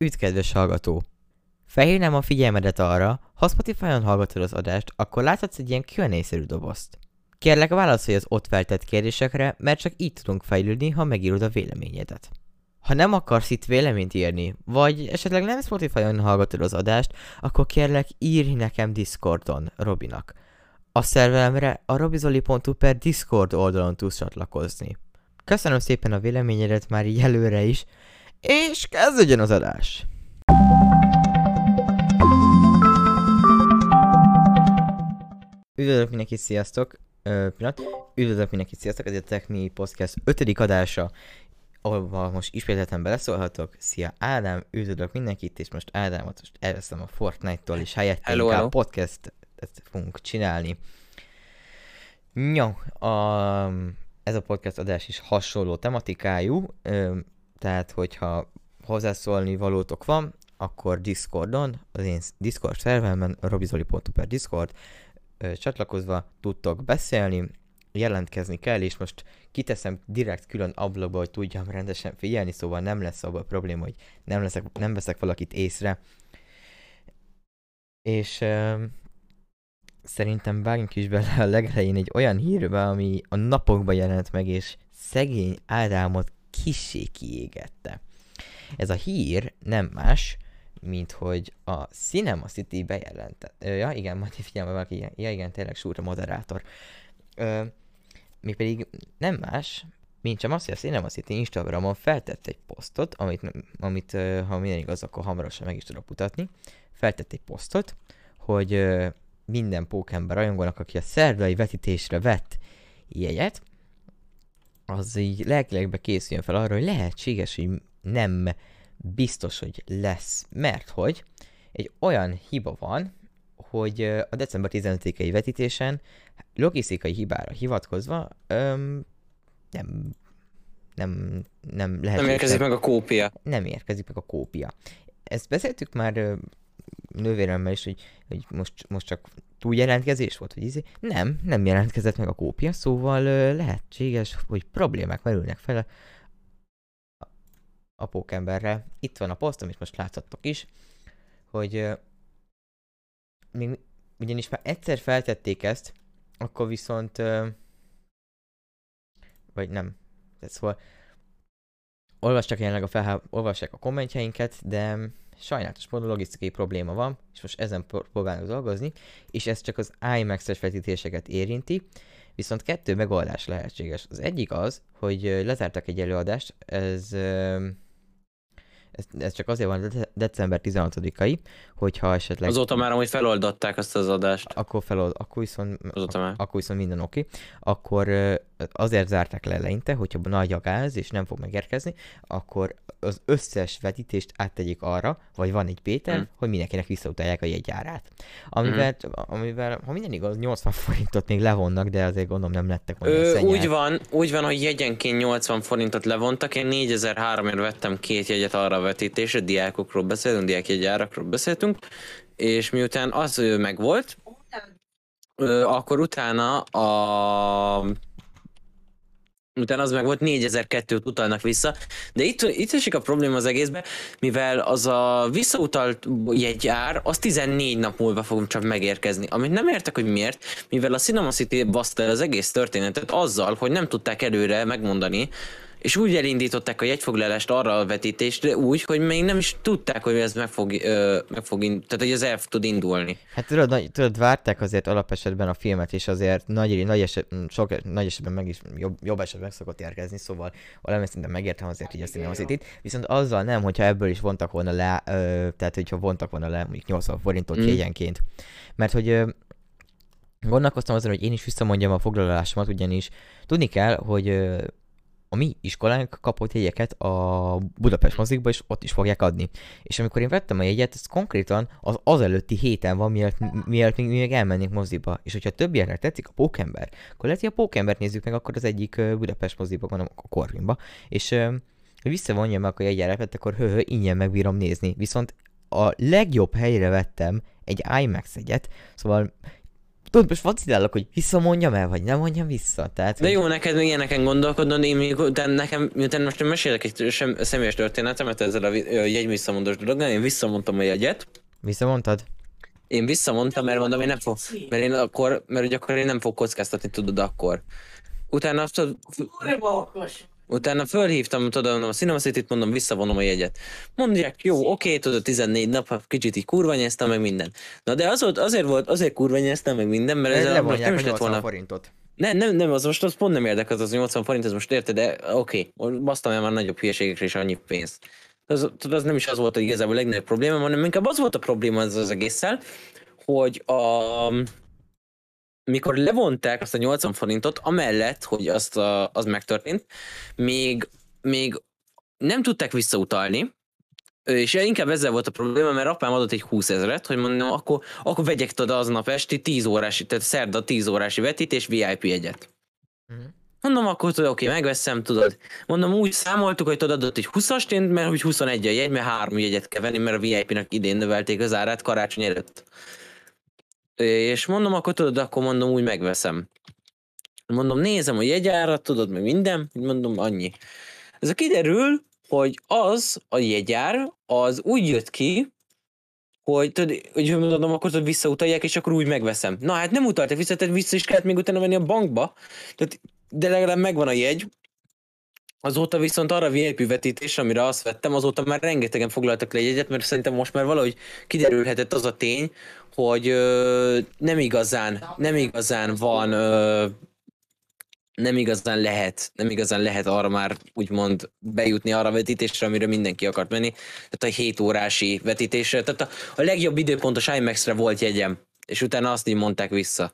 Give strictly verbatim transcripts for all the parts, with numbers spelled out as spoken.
Üdv, kedves hallgató! Felhívnám a figyelmedet arra, ha Spotify-on hallgatod az adást, akkor láthatsz egy ilyen Q and A-szerű dobozt. Kérlek, válaszolj az ott feltett kérdésekre, mert csak így tudunk fejlődni, ha megírod a véleményedet. Ha nem akarsz itt véleményt írni, vagy esetleg nem Spotify-on hallgatod az adást, akkor kérlek, írj nekem Discordon, Robinak. A szervelemre a robizoli pont hu per Discord oldalon tudsz csatlakozni. Köszönöm szépen a véleményedet már így előre is, és kezdődjön az adás! Üdvözlök mindenkit, sziasztok! Ö, pillanat. Üdvözlök mindenkit, sziasztok! Ez a Techni Podcast ötödik adása, ahol most ismételten beleszólhatok. Szia Ádám, üdvözlök mindenkit, és most Ádámot most elveszem a Fortnite-tól, és helyette hello, inkább hello. podcastet fogunk csinálni. Jó, a, ez a podcast adás is hasonló tematikájú, ö, tehát hogyha hozzászólni valótok van, akkor Discordon, az én Discord szerverben, robizoli pont hu per Discord, ö, csatlakozva tudtok beszélni, jelentkezni kell, és most kiteszem direkt külön ablakba, hogy tudjam rendesen figyelni, szóval nem lesz abban a probléma, hogy nem, leszek, nem veszek valakit észre. És ö, szerintem vágjunk is bele a legelején egy olyan hírbe, ami a napokban jelent meg, és szegény Ádámot kissé kiégette. Ez a hír nem más, mint hogy a Cinema City bejelentett. Ja igen, majd figyelme valaki, ja igen, tényleg súrta moderátor. Ö, mégpedig nem más, mint sem az, hogy a Cinema City Instagramon feltett egy posztot, amit, amit ha minden igaz, akkor hamarosan meg is tudok mutatni. Feltett egy posztot, hogy ö, minden pókember rajongónak, aki a szerdai vetítésre vett jegyet, az így lelkilegbe készüljön fel arra, hogy lehetséges, hogy nem biztos, hogy lesz, mert hogy egy olyan hiba van, hogy a december tizenötödikei vetítésen logisztikai hibára hivatkozva öm, nem, nem, nem lehet. Nem érkezik meg a kópia. Nem érkezik meg a kópia. Ezt beszéltük már ö, nővéremmel is, hogy, hogy most, most csak túljelentkezés volt, hogy izé. Nem, nem jelentkezett meg a kópia, szóval ö, lehetséges, hogy problémák merülnek fel a pókemberrel. Itt van a poszt, amit most láthattok is, hogy uh, még, ugyanis már egyszer feltették ezt, akkor viszont uh, vagy nem, tehát szóval olvastak jelenleg a felhá... olvassák a kommentjeinket, de sajnálatos módon logisztikai probléma van, és most ezen próbálnak dolgozni, és ez csak az IMAX-es vetítéseket érinti, viszont kettő megoldás lehetséges. Az egyik az, hogy uh, lezártak egy előadást, ez uh, Ez, ez csak azért van de- december tizenhatodikai, hogyha esetleg... Azóta már amúgy feloldották azt az adást. Akkor felold, akkor viszont, Azóta már. akkor viszont minden oké. Okay. Akkor azért zárták le eleinte, hogyha nagy a gáz és nem fog megérkezni, akkor az összes vetítést áttegyék arra, vagy van egy Péter, hmm. hogy mindenkinek visszautalják a jegyárát. Amivel, hmm. amivel, ha minden igaz, nyolcvan forintot még levonnak, de azért gondolom nem lettek volna úgy van, úgy van, hogy jegyenként nyolcvan forintot levontak, én négyezer-háromért vettem két jegyet arra a vetítésre, diákokról beszélünk, diákjegyárakról beszéltünk, és miután az ő megvolt, akkor utána a... utána az meg volt, négyezer-kettőt utalnak vissza, de itt, itt esik a probléma az egészben, mivel az a visszautalt jegyár, az tizennégy nap múlva fog csak megérkezni. Amit nem értek, hogy miért, mivel a Cinema City baszta el az egész történetet azzal, hogy nem tudták előre megmondani, és úgy elindították a jegyfoglalást arra a vetítésre úgy, hogy még nem is tudták, hogy ez meg fog, ö, meg fog ind- tehát hogy ez el tud indulni. Hát tudod, nagy, tudod, várták azért alapesetben a filmet, és azért nagy, nagy, eset, sok, nagy esetben meg is jobb, jobb esetben meg szokott érkezni, szóval valamilyen szinten megértem azért így a Cinema City-t, viszont azzal nem, hogyha ebből is vontak volna le, ö, tehát hogyha vontak volna le mondjuk nyolcvan forintot mm. jegyenként. Mert hogy ö, gondolkoztam azon, hogy én is visszamondjam a foglalásomat, ugyanis tudni kell, hogy ö, a mi iskolánk kapott jegyeket a Budapest mozikba, és ott is fogják adni. És amikor én vettem a jegyet, ez konkrétan az azelőtti héten van, mielőtt, mielőtt még, még elmennénk moziba. És hogyha többieknek tetszik a Pókember, akkor lehet, hogy a Pókembert nézzük meg, akkor az egyik Budapest moziba van, a Corvinba. És uh, visszavonja meg a jegyárat, akkor hő, hő, ingyen megbírom nézni. Viszont a legjobb helyre vettem egy IMAX jegyet, szóval tudod, most vacilálok, hogy visszamondjam el, vagy nem mondjam vissza. Tehát, De hogy... jó, neked még ilyeneken gondolkodnod, én még utána nekem, miután most én mesélek egy sem, személyes történetemet ezzel a vi- ö, jegyvisszamondós dologgal, én visszamondtam a jegyet. Visszamondtad? Én visszamondtam, mert mondom, én nem fog, mert én akkor, mert ugye akkor én nem fog kockáztatni, tudod, akkor. Utána azt, utána fölhívtam, tudod, a Cinema City-t, mondom, visszavonom a jegyet. Mondják, jó, oké, tudod, tizennégy nap, kicsit így kurvanyáztam, meg minden. Na de az volt, azért volt, azért kurvanyáztam, meg minden, mert ez most nem is lett volna. forintot. Nem, nem, nem, az most az pont nem érdekel, az nyolcvan forint, ez most érted, de oké, okay, basztam el már nagyobb hülyeségekre is annyi pénzt. Az, tudod, az nem is az volt, hogy igazából a legnagyobb probléma, hanem inkább az volt a probléma az, az egésszel, hogy a... mikor levonták azt a nyolcvan forintot, amellett, hogy azt a, az megtörtént, még, még nem tudták visszautalni, és inkább ezzel volt a probléma, mert apám adott egy húszezret, hogy mondom, akkor, akkor vegyek oda aznap esti tíz órási, tehát szerda tíz órási vetítés vé i pé jegyet. Uh-huh. Mondom, akkor tudod, oké, megveszem, tudod. Mondom, úgy számoltuk, hogy tudod, adott egy húszast, én, mert úgy huszonegy a jegy, mert három jegyet kell venni, mert a vé i pé-nek idén növelték az árát karácsony előtt. És mondom, akkor tudod, akkor mondom, úgy megveszem. Mondom, nézem a jegyárat, tudod, meg minden, mondom, annyi. Ez a kiderül, hogy az a jegyár, az úgy jött ki, hogy tudod, hogy mondom, akkor tudod, visszautalják, és akkor úgy megveszem. Na hát nem utaltak vissza, tehát vissza is kellett még utána venni a bankba, tehát, de legalább megvan a jegy. Azóta viszont arra vé i pé vetítésre, amire azt vettem, azóta már rengetegen foglaltak le jegyet, mert szerintem most már valahogy kiderülhetett az a tény, hogy ö, nem igazán, nem igazán van, ö, nem igazán lehet, nem igazán lehet arra már úgymond bejutni arra a vetítésre, amire mindenki akart menni. Tehát a hét órási vetítésre, tehát a, a legjobb időpontos IMAX-re volt jegyem, és utána azt így mondták vissza.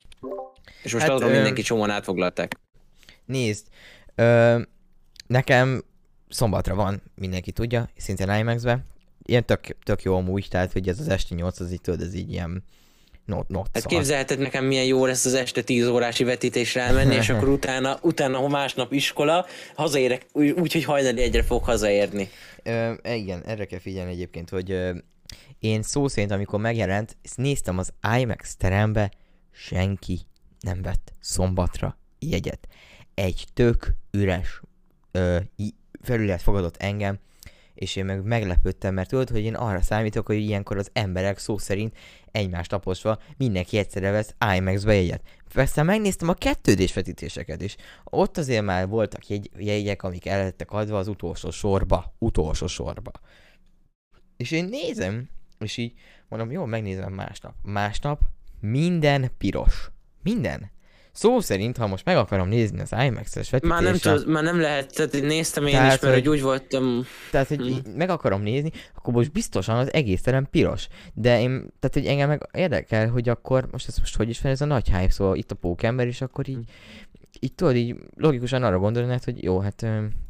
És most hát, arra ö... mindenki csomóan átfoglalták. Nézd, ö... nekem szombatra van, mindenki tudja, szintén IMAX-be. Ilyen tök, tök jó amúgy, tehát hogy ez az esti nyolc, az így tudod, ez így ilyen not, not Hát képzelheted nekem milyen jó lesz az este tíz órási vetítésre elmenni, és akkor utána, utána másnap iskola, hazaérek, úgy, úgy hogy hajnali egyre fog hazaérni. Ö, igen, erre kell figyelni egyébként, hogy ö, én szó szerint, amikor megjelent, néztem az IMAX terembe, senki nem vett szombatra jegyet. Egy tök üres Ö, felület fogadott engem, és én meg meglepődtem, mert tudod, hogy én arra számítok, hogy ilyenkor az emberek szó szerint egymást taposva mindenki egyszerre vesz IMAX-be jegyet. Aztán megnéztem a kettődés vetítéseket is. Ott azért már voltak jegy, jegyek, amik el lettek adva az utolsó sorba. Utolsó sorba. És én nézem, és így mondom, jó, megnézem másnap. Másnap minden piros. Minden. Szó szerint, ha most meg akarom nézni az IMAX-es vetítésre... Már nem, tud, már nem lehet, tehát néztem én tehát, is, mert hogy úgy voltam... Tehát, hogy hmm. meg akarom nézni, akkor most biztosan az egész terem piros. De én, tehát, hogy engem meg érdekel, hogy akkor, most ez most hogy is van, ez a nagy hype, szóval itt a pókember, és akkor így, így tudod, így logikusan arra gondolnád, hogy jó, hát...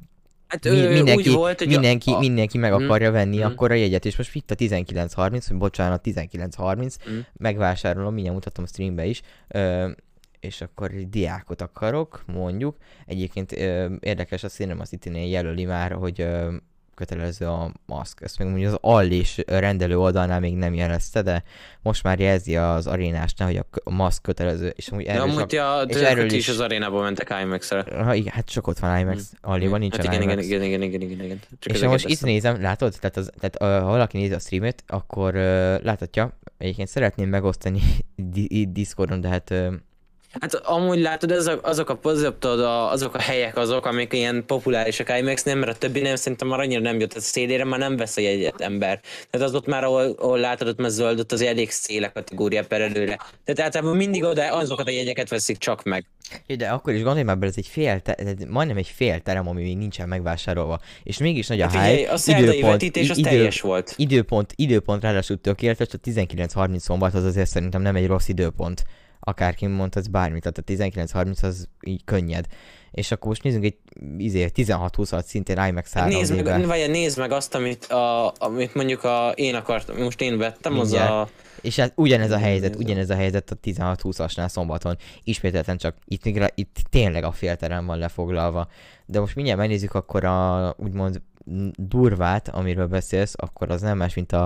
Hát mi, mindenki, úgy volt, hogy mindenki, a... mindenki meg hmm. akarja venni hmm. akkor a jegyet, és most itt a tizenkilenc harminc, vagy bocsánat, tizenkilenc harminc, hmm. megvásárolom, mindjárt mutatom a streambe is, ö, és akkor diákot akarok, mondjuk. Egyébként ö, érdekes, a Cinema City-nél jelöli már, hogy ö, kötelező a maszk. Ezt még mondjuk az Allés rendelő oldalnál még nem jelezte, de most már jelzi az arénásnál, hogy a maszk kötelező. És amúgy erről, de amúgy a és erről is, is az arénába mentek IMAX-re. Ha igen, hát csak ott van IMAX, hmm. Alléban nincsen hát igen, IMAX. Igen, igen, igen, igen, igen. Csak és most itt nézem, látod? Tehát, az, tehát uh, ha valaki nézi a streamet, akkor uh, láthatja, egyébként szeretném megosztani Discordon, de hát... Uh, Hát amúgy látod, azok, azok, a, azok, a, azok a helyek azok, amik ilyen populárisak IMAX-nél, mert a többi nem, szerintem már annyira nem jött, a szélére már nem vesz a jegyet ember. Tehát az ott már, ahol, ahol látod, ott már zöld, ott az elég széle kategória per előre. Tehát általában mindig oda azokat a jegyeket veszik csak meg. Ja, de akkor is gondolj már be, ez egy fél, te- majdnem egy fél terem, ami még nincsen megvásárolva. És mégis nagy a hát hype. A szerdai vetítés az idő, teljes volt. Időpont, időpont ráadásul tökéletes, a tizenkilenc harminc szombat az azért szerintem nem egy rossz időpont. Akárki mondhatsz bármit, tehát a tizenkilenc harminc az így könnyed. És akkor most nézzünk egy izé, tizenhat húszat szintén IMAX három nézd meg, vagy nézd meg azt, amit, a, amit mondjuk a, én akartam, most én vettem, mindjárt. Az a... És hát ugyanez a helyzet, ugyanez a helyzet a tizenhat húszasnál szombaton. Ismételten csak itt, itt tényleg a félterem van lefoglalva. De most mindjárt megnézzük akkor a úgymond durvát, amiről beszélsz, akkor az nem más, mint a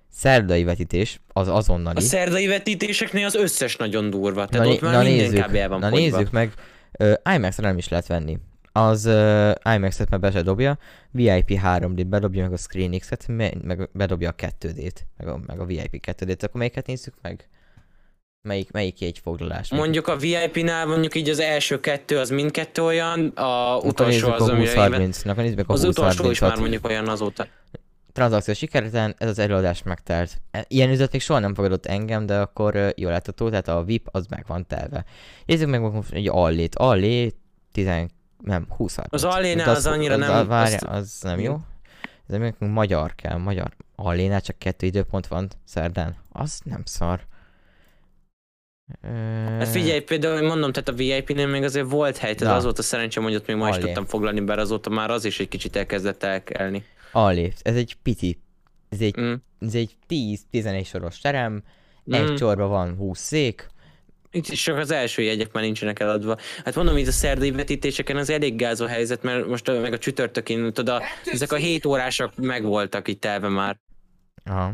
Szerdai vetítés, az azonnali. A szerdai vetítéseknél az összes nagyon durva, tehát na, ott már na minden nézzük, kb. El van na fogyva. nézzük meg, uh, IMAX-re nem is lehet venni. Az uh, IMAX-et meg be se dobja, vé i pé három dét bedobja meg a Screen X-et, me- meg bedobja a kettő dét, meg a, meg a vé i pé kettő dét, akkor melyiket nézzük meg? Melyik, melyik egy foglalás? Mondjuk a vé i pé-nál mondjuk így az első kettő az mindkettő olyan, a Akkor utolsó nézzük az, a amire húsz én harminc, akkor nézzük meg a az húsz utolsó is már harmincat. mondjuk olyan azóta. Tranzakció sikertelen, ez az előadás megtelt. E- Ilyen üzlet még soha nem fogadott engem, de akkor uh, jól látható, tehát a vé i pé az meg van telve. Nézzük meg most egy allét. Allé tíz, nem, húsz harminc. Az allénál az annyira az, nem- Várja, azt- az nem jó. Ez még magyar kell, magyar. Allénál csak kettő időpont van szerdán. Az nem szar. Ö... Hát figyelj, például mondom, tehát a vé i pé-nél még azért volt hely, tehát Na. azóta szerencsém, hogy ott még ma is Allé. tudtam foglalni, bár azóta már az is egy kicsit elkezdett elkelni. Allé, ez egy pici. Ez egy, Mm. ez egy tíz-tizenegy soros terem. Mm. Egy csorba van húsz szék. Itt is csak az első jegyek már nincsenek eladva. Hát mondom, itt a szerdai vetítéseken az elég gáz a helyzet, mert most a, meg a csütörtökén, tudod, a, ezek a hét órások megvoltak itt elve már. Aha.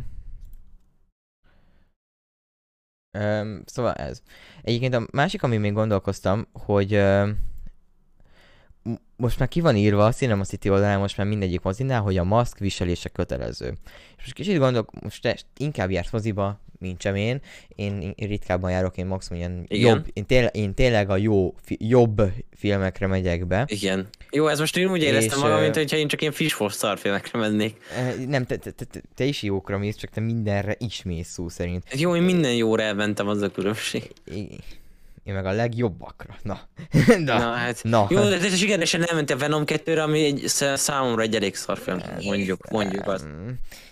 Öm, szóval ez. Egyébként a másik, ami még gondolkoztam, hogy öm, m- most már ki van írva a Cinema City oldalán, most már mindegyik mozinál, hogy a maszk viselése kötelező. És most kicsit gondolok, most te inkább jársz moziba, mint sem én. Én, én ritkábban járok, én maximum ilyen Igen. jobb, én, téle, én tényleg a jó, fi, jobb filmekre megyek be. Igen. Jó, ez most én úgy éreztem És, magam, ö, mint hogyha én csak ilyen fishfos szarfilmekre mennék. Eh, Nem, te, te, te, te- te is jókra mész, csak te mindenre is mész szó szerint. Hát jó, én minden jóra elmentem, az a különbség. Én én meg a legjobbakra. Na. Na, Na. hát. Na. Jó, de te sikeresen elmentél Venom kettőre, ami egy, sz- számomra egy elég szarfilm, mondjuk, mondjuk azt. Mm.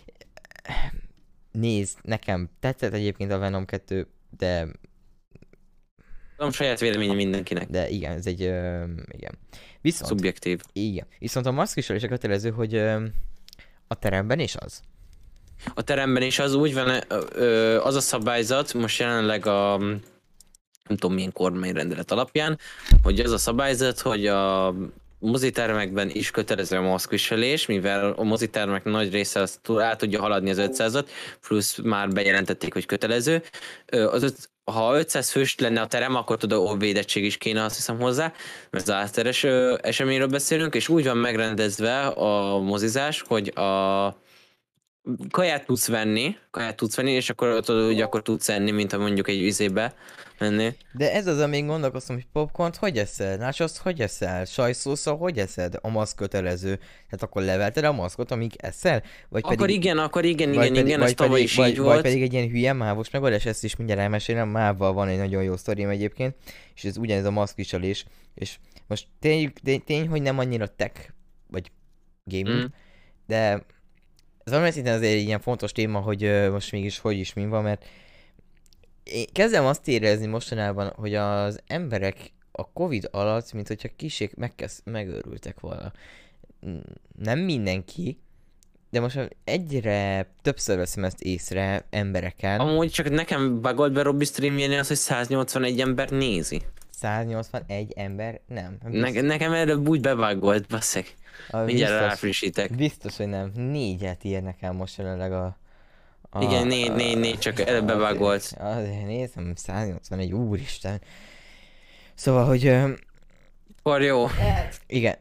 Nézd, nekem tetszett egyébként a Venom kettő, de, Nem saját véleménye mindenkinek. de igen, ez egy, ö, igen. Viszont, Szubjektív. igen. Viszont a maszkviselés kötelező, hogy ö, a teremben is az. A teremben is az úgy van, ö, ö, az a szabályzat, most jelenleg a nem tudom milyen kormányrendelet alapján, hogy az a szabályzat, hogy a mozitermekben is kötelező a maszkviselés, mivel a mozitermek nagy része azt tud- át tudja haladni az ötszázat, plusz már bejelentették, hogy kötelező. Ö, Az öt, ha ötszáz fős lenne a terem, akkor tudod, védettség is kéne, azt hiszem hozzá, mert az átteres ö, eseményről beszélünk, és úgy van megrendezve a mozizás, hogy a kaját tudsz venni, kaját tudsz venni, és akkor tudod, hogy akkor tudsz enni, mint ha mondjuk egy üzébe menni. De ez az, amíg gondolkoztam, hogy popcornt hogy eszel? Nachoszt hogy eszel? Sajszószal hogy eszed? A maszk kötelező. Tehát akkor levelted a maszkot, amíg eszel? Vagy Akkor pedig, igen, akkor igen, vagy igen, pedig, igen, vagy ez tavaly pedig, is vagy, így vagy volt. pedig egy ilyen hülye mávos megoldás, ezt is mindjárt elmesélem, mávval van egy nagyon jó sztorim egyébként, és ez ugyanez a maszkviselés, és most tény, tény, tény, hogy nem annyira tech, vagy gaming, Mm. de ez valamilyen szinten azért egy ilyen fontos téma, hogy ö, most mégis hogy is mi van, mert én kezdem azt érezni mostanában, hogy az emberek a Covid alatt, mint hogyha kicsit megkezd, megőrültek volna. Mm, Nem mindenki, de most már egyre többször veszem ezt észre embereken. Amúgy csak nekem bagolt be Robbi streamjén az, hogy száznyolcvanegy ember nézi. száznyolcvanegy ember? Nem. nem Ne- biztos, nekem előbb úgy bebagolt, basszeg. a Mindjárt biztos, ráfrissítek. biztos, hogy nem. Négyet ír nekem most jelenleg a... a Igen, négy, négy, négy, csak előbb azért- bebagolt. Azért nézem, száznyolcvanegy, úristen. Szóval, hogy... ö, Akkor jó. Igen.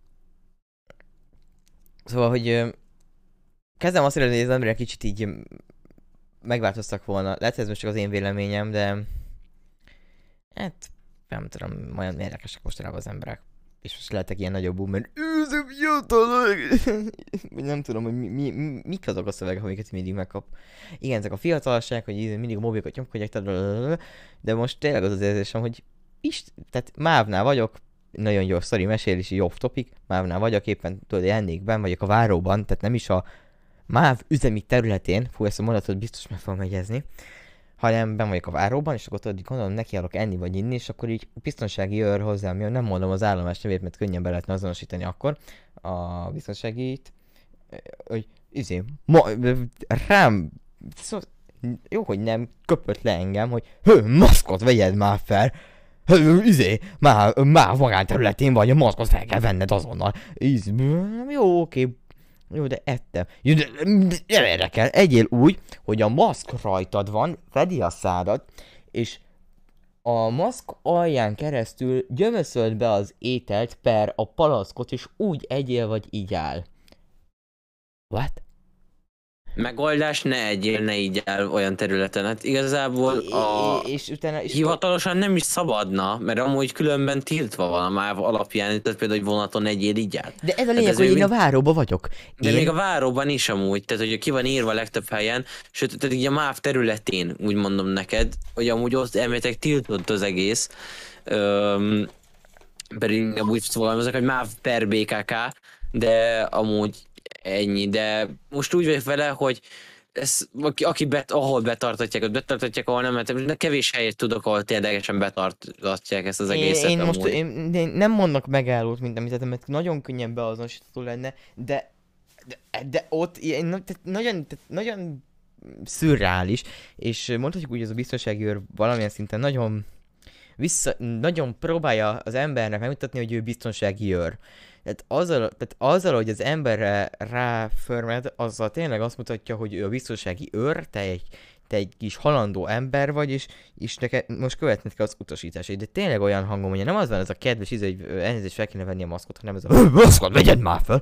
Szóval, hogy ö, kezdem azt érezni, hogy az emberek kicsit így ö, megváltoztak volna. Lehet, ez most csak az én véleményem, de hát nem tudom, olyan érdekesek mostanában az emberek. És most lehetek ilyen nagyobb boomer. Őző fiatalok! Vagy nem tudom, hogy mi, mi, mi, mik azok a szövegek, amiket mindig megkap. Igen, ezek a fiatalság, hogy így mindig a mobilokat nyomkodják, tehát de most tényleg az az érzésem, hogy ist, tehát mávnál vagyok, nagyon jó sztori mesélési off topic, mávnál vagyok, éppen tudod, lennék benn vagyok a váróban, tehát nem is a MÁV üzemi területén, fú, ezt a mondatot biztos meg fogom megyezni, hanem benn vagyok a váróban, és akkor tudod, így gondolom, nekiállok enni vagy inni, és akkor így biztonsági őr hozzám jön, nem mondom az állomás nevét, mert könnyen be lehetne azonosítani akkor a biztonságit, hogy izé, ma, rám, szóval, jó, hogy nem köpött le engem, hogy hő, maszkot vegyed már fel, hő, izé, már, már magánterületén vagy, a maszkot fel kell venned azonnal, Íz, jó, oké, Jó, de ettem. Jó, de nem érdekel. Egyél úgy, hogy a maszk rajtad van, fedi a szádat, és a maszk alján keresztül gyömöszöld be az ételt per a palackot, és úgy egyél vagy így áll. What? Megoldás, ne egyél, ne így el olyan területen. Hát igazából a... és utána... És hivatalosan nem is szabadna, mert amúgy különben tiltva van a MÁV alapján, tehát például, hogy vonaton egyél így áll. De ez a lényeg, hogy én a váróban vagyok. De én... még a váróban is amúgy, tehát hogy ki van írva a legtöbb helyen, sőt, tehát így a MÁV területén, úgy mondom neked, hogy amúgy ott elméletek tiltott az egész. Öm, pedig úgy fogalmazok, hogy MÁV per bé ká ká, de amúgy ennyi, de most úgy vagyok vele, hogy ez, aki, aki bet, ahol betartatják, ott betartatják, ahol nem, mert kevés helyet tudok, ahol ténylegesen betartatják ezt az egészet. Én, én most én, én nem mondok megállót, mint amit mert nagyon könnyen beazonosítható lenne, de, de, de ott én, tehát nagyon, tehát nagyon szürreális, és mondhatjuk úgy, hogy ez a biztonsági őr valamilyen szinten nagyon vissza, nagyon próbálja az embernek megmutatni, hogy ő biztonsági őr. Tehát azzal, tehát azzal, hogy az emberre ráförmed, azzal tényleg azt mutatja, hogy ő a biztonsági őr, te egy, te egy kis halandó ember vagy, és, és neked most követned kell az utasításait. De tényleg olyan hangom, hogy nem az van ez a kedves íze, hogy elnézést fel kéne venni a maszkot, hanem ez a maszkot, vegyed már fel!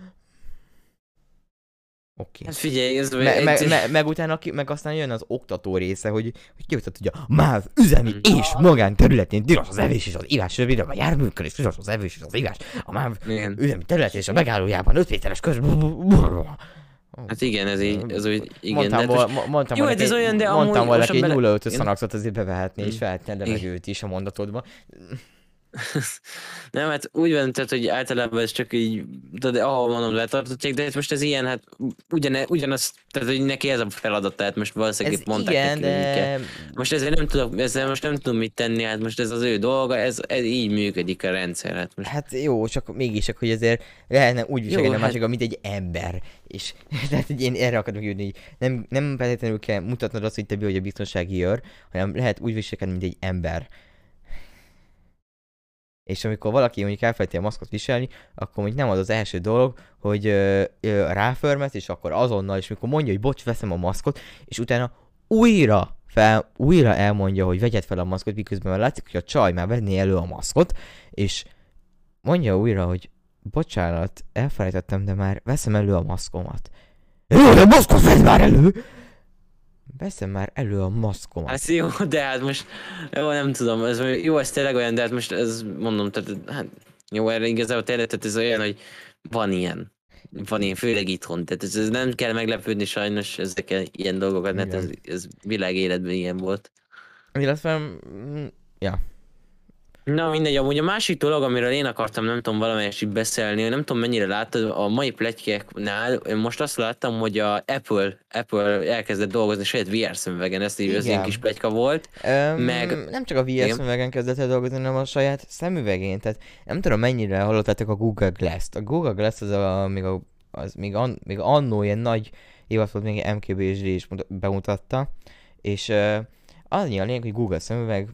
Oké. Okay. Hát figyelj, ez... Me, me, me, meg utána, meg aztán jön az oktató része, hogy, hogy kioktat, hogy a MÁV üzemi mm. és magánterületén tilos az evés és az ivás, rövidebb a járműkkel és tilos az evés és az ivás. A MÁV üzemi területén és a megállójában öt méteres köz... Hát igen, ez így, ez úgy, igen. Mondtam, most... val- mondtam jó, valaki, ez olyan, de mondtam amúgy valaki egy bele... nulla ötös szanaxot azért bevehetné, mm. és felhetne levegőt is a mondatodban. Nem, hát úgy van, tehát, hogy általában ez csak így, de ahol mondom, letartotják, de most ez ilyen, hát ugyan, ugyanaz, tehát hogy neki ez a feladat, tehát most valószínűleg itt mondták igen, neki, de... kell. Most ezért nem tudok, ezzel most nem tudom mit tenni, hát most ez az ő dolga, ez, ez így működik a rendszer. Hát, most... hát jó, csak mégis, csak hogy azért lehetne úgy viselkedni a hát... másikon, mint egy ember. És tehát hogy én erre akarok jönni, hogy nem, nem feltétlenül kell mutatnod azt, hogy te vagy a biztonsági őr, hanem lehet úgy viselkedni, mint egy ember. És amikor valaki mondjuk elfelejti a maszkot viselni, akkor mondjuk nem az az első dolog, hogy ö, ö, ráförmet, és akkor azonnal, és mikor mondja, hogy bocs, veszem a maszkot, és utána újra, fel, újra elmondja, hogy vegyed fel a maszkot, miközben már látszik, hogy a csaj már venné elő a maszkot, és mondja újra, hogy bocsánat, elfelejtettem, de már veszem elő a maszkomat. Jó, de a maszkot vedd már elő! Veszem már elő a maszkomat. Hát jó, de hát most, jó, nem tudom, ez, jó, ez tényleg olyan, de hát most ez mondom, tehát hát, jó, erre igazából tényleg, tehát ez olyan, hogy van ilyen. Van ilyen, főleg itthon, tehát ez, ez nem kell meglepődni sajnos ezekkel ilyen dolgokat, mert ez, ez világ életben ilyen volt. Illetve, ja. Na mindegy, amúgy a másik dolog, amiről én akartam, nem tudom, valamelyest így beszélni, nem tudom mennyire láttad, a mai pletykáknál, én most azt láttam, hogy a Apple, Apple elkezdett dolgozni saját vé er szemüvegen, ez így az ilyen kis pletyka volt, Öm, meg... Nem csak a vé er szemüvegen kezdett el dolgozni, hanem a saját szemüvegén, tehát nem tudom mennyire hallottátok a Google Glass-t. A Google Glass az, a, még, a, az még, an, még annó ilyen nagy évad volt, még em ká bé es dé is bemutatta, és uh, annyi a lényeg, hogy Google szemüveg,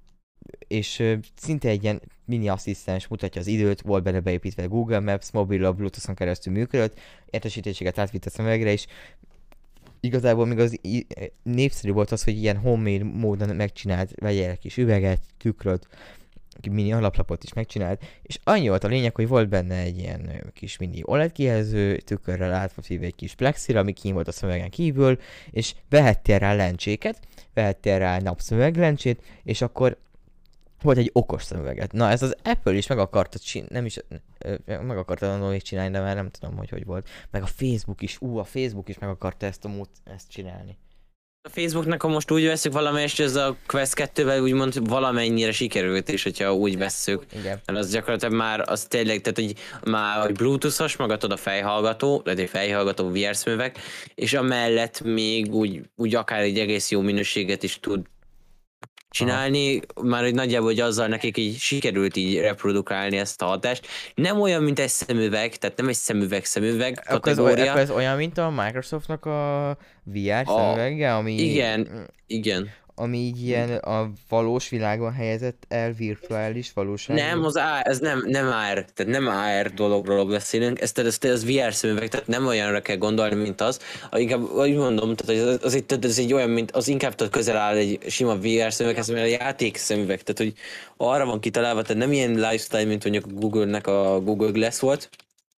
és uh, szinte egy ilyen mini asszisztens mutatja az időt, volt benne beépítve a Google Maps, mobilra, Bluetooth-on keresztül működött, értesítéséget átvitt a szemüvegre, és igazából még az népszerű volt az, hogy ilyen homemade módon megcsinált, vegyél egy kis üveget, tükröt, mini alaplapot is megcsinált, és annyi volt a lényeg, hogy volt benne egy ilyen kis mini o el e dé kijelző, tükörrel átfotívva egy kis plexira, ami kín volt a szemüvegen kívül, és vehettél rá lencséket, vehettél rá napszemüveglencsét, és akkor volt egy okos szemüveget. Na, ez az Apple is meg akarta csinálni, nem is, meg akarta annól még csinálni, de már nem tudom, hogy hogy volt. Meg a Facebook is, ú, a Facebook is meg akarta ezt a mód, ezt csinálni. A Facebooknak, ha most úgy veszük valamelyest, ez a Quest kettővel úgymond valamennyire sikerült is, hogyha úgy vesszük. Igen. Mert az gyakorlatilag már, az tényleg, tehát hogy már hogy Bluetooth-os, magatod a fejhallgató, tehát egy fejhallgató vé er szemüveg, és amellett még úgy, úgy akár egy egész jó minőséget is tud csinálni, aha. Már hogy nagyjából, hogy azzal nekik így sikerült így reprodukálni ezt a hatást. Nem olyan, mint egy szemüveg, tehát nem egy szemüveg szemüveg kategória. Akkor ez olyan, mint a Microsoftnak a vé er szemüvege, ami... Igen, igen. ami így ilyen a valós világon helyezett el virtuális Nem, valóságban. az á, ez nem, nem á er, tehát nem á er dologról beszélünk, ez, ez, ez vé er szemüveg, tehát nem olyanra kell gondolni, mint az. Inkább úgy mondom, tehát az, az, az, ez egy olyan, mint az inkább tudod közel áll egy sima vé er szemüveghez, mert a játék szemüveg, tehát hogy arra van kitalálva, tehát nem ilyen lifestyle, mint mondjuk a Google-nek a Google Glass volt,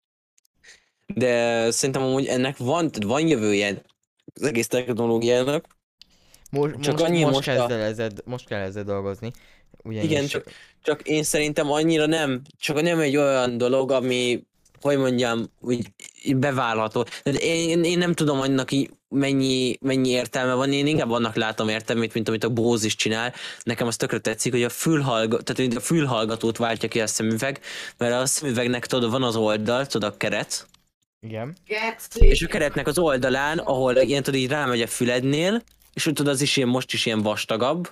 de szerintem amúgy ennek van, tehát van jövője az egész technológiának. Most, Csak most, annyi most, most a... kezd el ezzel, most kell ezzel dolgozni. Ugyanis... Igen, csak, csak én szerintem annyira nem, csak nem egy olyan dolog, ami, hogy mondjam, úgy így beválható. Tehát én, én nem tudom annak így mennyi, mennyi értelme van, én inkább annak látom értelmét, mint amit a Bose is csinál. Nekem az tökre tetszik, hogy a, fülhallga, tehát a fülhallgatót váltja ki a szemüveg, mert a szemüvegnek tudod, van az oldal, tudod a keret, Igen. és a keretnek az oldalán, ahol ilyen tudod, így rámegy a fülednél, és úgy tudod, az is ilyen, most is ilyen vastagabb.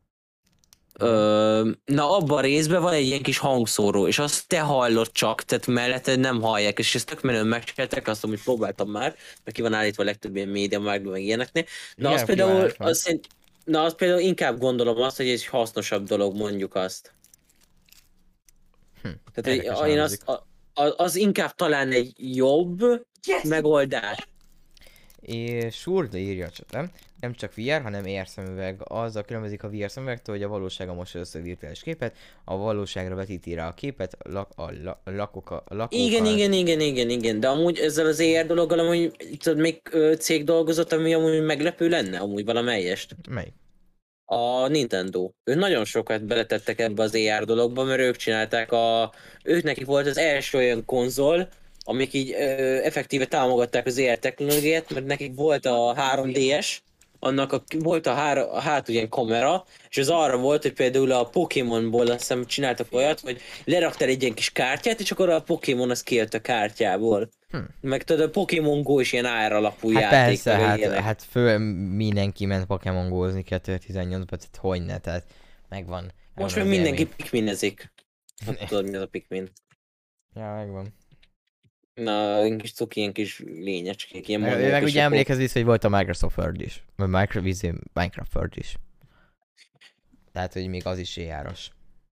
Ö, na abban a részben van egy ilyen kis hangszóró, és azt te hallod csak, tehát mellette nem hallják, és ezt tök menően megcsinálták, azt amit próbáltam már, mert ki van állítva a legtöbb ilyen média mágban, meg ilyeneknél. Na Igen, az például, kíváncsi van. az, szerint- na az például inkább gondolom azt, hogy ez egy hasznosabb dolog, mondjuk azt. Hm, Tehát érdekes hogy én hangzik. azt, a, a, az inkább talán egy jobb megoldás. És Surda írja a csatem, nem csak vé er, hanem é er szemüveg. Azzal különbözik a vé er szemüvegtől, hogy a valósága most össze a virtuális képet, a valóságra vetíti rá a képet, a, lak, a, la, a, lakok, a lakókkal... Igen, igen, igen, igen, igen, de amúgy ezzel az é er dologgal amúgy tudod, még ö, cég dolgozott, ami amúgy meglepő lenne, amúgy valamelyest. Melyik? A Nintendo. Ők nagyon sokat beletettek ebbe az é er dologba, mert ők csinálták a... Ők nekik volt az első olyan konzol, amik így ö, effektíve támogatták az é er technológiát, mert nekik volt a három dé es, annak a, volt a, hár, a hát ilyen kamera, és az arra volt, hogy például a Pokémonból azt hiszem csináltak olyat, hogy leraktál egy ilyen kis kártyát, és akkor a Pokémon az kijött a kártyából. Hm. Meg tudod, a Pokémon Go is ilyen á er alapú Hát játék. persze, meg hát, ilyenek. hát fő mindenki ment Pokémon Go-zni kétezer-tizennyolcban, tehát hogyne, tehát megvan. Most megvan meg az mindenki élmény. pikminezik. Hát tudod, mi az a pikmin. Ja, megvan. Na, ilyen kis cuki, ilyen kis lényecskék, ilyen Meg, ő monók, meg és ugye akkor- emlékez vissza, hogy volt a Microsoft Word is. Vagy Minecraft, izé, Minecraft Word is. Tehát, hogy még az is é er-os.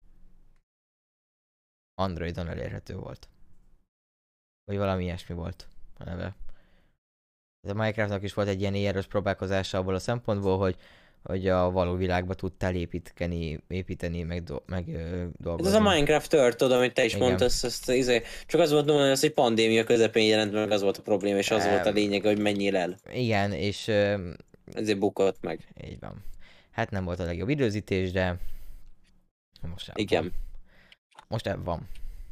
Androidon elérhető volt. Vagy valami ilyesmi volt a neve. Ez a Minecraftnak is volt egy ilyen é er-os próbálkozása abból a szempontból, hogy, hogy a való világba tudtál építeni, építeni, meg, do, meg ö, Ez dolgozni. az a Minecraft tört, tudod, amit te is Igen. mondtasz, ezt, izé, csak az volt, mondani, hogy ez egy pandémia közepén jelent meg, az volt a probléma, és az Em. volt a lényeg, hogy menjél el. Igen, és ö, Ezért bukott meg. így van. Hát nem volt a legjobb időzítés, de most ebben Igen. van. Most ebben van.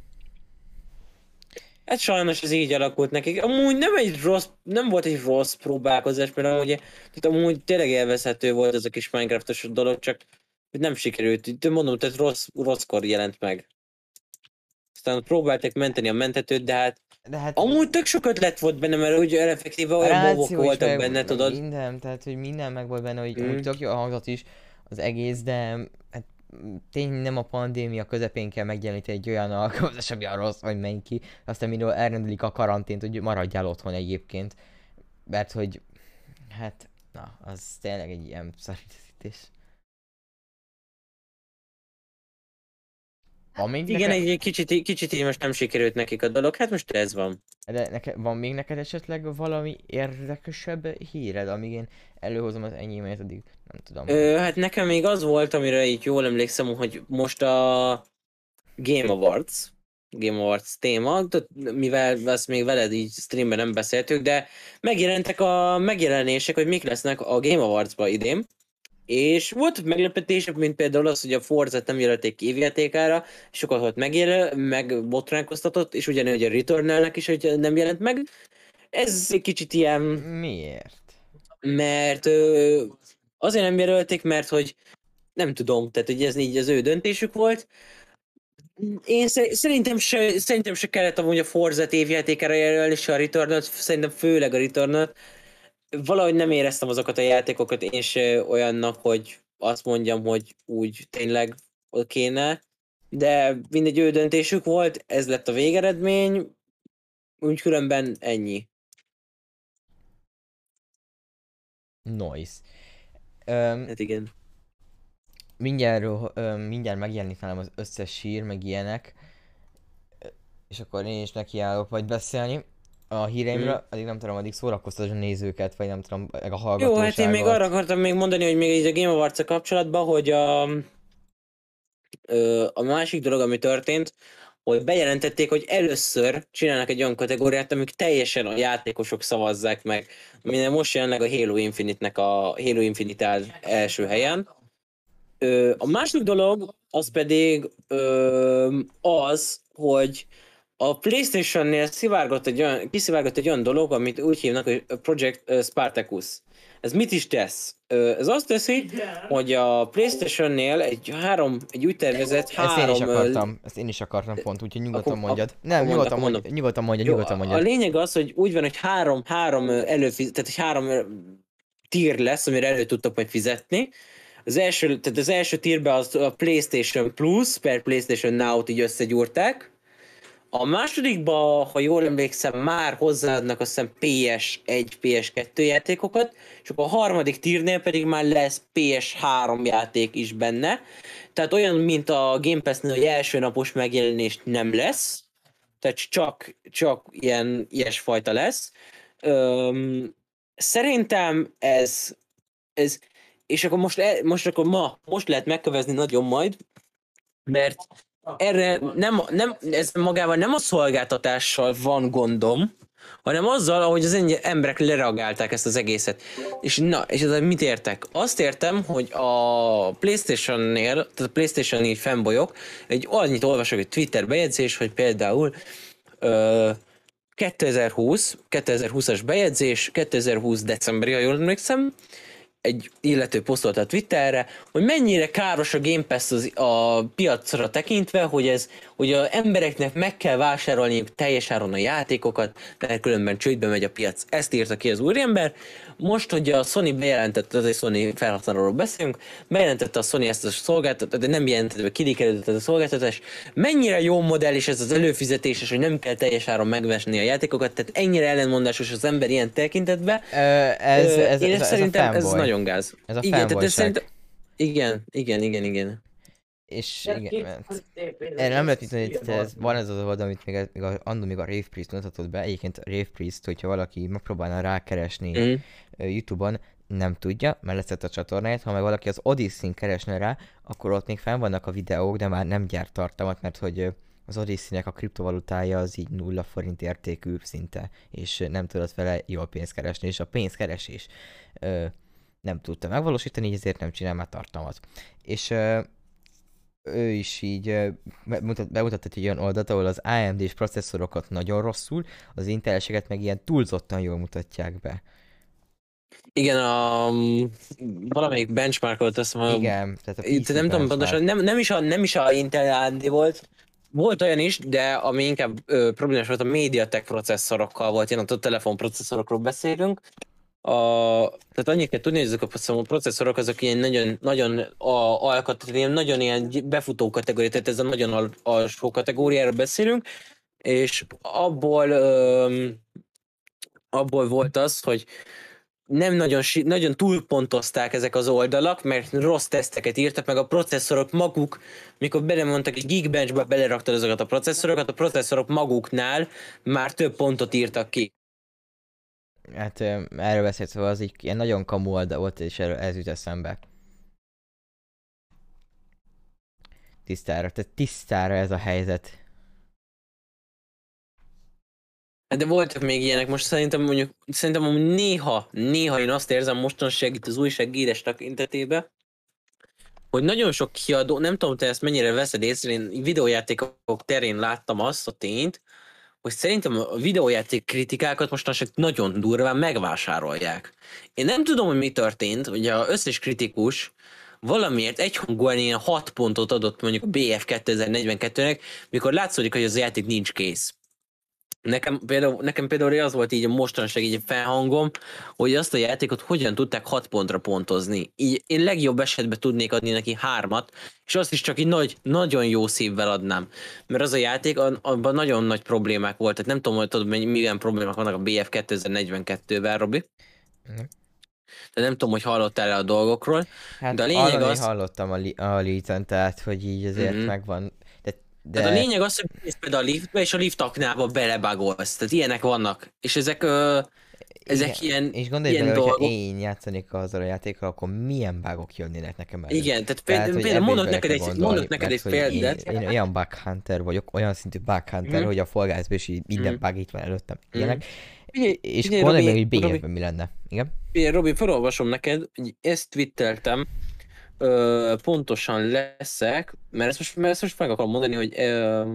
Hát sajnos ez így alakult nekik. Amúgy nem egy rossz, nem volt egy rossz próbálkozás, mert amúgy, tehát amúgy tényleg élvezhető volt ez a kis Minecraftos dolog, csak nem sikerült. Itt mondom, tehát rossz, rosszkor jelent meg. Aztán próbálták menteni a mentetőt, de hát De hát amúgy tök sok ötlet volt benne, mert úgy effektíve a olyan mobok ráció is voltak meg, benne, meg tudod. minden, tehát hogy minden meg volt benne, hogy Mm. mm. tök jó hangzott is az egész, de hát tényleg nem a pandémia közepén kell megjeleníteni egy olyan alkalmazás, ami a rossz, vagy menj ki, aztán miről elrendelik a karantént, hogy maradjál otthon egyébként, mert hogy hát, na, az tényleg egy ilyen szarítésítés. Van még Igen, neked, egy kicsit, kicsit így most nem sikerült nekik a dolog, hát most ez van. de neked, van még neked esetleg valami érdekesebb híred, amíg én előhozom az enyémet, addig nem tudom. Ö, hát nekem még az volt, amire így jól emlékszem, hogy most a Game Awards, Game Awards téma, de mivel ezt még veled így streamben nem beszéltük, de megjelentek a megjelenések, hogy mik lesznek a Game Awards-ba idén. És volt meglepetések, mint például az, hogy a Forza-t nem jelölték ki évjátékára, sokat volt megjelöl, meg botránkoztatott, és ugyanúgy a Returnal-nek is, hogy nem jelent meg. Ez egy kicsit ilyen, Miért? mert ö, azért nem jelölték, mert hogy nem tudom, tehát hogy ez így az ő döntésük volt. Én szer- szerintem se, szerintem se kellett amúgy a Forza-t évjátékára jelölni, se a Returnal-t, szerintem főleg a Returnal-t. Valahogy nem éreztem azokat a játékokat én se olyannak, hogy azt mondjam, hogy úgy tényleg kéne, de mindegy ő döntésük volt, ez lett a végeredmény, úgy különben ennyi. Noise. Öm, Hát igen. mindjárt, ö, mindjárt megjelenik nálam az összes sír, meg ilyenek, és akkor én is nekiállok vagy beszélni a Mm. híreimről, addig nem tudom, addig szórakoztasd a nézőket, vagy nem tudom, meg a Jó, hát én még arra hallgatóságot. akartam még mondani, hogy még így a Game Awards-a kapcsolatban, hogy a, ö, a másik dolog, ami történt, hogy bejelentették, hogy először csinálnak egy olyan kategóriát, amik teljesen a játékosok szavazzák meg. Minden most jelenleg a Halo Infinite-nek a Halo Infinite áll első helyen. Ö, a másik dolog, az pedig ö, az, hogy a PlayStation-nél szivárgott egy olyan, kiszivárgott egy olyan dolog, amit úgy hívnak, hogy Project Spartacus. Ez mit is tesz? Ö, ez azt teszi, hogy a PlayStation-nél egy három, egy úgy tervezett Ezt én is három... ö, akartam, ezt én is akartam pont, úgyhogy nyugodtan akkor, mondjad. ak- Nem, akkor mond, nyugodtan akkor mondom. mondjad, nyugodtan mondjad, Jó, nyugodtan a, a mondjad. lényeg az, hogy úgy van, hogy három, három előfiz, tehát egy három ö, tier lesz, amire elő tudtok majd fizetni. Az első, tehát az első tírbe az a PlayStation Plus per PlayStation Now-t így összegyúrták. A másodikba, ha jól emlékszem, már hozzáadnak azt hiszem pé es egy, pé es kettő játékokat, és akkor a harmadik tírnél pedig már lesz pé es három játék is benne. Tehát olyan, mint a Game Pass-nél, hogy első napos megjelenés nem lesz, tehát csak, csak ilyen, ilyesfajta lesz. Öm, szerintem ez, ez és akkor most, e- most akkor ma, most lehet megkövezni nagyon majd, mert erre nem, nem, ez magával nem a szolgáltatással van gondom, hanem azzal, ahogy az ennyi emberek lereagálták ezt az egészet. És na, és ez mit értek? Azt értem, hogy a PlayStation-nél, tehát a PlayStation-nél fanboyok, egy annyit olvasok egy Twitter bejegyzés, hogy például ö, kétezer-húsz, kétezer-húszas bejegyzés, kétezer-húsz decemberi, ha jól emlékszem, egy illető posztolta a Twitterre, hogy mennyire káros a Game Pass az, a piacra tekintve, hogy ez, hogy az embereknek meg kell vásárolniuk teljes áron a játékokat, mert különben csődbe megy a piac. Ezt írta ki az úriember. Most, hogy a Sony bejelentette, az egy Sony felhasználóról beszélünk, bejelentette a Sony ezt a szolgáltatást, de nem jelentette be, kilékelődött ez a szolgáltatás. Mennyire jó modell is ez az előfizetéses, hogy nem kell teljes áron megvesni a játékokat, tehát ennyire ellenmondásos az ember ilyen tekintetben. Ö, ez, Ö, ez, én ez, ez, szerintem a ez fanboy. nagyon gáz. Ez a Igen, tehát ez fanboyság. szerintem... Igen, igen, igen, igen. És igen, mert erre nem lehet mondani, hogy ez, van ez az oldal, amit még, a- még a, annól még a Rave Priest mutatott be. Egyébként a Rave Priest, hogyha valaki megpróbálna rákeresni Mm. ö, YouTube-on, nem tudja, mert leszett a csatornáját, ha meg valaki az Odyssey-n keresne rá, akkor ott még fenn vannak a videók, de már nem gyárt tartalmat, mert hogy ö, az Odyssey-nek a kriptovalutája az így nulla forint értékű szinte, és ö, nem tudod vele jól pénzt keresni, és a pénzkeresés ö, nem tudta megvalósítani, így ezért nem csinál már tartalmat. És ö, ő is így ö, bemutat, bemutatott egy olyan oldalt, ahol az á em dés processzorokat nagyon rosszul, az Inteleseket meg ilyen túlzottan jól mutatják be. Igen, a, valamelyik benchmarkot, azt mondom, Igen, tehát a itt pé cé nem tudom benchmark. pontosan, nem, nem, is a, nem is a Intel á em dé volt, volt olyan is, de ami inkább ö, problémás volt, a MediaTek processzorokkal volt, ilyen a telefonprocesszorokról beszélünk. A, tehát annyit kell tudni, hogy ezek a processzorok azok ilyen nagyon, nagyon a, alkat, ilyen nagyon ilyen befutó kategória, tehát ez a nagyon al, alsó kategóriára beszélünk, és abból öm, abból volt az, hogy nem nagyon, si- nagyon túlpontozták ezek az oldalak, mert rossz teszteket írtak, meg a processzorok maguk, mikor belemondtak egy Geekbenchbe, beleraktad azokat a processzorokat, a processzorok maguknál már több pontot írtak ki. Hát ö, erről beszélt, szóval az így ilyen nagyon kamu oldal volt, és erről ez jut eszembe. Tisztára, tehát tisztára ez a helyzet. De voltak még ilyenek, most szerintem mondjuk, szerintem amúgy néha, néha én azt érzem mostanság itt az újságírás tekintetében, hogy nagyon sok kiadó, nem tudom, te ezt mennyire veszed észre, én videójátékok terén láttam azt a tényt, hogy szerintem a videójáték kritikákat mostanság nagyon durván megvásárolják. Én nem tudom, hogy mi történt, hogy az összes kritikus valamiért egyhangúan ilyen hat pontot adott mondjuk a bé ef kétezer-negyvenkettőnek, mikor látszódik, hogy az játék nincs kész. Nekem például, nekem például az volt így a mostanság így a felhangom, hogy azt a játékot hogyan tudták hat pontra pontozni. Így én legjobb esetben tudnék adni neki hármat, és azt is csak így nagy, nagyon jó szívvel adnám. Mert az a játék, abban nagyon nagy problémák volt. Tehát nem tudom, hogy tudod, milyen problémák vannak a bé ef kétezer-negyvenkettővel, Robi. Mhm. de nem tudom, hogy hallottál-e a dolgokról, de Hát a lényeg hallani az, hallottam a, li- a Leaton, tehát hogy így azért uh-huh. megvan, de, Tehát a de lényeg az, hogy mész például a liftbe, és a lift aknába belebagolsz. Tehát ilyenek vannak. És ezek, ö, igen, ezek ilyen, és gondolj ilyen bele, hogyha dolgok. én játszanék azzal a játékkal, akkor milyen bugok jönnének nekem elő. Igen, tehát Tehát, például, hogy például ebbe is mondok bele neked kell egy, mondok gondolni, neked egy mert hogy én, példát. én olyan bug hunter vagyok, olyan szintű bug hunter, Mhm, hogy a Fall Guys-ben is így minden mhm, bug itt van előttem, mhm. ilyenek. Figyelj, És figyelj, gondolj meg, Robi, hogy Robi, bé ef-ben mi lenne. Igen? figyelj, Robi, felolvasom neked, hogy ezt twitteltem, ö, pontosan leszek, mert ezt most, mert ezt most meg akarom mondani, hogy ö,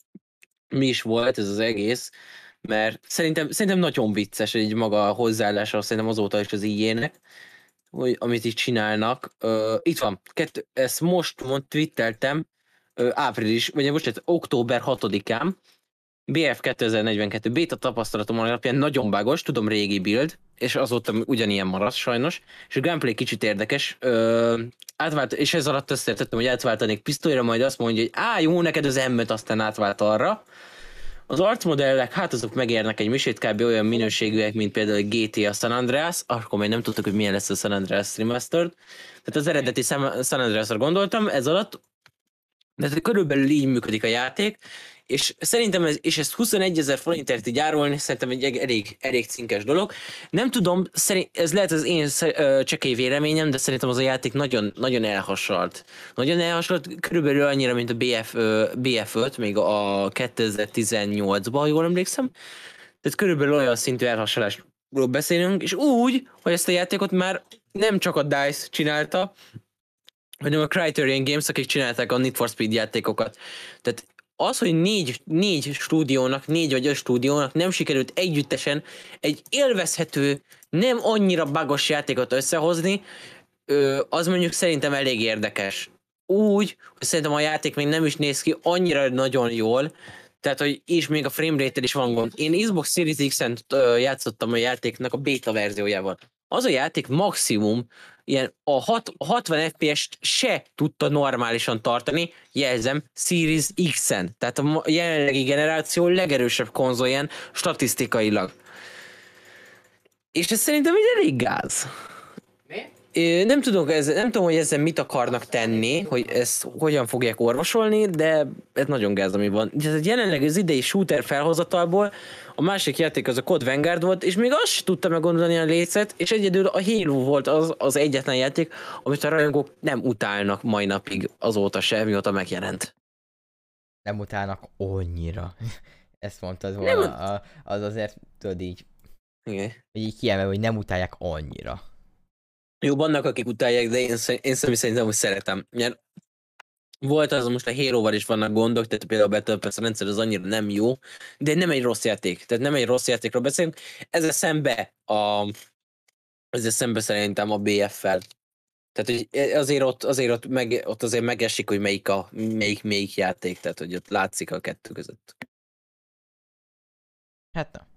mi is volt ez az egész, mert szerintem, szerintem nagyon vicces, egy maga a hozzáállása, szerintem azóta is az ijének, hogy amit itt csinálnak. Ö, itt van, kettő, ezt most mond, twitteltem, ö, április, vagy most ez október hatodikán, bé ef kétezer-negyvenkettő beta tapasztalatom alapján nagyon bágos, tudom régi build, és azóta ugyanilyen maradt sajnos, és a gameplay kicsit érdekes, ö, átvált, és ez alatt azt értettem, hogy átváltanék pisztolyra, majd azt mondja, hogy á, jó, neked az em öt, aztán átvált arra. Az arcmodellek, hát azok megérnek egy misét, kb. Olyan minőségűek, mint például a gé té á San Andreas, akkor még nem tudtuk, hogy milyen lesz a San Andreas Remastered. Tehát az eredeti San San Andreasra gondoltam, ez alatt, de hát körülbelül így működik a játék, és szerintem ez, és ezt huszonegyezer forintért így árulni, szerintem egy elég, elég cinkes dolog. Nem tudom, szerint, ez lehet az én ö, csekély véleményem, de szerintem az a játék nagyon, nagyon elhasalt. Nagyon elhasalt, körülbelül annyira, mint a bé ef, ö, bé ef öt, még a kétezer-tizennyolcban, jól emlékszem. Tehát körülbelül olyan szintű elhasalásról beszélünk, és úgy, hogy ezt a játékot már nem csak a DICE csinálta, hanem a Criterion Games, akik csinálták a Need for Speed játékokat. Tehát az, hogy négy, négy stúdiónak, négy vagy öt stúdiónak nem sikerült együttesen egy élvezhető, nem annyira bugos játékot összehozni, az mondjuk szerintem elég érdekes. Úgy, hogy szerintem a játék még nem is néz ki annyira nagyon jól, tehát, hogy és még a framerate-tel is van gond. Én Xbox Series X-en játszottam a játéknak a beta verziójával. Az a játék maximum ilyen a, hat, a hatvan ef pé es-t se tudta normálisan tartani, jelzem, Series X-en. Tehát a jelenlegi generáció legerősebb konzolján statisztikailag. És ez szerintem egy elég gáz. Mi? Nem tudom, ez, nem tudom, hogy ezzel mit akarnak tenni, hogy ezt hogyan fogják orvosolni, de ez nagyon gáz, ami van. Jelenleg az idei shooter felhozatalból a másik játék az a Code Vanguard volt, és még azt sem tudta meggondolni a lécet, és egyedül a Halo volt az, az egyetlen játék, amit a rajongók nem utálnak mai napig azóta se, mióta megjelent. Nem utálnak annyira. Ezt mondtad volna, nem. Az azért tudod így, igen. Hogy így kiemel, hogy nem utálják annyira. Jó, vannak akik utálják, de én, én személy szerintem úgy szeretem. Mert volt az, most a Halo-val is vannak gondok, tehát például a Battle Pass rendszer az annyira nem jó, de nem egy rossz játék. Tehát nem egy rossz játékról beszélünk. Ezzel szembe a... Ezzel szembe szerintem a bé ef-fel. Tehát hogy azért ott, azért ott, meg, ott azért megesik, hogy melyik a melyik, melyik játék, tehát hogy ott látszik a kettő között. Hát na.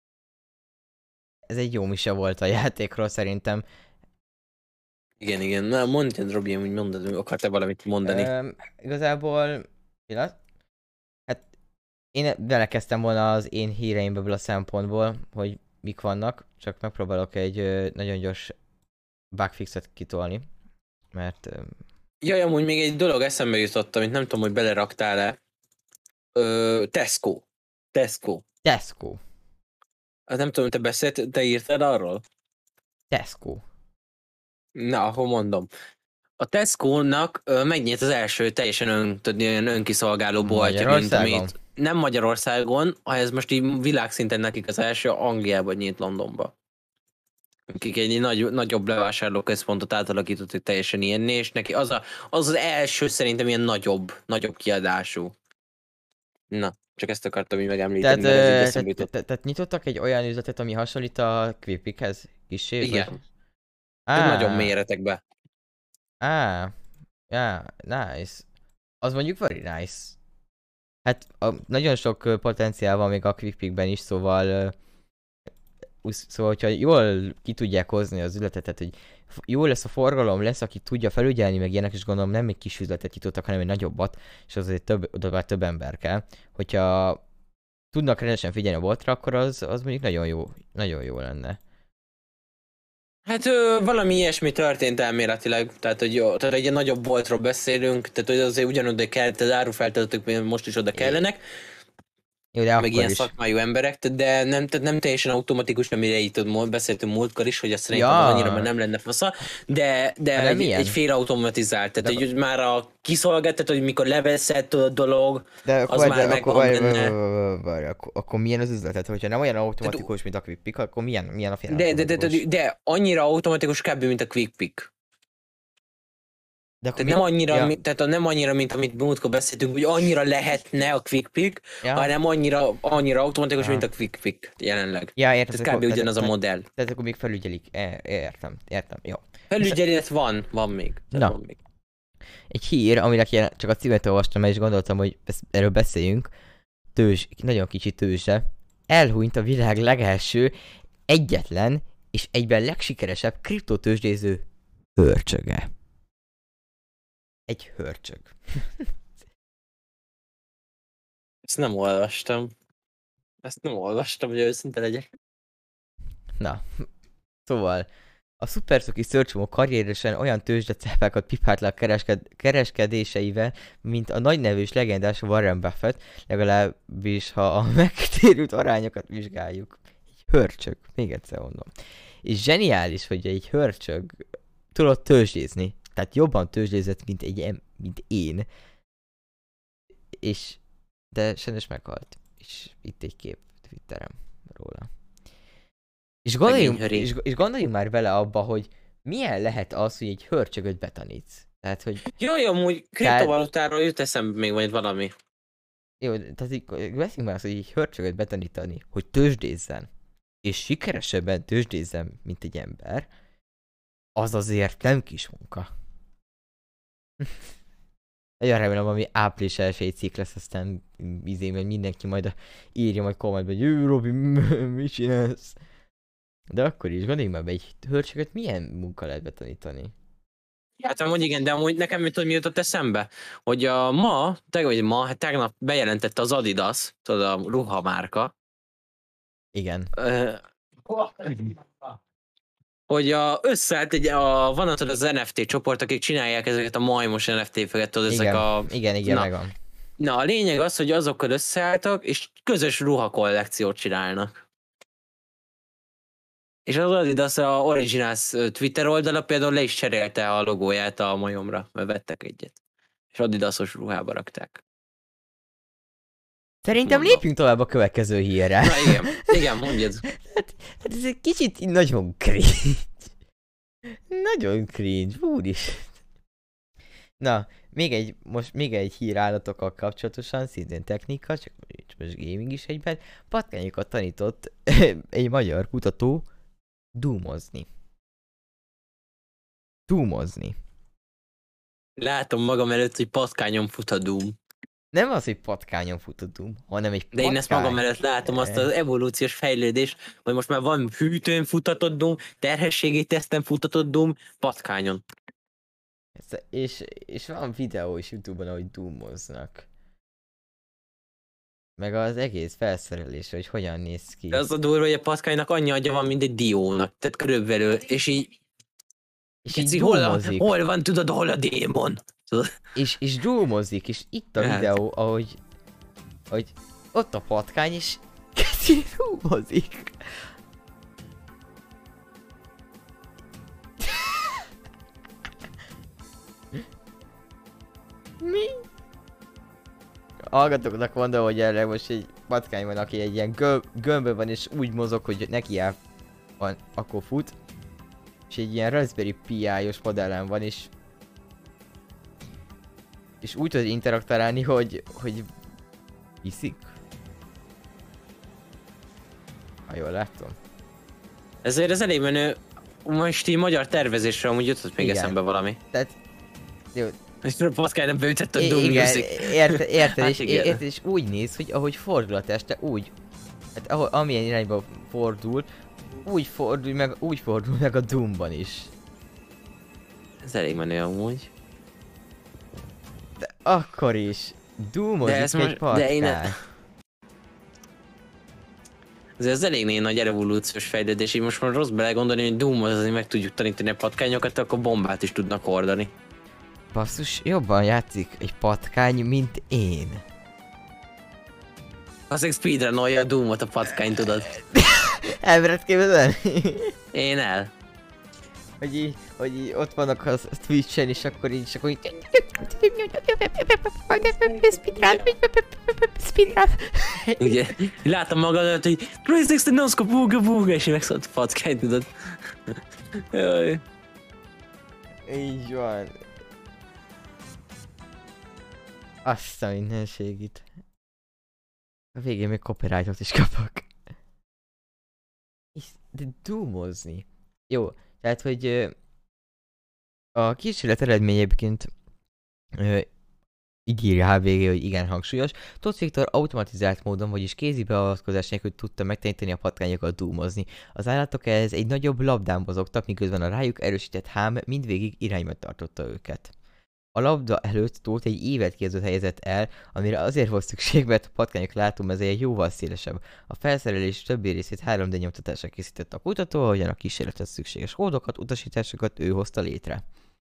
Ez egy jó mise volt a játékról szerintem. Igen, igen. Na, mondjad, Robi, hogy mondod, akart-e valamit mondani? Üm, igazából, pillanat. Hát én belekezdtem volna az én híreimből a szempontból, hogy mik vannak, csak megpróbálok egy ö, nagyon gyors bugfixet kitolni, mert... Ö... Jaj, amúgy még egy dolog eszembe jutott, amit nem tudom, hogy beleraktál-e. Ö, Tesco. Tesco. Tesco. Hát nem tudom, te beszélt, te írtad arról? Tesco. Na, akkor mondom. A Tesco-nak megnyílt az első teljesen ön, olyan önkiszolgáló boltja, mint amit nem Magyarországon, ha ez most így világszinten nekik az első, Angliában nyílt Londonba. Akik egy nagy, nagyobb bevásárlóközpontot átalakított, hogy teljesen ilyenné, és neki az, a, az az első szerintem ilyen nagyobb, nagyobb kiadású. Na, csak ezt akartam így megemlíteni, tehát, mert ez tehát, tehát, tehát nyitottak egy olyan üzletet, ami hasonlít a Quickpickhez? Kissé? Igen. Á, nagyon méretekbe. Á, yeah, nice. Az mondjuk very nice. Hát a, nagyon sok potenciál van még a Quickpickben is, szóval szóval, hogyha jól ki tudják hozni az üzletet, tehát hogy jó lesz a forgalom, lesz, aki tudja felügyelni, meg ilyenek, és gondolom nem egy kis üzletet nyitottak, hanem egy nagyobbat, és azért több, oda több ember kell. Hogyha tudnak rendesen figyelni a boltra, akkor az, az mondjuk nagyon jó, nagyon jó lenne. Hát ö, valami ilyesmi történt elméletileg, tehát hogy jó, tehát egy ilyen nagyobb boltról beszélünk, tehát hogy azért ugyanoda kell, az árufeltetők most is oda kellenek, Jó, de meg akkor ilyen is. szakmájú emberek, tehát de nem, tehát nem teljesen automatikus, amire itt ott beszéltünk múltkor is, hogy azt szerintem Ja. az annyira már nem lenne fasza, de, de Hanem egy, milyen? egy félautomatizált, tehát De hogy már a kiszolgáltat, hogy mikor leveszed a dolog, De akkor, az várj, már de akkor, megvan várj, várj, benne. várj, várj, várj, akkor, akkor milyen az üzletet? Hogyha nem olyan automatikus, mint a QuickPick, akkor milyen, milyen a fél De, de, de, de, automatikus? de annyira automatikus kb. Mint a QuickPick. De akkor Tehát nem annyira, ja. mi, tehát a nem annyira, mint amit múltkor beszéltünk, hogy annyira lehetne a QuickPick, Ja. hanem annyira, annyira automatikus, Ja. mint a QuickPick jelenleg. Ja, értem. Ez kb. Ugyanaz a modell. Tehát akkor még felügyelik. E, értem, értem, jó. Felügyelet van, van még. Na. Van még. Egy hír, aminek jelen, csak a címet olvastam, és gondoltam, hogy ezt, erről beszéljünk. Tőzs, nagyon kicsi tőzse. Elhunyt a világ legelső, egyetlen és egyben legsikeresebb kriptotőzsdéző hörcsöge. Egy hörcsög. Ezt nem olvastam. Ezt nem olvastam, hogy őszinte legyek. Na, szóval a szuperszoki szörcsomó karrieresen olyan tőzsdecápákat pipált le a keresked- kereskedéseivel, mint a nagynevű és legendás Warren Buffett, legalábbis ha a megtérült arányokat vizsgáljuk. Egy hörcsög, még egyszer mondom. És zseniális, hogy egy hörcsög tudott tőzsdézni, tehát jobban tőzsdézett, mint, egy em- mint én. És, de sajnos meghalt. És itt egy kép Twitterem róla. És gondoljunk, és, és gondoljunk már vele abba, hogy milyen lehet az, hogy egy hörcsögöt betanítsz. Tehát, hogy... Jó, jó, amúgy kriptovalutáról jut eszembe még majd valami. Jó, tehát így beszéljünk már azt, hogy egy hörcsögöt betanítani, hogy tőzsdézzen, és sikeresebben tőzsdézzen, mint egy ember, az azért nem kis munka. Nagyon remélem, ami április elsői cikk lesz, aztán izében mindenki majd a, írja majd kommentben, hogy ő, Robi, mit csinálsz? De akkor is, gondoljunk már be, egy hörcsögöt milyen munka lehet betanítani? Hát amúgy igen, de amúgy nekem mit tudod, mi jutott eszembe? Hogy a ma, tegnap, vagy ma, hát tegnap bejelentette az Adidas, tudod, a ruhamárka. Igen. Ö, hogy a, összeállt egy, a, van ott az en ef té csoport, akik csinálják ezeket a majmos en ef té-feket, tudod, ezek Igen, a... igen, igen, na, megvan. Na, a lényeg az, hogy azokkal összeálltak, és közös ruhakollekciót csinálnak. És az Adidas a Originals Twitter oldala például le is cserélte a logóját a majomra, mert vettek egyet. És Adidasos ruhába rakták. Szerintem Mondom. lépjünk tovább a következő hírre. Na igen, igen, mondjad. hát, hát ez egy kicsit nagyon cringe. Nagyon cringe, úris. Na, még egy, most még egy hír állatokkal kapcsolatosan, szintén technika, csak most gaming is egyben. Patkányokat tanított egy magyar kutató doomozni. Doomozni. Látom magam előtt, hogy patkányon fut a Doom. Nem az, hogy patkányon fut a Doom, hanem egy patkány. De én ezt magam előtt látom, azt az evolúciós fejlődést, hogy most már van hűtőn futatott Doom, terhességi teszten futatott Doom, patkányon. És, és van videó is YouTube-on, ahogy doomoznak. Meg az egész felszerelés, hogy hogyan néz ki. De az a durva, hogy a patkánynak annyi agya van, mint egy diónak, tehát körülbelül, és így... És így így hol, a, doomozik. hol van, tudod, hol a démon? Tudod? És, és doomozik, és itt a Hát. videó, ahogy, ahogy ott a patkány, és kezdi doomozik. Mi? Hallgatóknak mondom, hogy erre most egy patkány van, aki egy ilyen gö- gömbben van, és úgy mozog, hogy neki el van, akkor fut. És egy ilyen Raspberry Pi-os modellen van, és és úgy tud interaktálni, hogy, hogy hiszik. Ha jól látom. Ezért ez elég menő. Most így magyar tervezésre amúgy jutott még Igen. eszembe valami. Tehát, jó, És a patkány nem beütött a I- Doom igen, Music. érted, érted, Hát és, igen. érted, és úgy néz, hogy ahogy fordul a teste, úgy, hát ahol, amilyen irányba fordul, úgy fordul meg, úgy fordul meg a Doomban is. Ez elég menő amúgy. De akkor is, Doomozik De ez egy most- de patkány. én ne- azért az elég nagy evolúciós fejlődés, így most már rossz belegondolni, hogy Doomozni meg tudjuk tanítani a patkányokat, akkor bombát is tudnak hordani. Basszus, jobban játszik egy patkány, mint én. Azért speedrunolja a Doomot a patkány, tudod. Elmered képzelni? Én el. Hogy így, hogy így ott vannak a Twitch-en, és akkor így, és akkor így... Speedrun, speedrun. Ugye, látom magadat, hogy három százszázhat noszkop, búga, búga, és én megszólalt a patkány, tudod. Jaj. Így van. Azt a mindenségit. A végén még copyrightot is kapok. És, de doomozni. Jó, tehát hogy ö, a kísérlet eredményeként ö, így írja há vé gé, hogy igen hangsúlyos. Tóth Viktor automatizált módon, vagyis kézi beavatkozás nélkül tudta megtanítani a patkányokat doomozni. Az állatok ehhez egy nagyobb labdán mozogtak, miközben a rájuk erősített hám mindvégig irányba tartotta őket. A labda előtt Tóth egy évet képzőt helyezett el, amire azért volt szükség, mert a patkányok látómezeje jóval szélesebb. A felszerelés többi részét három dé nyomtatásra készítette a kutató, ahogyan a kísérlethez szükséges kódokat, utasításokat ő hozta létre.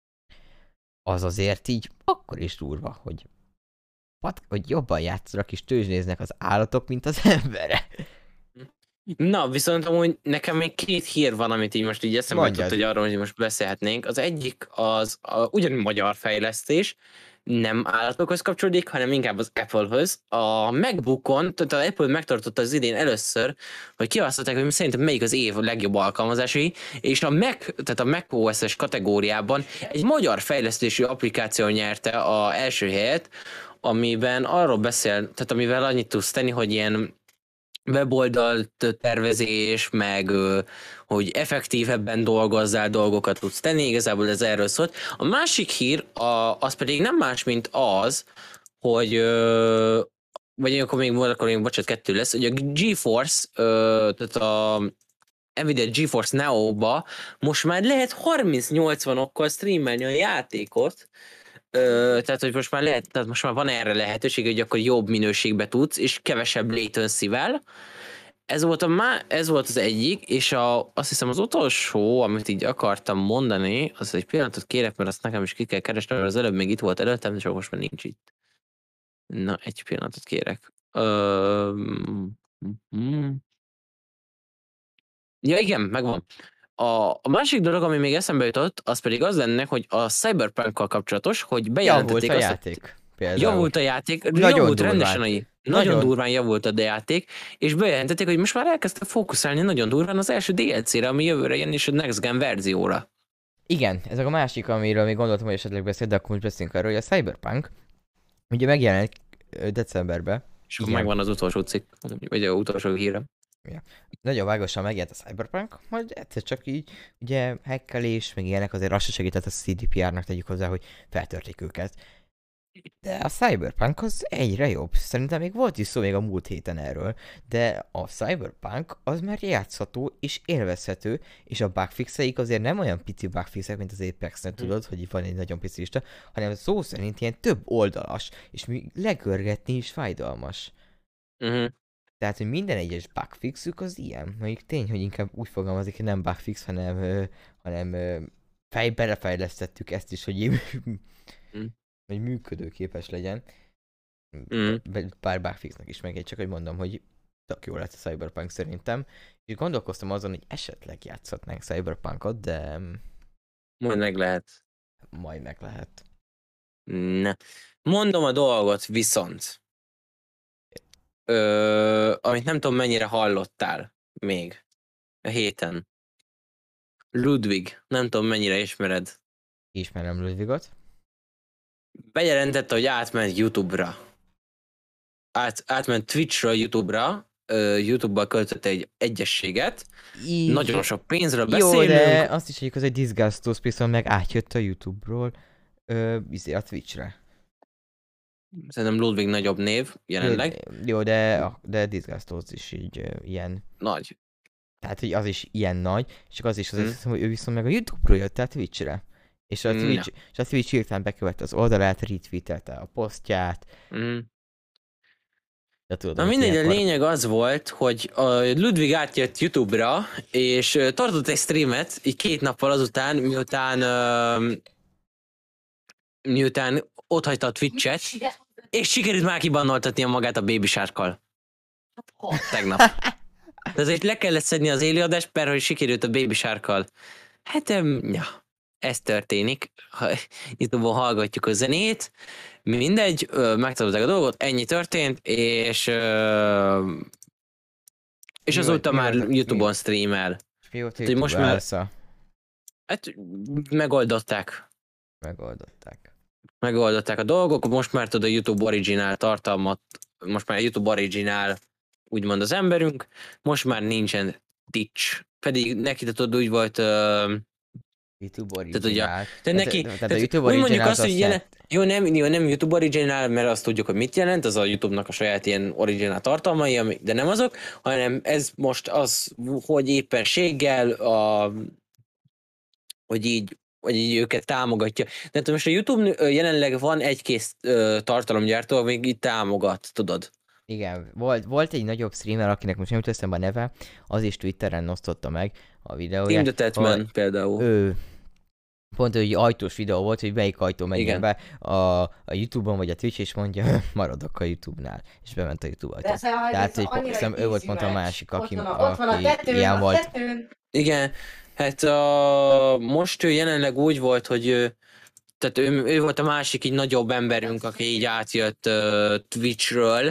Az azért így akkor is durva, hogy, pat- hogy jobban játszanak és tőzsnéznek az állatok, mint az emberek. Na, viszont amúgy nekem még két hír van, amit így most így eszembe Mondjad. jutott, hogy arról, hogy most beszélhetnénk. Az egyik az a, ugyanúgy magyar fejlesztés, nem állatokhoz kapcsolódik, hanem inkább az Apple-höz. A MacBookon, tehát az Apple megtartotta az idén először, hogy kiválasztották, hogy szerintem melyik az év legjobb alkalmazásai, és a Mac, tehát a macOS-es kategóriában egy magyar fejlesztésű applikáció nyerte az első helyet, amiben arról beszél, tehát amivel annyit tudsz tenni, hogy ilyen weboldalt tervezés, meg ö, hogy effektívebben dolgozzál, dolgokat tudsz tenni, igazából ez erről szólt. A másik hír, a, az pedig nem más, mint az, hogy ö, vagy akkor még, akkor még bocsánat, kettő lesz, hogy a GeForce, ö, tehát a Nvidia GeForce Neo-ba most már lehet harminc nyolcvanokkal streamelni a játékot. Ö, tehát, hogy most már lehet, tehát most már van erre lehetőség, hogy akkor jobb minőségbe tudsz, és kevesebb latency-vel. Ez volt, a má, ez volt az egyik, és a, azt hiszem az utolsó, amit így akartam mondani, az egy pillanatot kérek, mert azt nekem is ki kell keresni, mert az előbb még itt volt előttem, de csak most már nincs itt. Na, egy pillanatot kérek. Ö, mm, ja, igen, megvan. A, a másik dolog, ami még eszembe jutott, az pedig az lenne, hogy a Cyberpunk-kal kapcsolatos, hogy Javult bejelentették a azt, játék. Például. javult a játék, Nagyon javult durván. rendesen a nagyon, nagyon durván javult a játék, és bejelentették, hogy most már elkezdtek fókuszálni nagyon durván az első dé el cére, ami jövőre jön, és a Next Gen verzióra. Igen, ez a másik, amiről még gondoltam, hogy esetleg beszél, de akkor most beszélünk arról, hogy a Cyberpunk ugye megjelenik ö, decemberben. És akkor Igen. megvan az utolsó cikk, vagy az utolsó hírem. Nagyon vágosan megjelent a Cyberpunk, majd egyszer csak így, ugye hackelés, meg ilyenek azért azt se segített a cé dé pé er-nak tegyük hozzá, hogy feltörték őket. De a Cyberpunk az egyre jobb. Szerintem még volt is szó még a múlt héten erről, de a Cyberpunk az már játszható és élvezhető, és a bugfixeik azért nem olyan pici bugfixek, mint az Apex-nek, tudod, hogy van egy nagyon pici lista, hanem szó szerint ilyen több oldalas, és még legörgetni is fájdalmas. Uh-huh. Tehát, hogy minden egyes bugfixük az ilyen. Mondjuk tény, hogy inkább úgy fogalmazik, hogy nem bugfix, hanem, ö, hanem ö, fej, belefejlesztettük ezt is, hogy, így, Mm. hogy működőképes legyen. Mm. Pár bugfixnek is meg, csak hogy mondom, hogy tök jó lett a Cyberpunk szerintem. És gondolkoztam azon, hogy esetleg játszhatnánk Cyberpunkot, de Majd meg lehet. majd meg lehet. Na. Mondom a dolgot viszont. Ö, amit nem tudom mennyire hallottál még a héten. Ludwig, nem tudom mennyire ismered. Ismerem Ludwigot. Bejelentette, hogy átment YouTube-ra. Át, átment Twitchről YouTube-ra. Ö, YouTube-ba költött egy egyességet. Így. Nagyon sok pénzről Jó, beszélünk. de azt is, hogy az egy Disgustos, viszont meg átjött a YouTube-ról ö, izé a Twitchre. Szerintem Ludwig nagyobb név jelenleg. Jó, de, de Disgustos is így ö, ilyen. Nagy. Tehát, hogy az is ilyen nagy, csak az is az, Hmm. hmm. hogy ő viszont meg a YouTube-ról jött el Twitchre. És a Twitch, Ja. és a Twitch hirtelen bekövette az oldalát, retweetelte a posztját. Mm. De tudod, Na hogy mindegy, a ilyenkor... lényeg az volt, hogy a Ludwig átjött YouTube-ra, és ö, tartott egy streamet, így két nappal azután, miután ö, miután otthagyta a Twitch-et, és sikerült már kibannoltatnia magát a Baby Sharkkal. Tegnap. De azért le kellett szedni az élőadást, mert hogy sikerült a Baby Sharkkal. Hát, um, ja, ez történik. Ha YouTube-on hallgatjuk a zenét, mindegy, ö, megtanulták a dolgot, ennyi történt, és ö, és Mi azóta volt- mi már volt a- YouTube-on streamel. Mi volt, hogy hogy most most már- már... Hát megoldották. Megoldották. Megoldották a dolgok, most már tudod a YouTube originál tartalmat, most már YouTube originál úgymond az emberünk, most már nincsen Twitch. Pedig neki tudod úgy volt, ö, YouTube ugye, originál. tehát neki, tehát, tehát a YouTube úgy mondjuk originál azt, hogy jelen, jó, nem, jó, nem YouTube originál, mert azt tudjuk, hogy mit jelent, az a YouTube-nak a saját ilyen originál tartalmai, ami, de nem azok, hanem ez most az, hogy éppenséggel a, hogy így, hogy így őket támogatja. De most a YouTube ö, jelenleg van egy-két ö, tartalomgyártó, ami így támogat, tudod. Igen, volt, volt egy nagyobb streamer, akinek most nem jut eszembe a neve, az is Twitteren osztotta meg a videóját. Team the Tatman például. Ő, pont egy ajtós videó volt, hogy melyik ajtó menjen Igen. be a, a YouTube-on vagy a Twitch, és mondja, maradok a YouTube-nál. És bement a YouTube ajtó. Tehát, hogy hiszem, ő volt pont a másik, aki, ott van a, ott van a aki tetőn, ilyen a volt. tetőn. Igen, hát a, most ő jelenleg úgy volt, hogy ő, tehát ő, ő volt a másik így nagyobb emberünk, aki így átjött uh, Twitchről.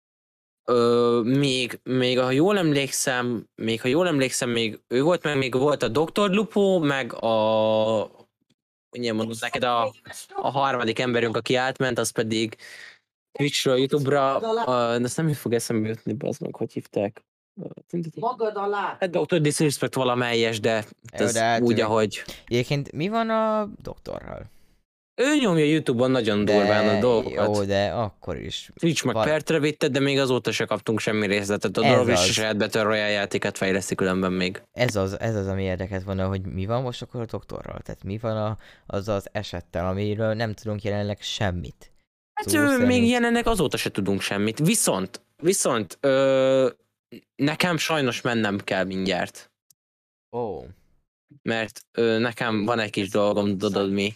Uh, még, még ha jól emlékszem, még ha jól emlékszem, még ő volt, meg még volt a doktor Lupo, meg a, ugye mondod neked, a, a harmadik emberünk, aki átment, az pedig Twitchről, YouTube-ra, uh, ezt nem is fog eszembe jutni, az meg, hogy hívták. Magad alá. Hát doktor Disrespect valamelyes, de Jó, ez de hát úgy, ő- ahogy... Egyébként mi van a doktorral? Ő nyomja YouTube-on nagyon durván a dolgokat. Jó, de akkor is. Twitch meg Van- pertre vitte, de még azóta se kaptunk semmi részletet. A Ez dolog is az. a saját Battle Royale játékát fejleszti különben még. Ez az, ez az, ami érdekes volna, hogy mi van most akkor a doktorral? Tehát mi van a, az az esettel, amiről nem tudunk jelenleg semmit? Hát Szó ő, szerint. még jelenleg azóta se tudunk semmit. Viszont, viszont ö, nekem sajnos mennem kell mindjárt. Ó. Mert ö, nekem van egy kis dolgom, tudod mi.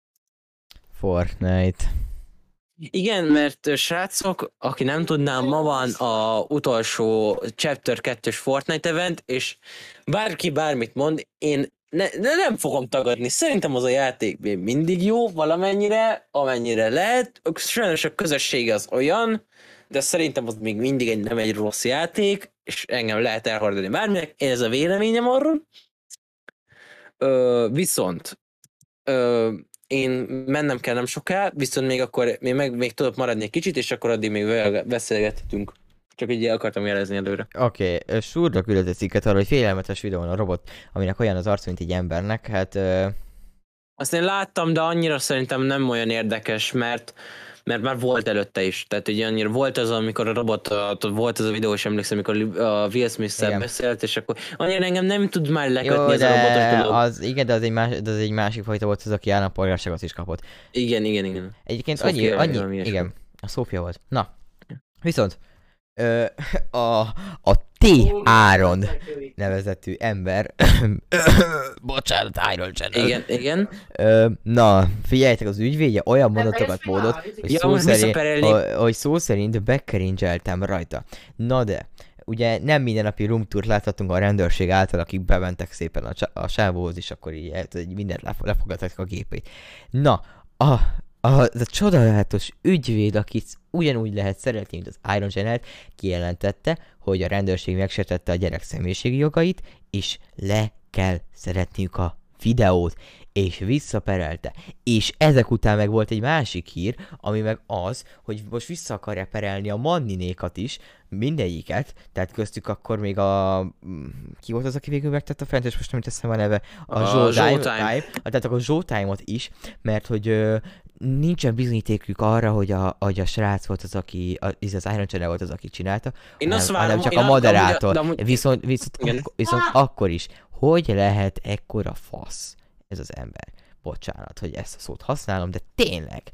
Fortnite. Igen, mert ö, srácok, aki nem tudná, ma van a utolsó Chapter kettős Fortnite event, és bárki bármit mond, én ne, ne, nem fogom tagadni. Szerintem az a játék még mindig jó, valamennyire, amennyire lehet. Sajnos a közösség az olyan, de szerintem az még mindig egy, nem egy rossz játék, és engem lehet elhordani bárminek. Én ez a véleményem arról. Ö, viszont ö, én mennem kell nem soká, viszont még akkor még, meg, még tudok maradni egy kicsit, és akkor addig még vele beszélgethetünk. Csak így el akartam jelezni előre. Oké, okay. Surra küldött egy cikket arra, hogy félelmetes videón a robot, aminek olyan az arc, mint egy embernek, hát... Ö... Azt én láttam, de annyira szerintem nem olyan érdekes, mert mert már volt előtte is. Tehát ugye annyira volt az, amikor a robot, a, volt az a videó, és emlékszem, amikor a Will Smith-szel Igen. beszélt, és akkor annyira engem nem tud már lekötni Jó, ez a robotos de dolog. az, igen, de az egy, más, de az egy másik fajta volt, az, aki állampolgárságot is kapott. Igen, igen, igen. Egyébként Szófia, annyi, vagy annyi, valami ilyesmi. igen, a Szófia volt. Na, viszont ö, a, a T. Áron nevezetű ember, bocsánat, Iron Channel. Igen, igen. Ö, na, figyeljetek, az ügyvédje olyan mondatokat mondott, hogy Ja, szó, most szerint, visszaperelni. hogy, hogy szó szerint bekeringeltem rajta. Na de, ugye nem mindennapi roomtourt láthatunk a rendőrség által, akik bementek szépen a, csa- a sávóhoz, és akkor így, hát, így mindent lef- lefogadtak a gépét. Na, a, a, az a csodálatos ügyvéd, akit ugyanúgy lehet szeretni, mint az Iron Channel-t, kijelentette, hogy a rendőrség megsértette a gyerek személyiségi jogait, és le kell szeretniük a videót, és visszaperelte. És ezek után meg volt egy másik hír, ami meg az, hogy most vissza akarja perelni a Manninékat is, mindegyiket, tehát köztük akkor még a... mm, ki volt az, aki végül megtette a fent, és most nem teszem a neve, a, A Showtime, Showtime. tehát akkor a Showtime-ot is, mert hogy ö, nincsen bizonyítékük arra, hogy a, hogy a srác volt az, aki, a, az Iron Channel volt az, aki csinálta, Én hanem, azt várom, hanem csak én a azt- moderátor. de amúgy- Viszont, viszont, Igen. ak- viszont akkor is, hogy lehet ekkora fasz ez az ember? Bocsánat, hogy ezt a szót használom, de tényleg,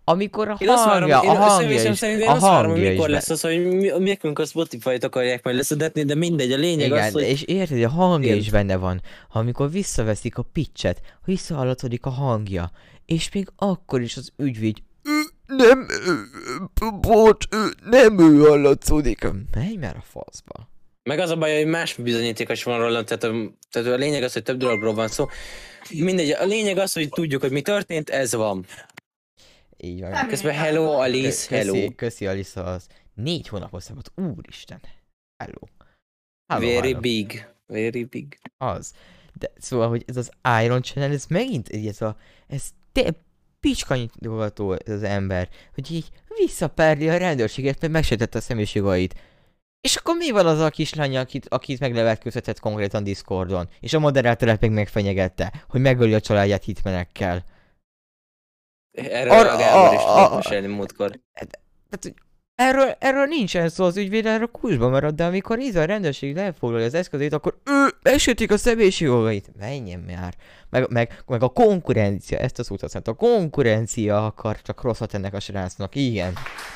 amikor a Én azt várom, hangja, én a hangja személyem is, szerint én a azt várom, hogy hangja is mikor be... lesz az, hogy mi, nekünk a Spotify-t akarják majd leszedetni, de mindegy, a lényeg az, Igen, hogy és érted, hogy a hangja is Érted. benne van. Ha amikor visszaveszik a pitchet, visszahallatodik a hangja, és még akkor is az ügyvéd "Ö, nem, ö, ö, bocs, ö, nem ő hallatszódik. Menj már a faszba. meg az a baj, hogy más bizonyítékos van róla, tehát a, tehát a lényeg az, hogy több dologról van szó. Mindegy, a lényeg az, hogy tudjuk, hogy mi történt, ez van. Így van. Közben hello, Alice, Kö- hello. Köszi, köszi Alisa az négy hónapos szabad. Úristen. Hello. Hello, Very hello. big, very big. Az. De szóval, hogy ez az Iron Channel, ez megint egy ez a... Ez te picskanyitogató ez az ember, hogy így visszaperli a rendőrséget, mert megsértette a személyis jogait. És akkor mi van az a kislány, akit, akit meglevetkőztetett konkrétan Discordon? És a moderátorát még megfenyegette, hogy megöli a családját hitmenekkel. Erről Ar- a Gábor is a- tudott a- mesélni múltkor. Tehát, hogy erről, erről nincsen szó, az ügyvéd erről kulcsba marad, de amikor íz a rendőrség lefoglalja az eszközét, akkor ő megsértik a személyis jogait. Menjen már. Meg, meg, meg a konkurencia, ezt a szót használt. A konkurencia akar csak rosszat ennek a srácnak, igen.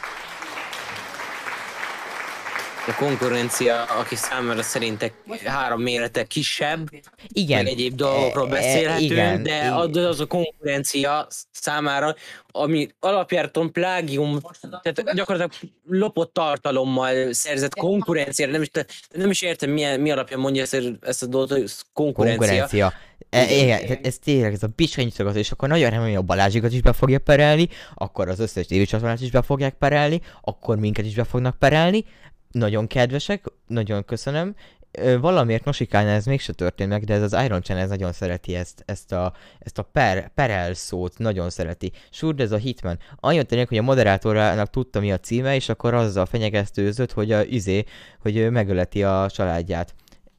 A konkurencia, aki számára szerintek három mérete kisebb, Igen. meg egyéb dolgokról E- e- beszélhetünk, igen, de i- az, az a konkurencia számára, ami alapjáraton plágium, tehát gyakorlatilag lopott tartalommal szerzett konkurenciára, nem is, te, nem is értem milyen, mi alapján mondja ezt, ezt a dolgot, hogy konkurencia. Konkurencia. E, igen, tehát ez tényleg, ez a picskenyitogató, és akkor nagyon remélem, hogy a Balázsikat is be fogja perelni, akkor az összes tévécsatornát is be fogják perelni, akkor minket is be fognak perelni. Nagyon kedvesek, nagyon köszönöm. Ö, valamiért Nosikánál ez mégse történt meg, de ez az Iron Channel ez nagyon szereti ezt, ezt a, ezt a per, perel szót, nagyon szereti. Surd, ez a Hitman. Annyit tényleg, hogy a moderátorának tudta mi a címe, és akkor azzal fenyegesztőzött, hogy a izé, hogy ő megöleti a családját.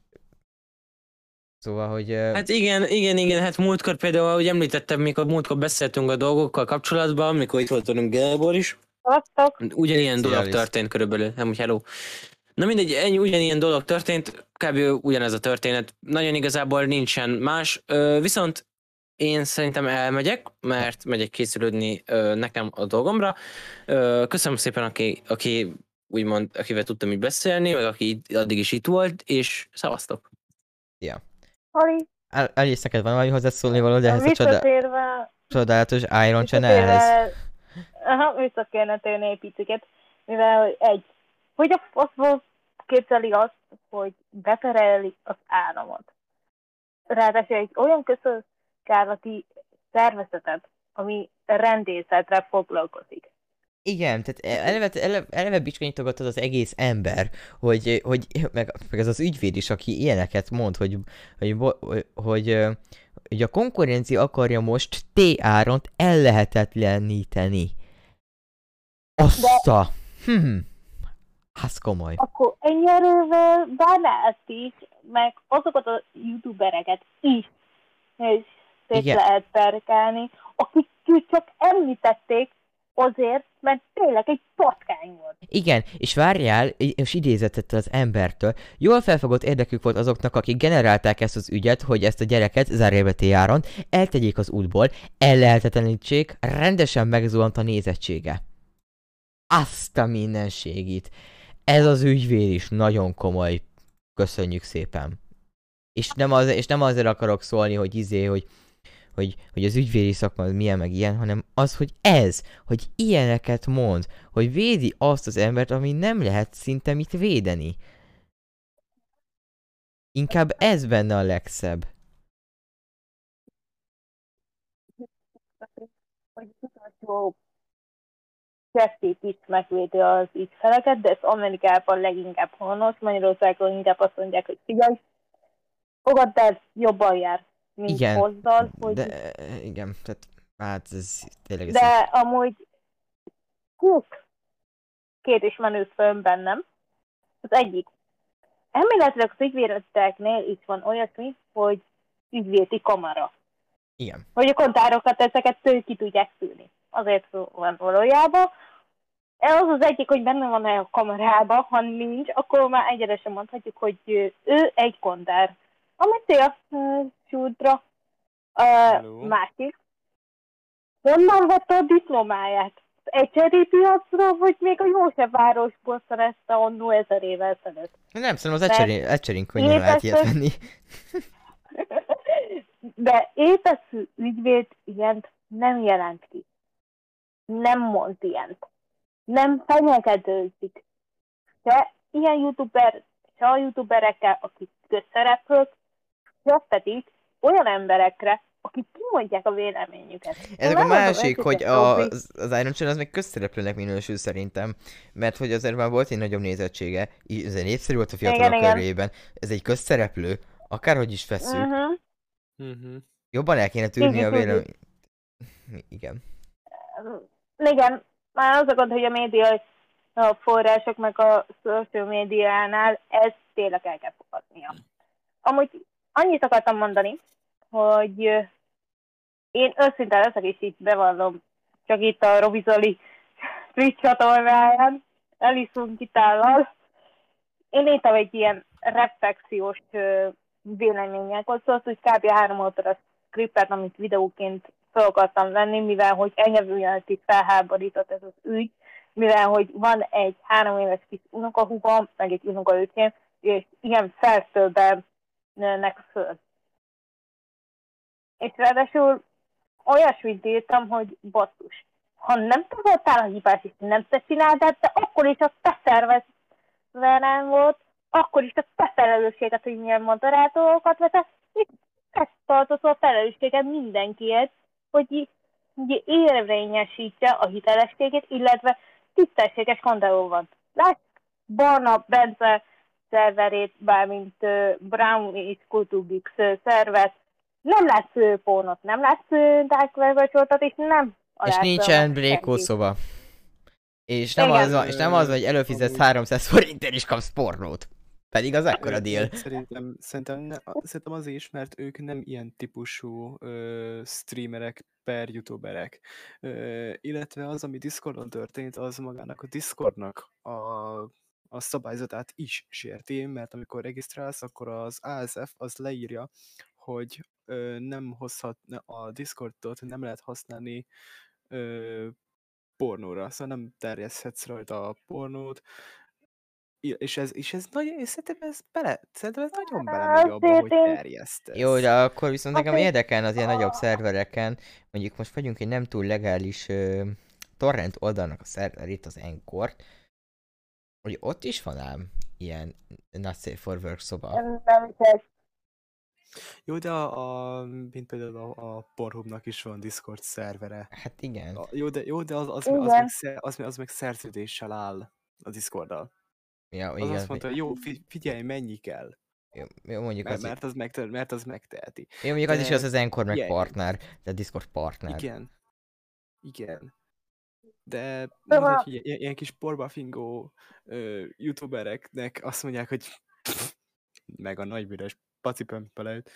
Szóval, hogy... ö, Hát igen, igen, igen, hát múltkor például, ahogy említettem, mikor múltkor beszéltünk a dolgokkal kapcsolatban, mikor itt volt velünk Gábor is, Sziasztok! ugyanilyen Szia, dolog Alice. történt körülbelül, nem úgy hello. Na mindegy, ennyi, ugyanilyen dolog történt, kb. Ugyanez a történet, nagyon igazából nincsen más, ö, viszont én szerintem elmegyek, mert megyek készülődni ö, nekem a dolgomra. Ö, köszönöm szépen, aki, aki úgymond, akivel tudtam így beszélni, meg aki addig is itt volt, és szavaztok. Ali, El- Alice, neked van valami hozzászólni való, de ehhez a csoda- visszatérve, csodálatos Iron Channelhez? visszatérve, aha, vissza kéne térni egy picit, mivel hogy egy, hogy a faszból képzeli azt, hogy bepereli az államot. Ráadásul egy olyan közszolgálati szervezetet, ami rendészetre foglalkozik. Igen, tehát eleve, eleve, eleve bicskanyitogattad az egész ember, hogy, hogy meg, meg ez az ügyvéd is, aki ilyeneket mond, hogy, hogy, hogy, hogy, ö, hogy a konkurencia akarja most T-áront ellehetetleníteni. Azt a... Hm, az komoly. Akkor ennyi erővel bárnát is, meg azokat a youtubereket is, és szép Igen. lehet perkálni, akik csak említették azért, mert tényleg egy patkány volt. Igen, és várjál, és idézetet az embertől. Jól felfogott érdekük volt azoknak, akik generálták ezt az ügyet, hogy ezt a gyereket, zárjában T-áron, eltegyék az útból, ellehetetlenítsék, rendesen megzuhant a nézettsége. Azt a mindenségit. Ez az ügyvéd is nagyon komoly. Köszönjük szépen. És nem, az, és nem azért akarok szólni, hogy izé, hogy, hogy, hogy az ügyvédi szakma az milyen meg ilyen, hanem az, hogy ez, hogy ilyeneket mond, hogy védi azt az embert, ami nem lehet szinte mit védeni. Inkább ez benne a legszebb. Hogy mutató kezdték is megvédi az ügyfeleket, de ez Amerikában leginkább honos, Magyarországon inkább azt mondják, hogy figyelj, fogadd el, jobban jár, mint Igen, hozzal, hogy De igen, tehát hát ez tényleg ez de amúgy hú, két is menő fönn bennem. Az egyik. Elméletileg az ügyvédeknél itt van olyasmi, hogy ügyvédi kamara. igen. Hogy a kontárokat ezeket ő ki tudják szűrni. Azért van valójában. Az az egyik, hogy benne van a kamerában, ha nincs, akkor már egyenesen mondhatjuk, hogy ő egy kontár. Ami cél, csúdra. Uh, másik. Honnan vette a diplomáját? Egy cserépiacról, vagy még a József városból szerezte annó ezer évvel ezelőtt? Nem, szerintem az Mert ecserén, ecserén könnyen lehet ilyet épeszű- venni. De épeszű ügyvéd ilyent nem jelent ki. Nem mond ilyent. Nem fenyegetőzik. Se ilyen youtuber, se a youtuberekkel, akik közszereplők, se pedig olyan emberekre, akik kimondják a véleményüket. Ez Nem a mondom, másik, ez hogy egy a, profi. az, az Iron Channel az meg közszereplőnek minősül szerintem. Mert hogy azért már volt egy nagyobb nézettsége, így ez egy népszerű volt a fiatalok Igen, igen. körében. Ez egy közszereplő, akárhogy is feszül, Uh-huh. Mhm. jobban el kéne tűrni a Így, így, így. vélemény. Igen. Igen, már az a gond, hogy a média a források meg a social médiánál ez tényleg el kell fogadnia. Amúgy annyit akartam mondani, hogy ö, én őszintén leszek, és itt bevallom, csak itt a Robi Zoli Twitch csatornáján, Eliszunk Gitállal. Én írtam egy ilyen reflexiós ö, vélemények, ott szólt, hogy kb. három óra scriptet, amit videóként fel akartam venni, mivel hogy engem ugyanígy felháborított ez az ügy, mivel hogy van egy három éves kis unokahúgom, meg egy unokaöcsém, és ilyen felszölben nőnek föl. És ráadásul olyasmit írtam, hogy basszus, ha nem tudtál a hibás, és nem te csináltad, de akkor is a te szervezven volt, akkor is a te felelősséget, hogy milyen moderátorokat vetett, és ezt tartott a felelősséget mindenkiért, hogy így, így érvényesítse a hitelességét, illetve tisztességes konteóban. Lásd Barna Bence szerverét, bármint uh, Brown és Kutubix szervet, nem látsz uh, pornot, nem látsz uh, Dark Web sortot, és nem És alázza nincsen meg brékó senkit. szoba. És nem, Igen. az, van- és nem az, hogy előfizetsz Amúgy- háromszáz forintért is kapsz pornót. Pedig az ekkora Ö, deal. Szerintem, szerintem, ne, szerintem azért is, mert ők nem ilyen típusú ö, streamerek per youtuberek. Ö, illetve az, ami Discordon történt, az magának a Discordnak a, a szabályzatát is sérti, mert amikor regisztrálsz, akkor az á es ef az leírja, hogy ö, nem hozhat, a Discordot nem lehet használni ö, pornóra, szóval nem terjeszthetsz rajta a pornót, I- és ez, és ez nagyon, és szerintem ez bele, szerintem ez nagyon belemegy abba, Azért hogy én- terjesztesz. Jó, de akkor viszont nekem Azért- érdekelne az ilyen nagyobb szervereken, mondjuk most vagyunk egy nem túl legális ö, torrent oldalnak a szerverét, az Encore-t, hogy ott is van ám ilyen not safe for work szoba. Nem, nem hiszek. Jó, de a, a mint például a, a Pornhubnak is van Discord szervere. Hát igen. A, jó, de, jó, de az, az, az, Igen. meg, szer- az, meg- az meg szerződéssel áll a Discorddal. Ja, Az igen. azt mondta, hogy jó, fi- figyelj, mennyi kell. Jó, jó, mondjuk Mert, az, mert, az, megte, mert az megteheti. jó, mondjuk az is de- az az Encore meg ilyen- partner, de Discord partner. Igen. Igen. De Szóval- mondod, hogy ilyen, ilyen kis porbafingó ö, youtubereknek azt mondják, hogy meg a nagybüres pacipömpelőt.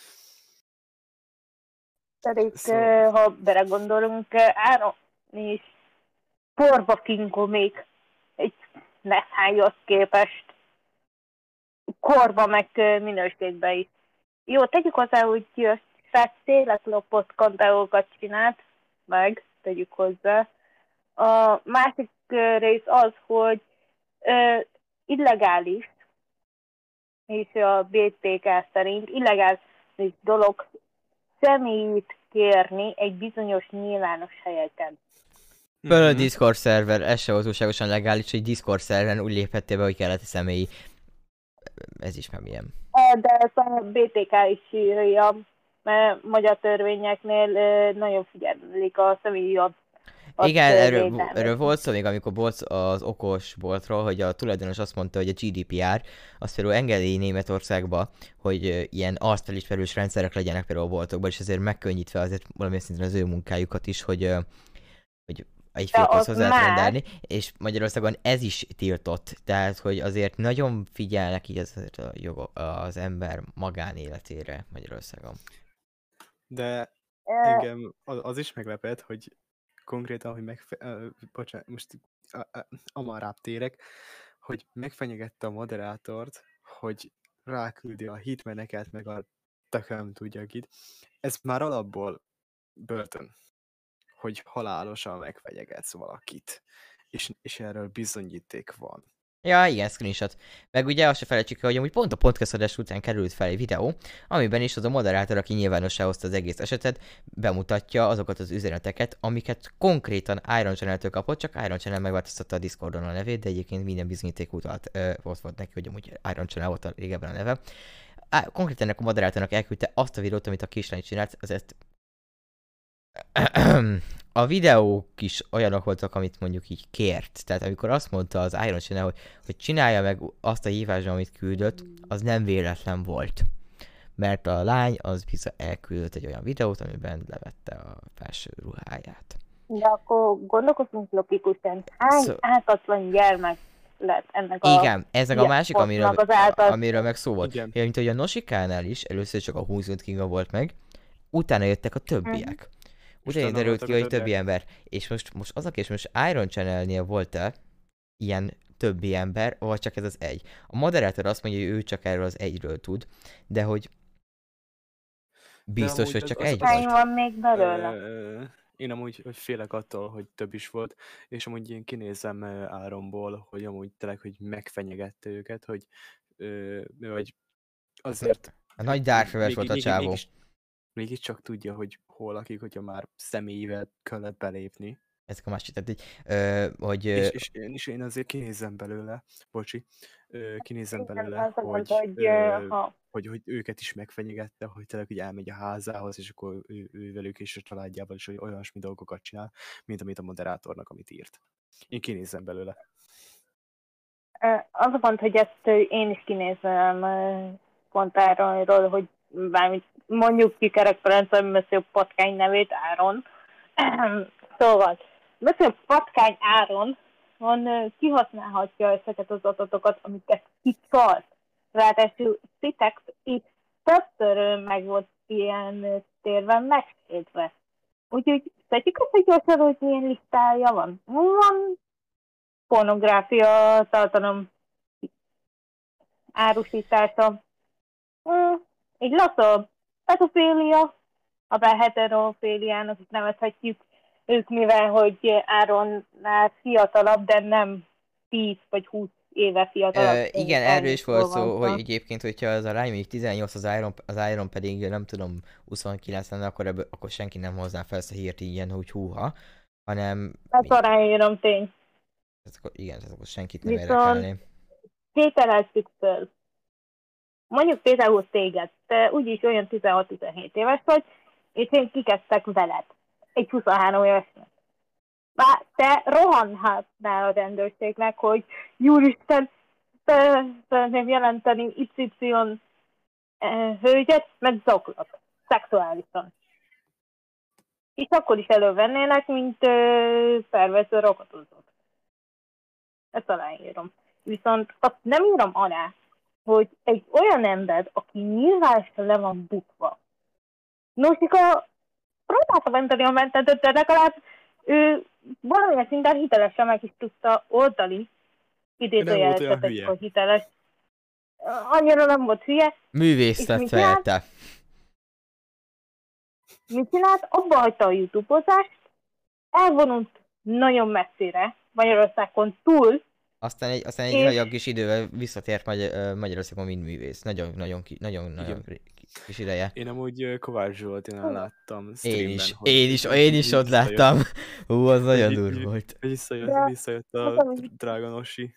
Pedig, Szóval- uh, ha belegondolunk, uh, Áron és porba fingó még egy nethányhoz képest. Korba meg uh, minőségbe is. Jó, tegyük hozzá, hogy uh, srác tényleg lopott konteókat csinált, meg tegyük hozzá. A másik uh, rész az, hogy uh, illegális, és a bé té ká szerint illegális dolog személyt kérni egy bizonyos nyilvános helyeken. Föl a Mhm. Discord szerver, ez se volt túlságosan legális, hogy Discord szerveren úgy léphettél be, hogy kellett a személyi. Ez is már milyen. E, De ezt a bé té ká is írja, mert magyar törvényeknél e, nagyon figyelik a személyi ad. Igen, erről, erről volt szó még, amikor bolt az okos boltról, hogy a tulajdonos azt mondta, hogy a gé dé pé er az például engedély Németországba, hogy ö, ilyen arcfelismerős rendszerek legyenek például a boltokban, és ezért megkönnyítve azért valamilyen szinten az ő munkájukat is, hogy, ö, hogy egy De félpaszhoz az hozzá már- lehet rendelni, és Magyarországon ez is tiltott, tehát hogy azért nagyon figyelnek így az, a jog, az ember magánéletére Magyarországon. De E, engem az, az is meglepett, hogy konkrétan, hogy megfe... Uh, bocsánat, most uh, uh, amarább térek, hogy megfenyegette a moderátort, hogy ráküldi a hitmeneket, meg a tököm tudja kit. Ez már alapból börtön. hogy halálosan megfenyegetsz valakit, és, és erről bizonyíték van. Ja, igen, screenshot. Meg ugye azt se felejtsük el, hogy amúgy pont a podcast adás után került fel egy videó, amiben is az a moderátor, aki nyilvánossá hozta az egész esetet, bemutatja azokat az üzeneteket, amiket konkrétan Iron Channel-től kapott, csak Iron Channel megváltoztatta a Discordon a nevét, de egyébként minden bizonyíték utalt, ö, ott volt neki, hogy amúgy Iron Channel volt a régebben a neve. Á, konkrétan ennek a moderátornak elküldte azt a videót, amit a kislány csinált, azért a videók is olyanok voltak, amit mondjuk így kért. Tehát amikor azt mondta az Iron Channel, hogy, hogy csinálja meg azt a hívást, amit küldött, az nem véletlen volt. Mert a lány az bizony elküldött egy olyan videót, amiben levette a felső ruháját. De akkor gondolkozunk logikusan. Hány Szó- ártatlan gyermek lett ennek a... Igen, ez meg a ilyen másik, amiről, posztnak az által- amiről meg szó volt. Igen. Ja, mint hogy a Nosikánál is, először csak a huszonöt Kinga volt meg, utána jöttek a többiek. Utána Utána derült voltak ki, a hogy többi többiek. ember. És most, most az a kérdés, most Iron Channel-nél volt-e ilyen többi ember, vagy csak ez az egy? A moderátor azt mondja, hogy ő csak erről az egyről tud, de hogy biztos, amúgy hogy az- csak az- egy az- Hány volt. van még belőle? Ö, Én amúgy hogy félek attól, hogy több is volt, és amúgy én kinézem ö, Áronból, hogy amúgy tényleg, hogy megfenyegette őket, hogy ö, vagy azért A nagy Darth Vader még- volt a még- csávó. mégis, mégiscsak tudja, hogy hol lakik, hogyha már személyével kellett belépni. Ezek a másik, tehát így, ö, hogy ö, És, és, én, és én azért kinézem belőle, bocsi, ö, kinézem Igen, belőle, az a gond, hogy, hogy, ö, ha hogy, hogy őket is megfenyegette, hogy tényleg hogy elmegy a házához, és akkor ő, ő velük és a családjával is hogy olyasmi dolgokat csinál, mint amit a moderátornak, amit írt. Én kinézem belőle. Ö, az a pont, hogy ezt ö, én is kinézem ö, pont Áronról, hogy bármit mondjuk ki Kerek Ferencen beszél patkány nevét, Áron. Szóval, beszél patkány Áron, van, ö, kihasználhatja ezeket az adatokat, amiket kicsalt. Ráadásul Citex itt többször ö, meg volt ilyen ö, térben megsértve. Úgyhogy tetjük azt, hogy gyorsan, hogy milyen listája van. Van pornográfia tartalom árusítása. Mm, egy lasszabb pedofília, a heterofíliának is nevezhetjük ők, mivel hogy Áronnál fiatalabb, de nem tíz vagy húsz éve fiatalabb. Ö, igen, erről is volt szó, van. hogy egyébként, hogyha az a lány mondjuk tizennyolc, az Iron, az Iron pedig nem tudom, huszonkilenc lenne, akkor, ebből, akkor senki nem hozná fel ezt a hírt ilyen, hogy húha, hanem... Ezt aráírom tény. Ez akkor, igen, ez akkor senkit nem Viszont- érdekelné. Tételezzük föl. Mondjuk például téged, te úgyis olyan tizenhat-tizenhét éves vagy, és én kikezdtek veled. Egy huszonhárom évesnek. Már te rohanhatnál a rendőrségnek, hogy Júristen, te szeretném jelenteni iksz ipszilon eh, hölgyet, meg zaklak, szexuálisan. És akkor is elővennének, mint ö, szervező rakatozót. Ezt aláírom. Viszont azt nem írom alá, hogy egy olyan ember, aki nyilvánosan le van bukva. Nosika próbálta menteni a mentetőt, de legalább ő valamilyen szinten hitelesen meg is tudta oldani. Idézőjelet olyan tettek, hülye. hogy hiteles. Annyira nem volt hülye. Művész És lett mit csinál? fejette. Mit csinált? Abba hagyta a YouTube-ozást, elvonult nagyon messzire, Magyarországon túl, Aztán egy, aztán egy És- nagyon kis idővel visszatért Magy- ö, Magyarországon, mint művész. Nagyon, nagyon, ki, nagyon, nagyon kis ideje. Én amúgy ö, Kovács Zsoltinál láttam Én streamben, is, hogy- én is, hogy én is ott visszajött- láttam. Hú, az nagyon hogy- durva hogy- volt. hogy Visszajött, De- visszajött a az, ami- Dragonosi.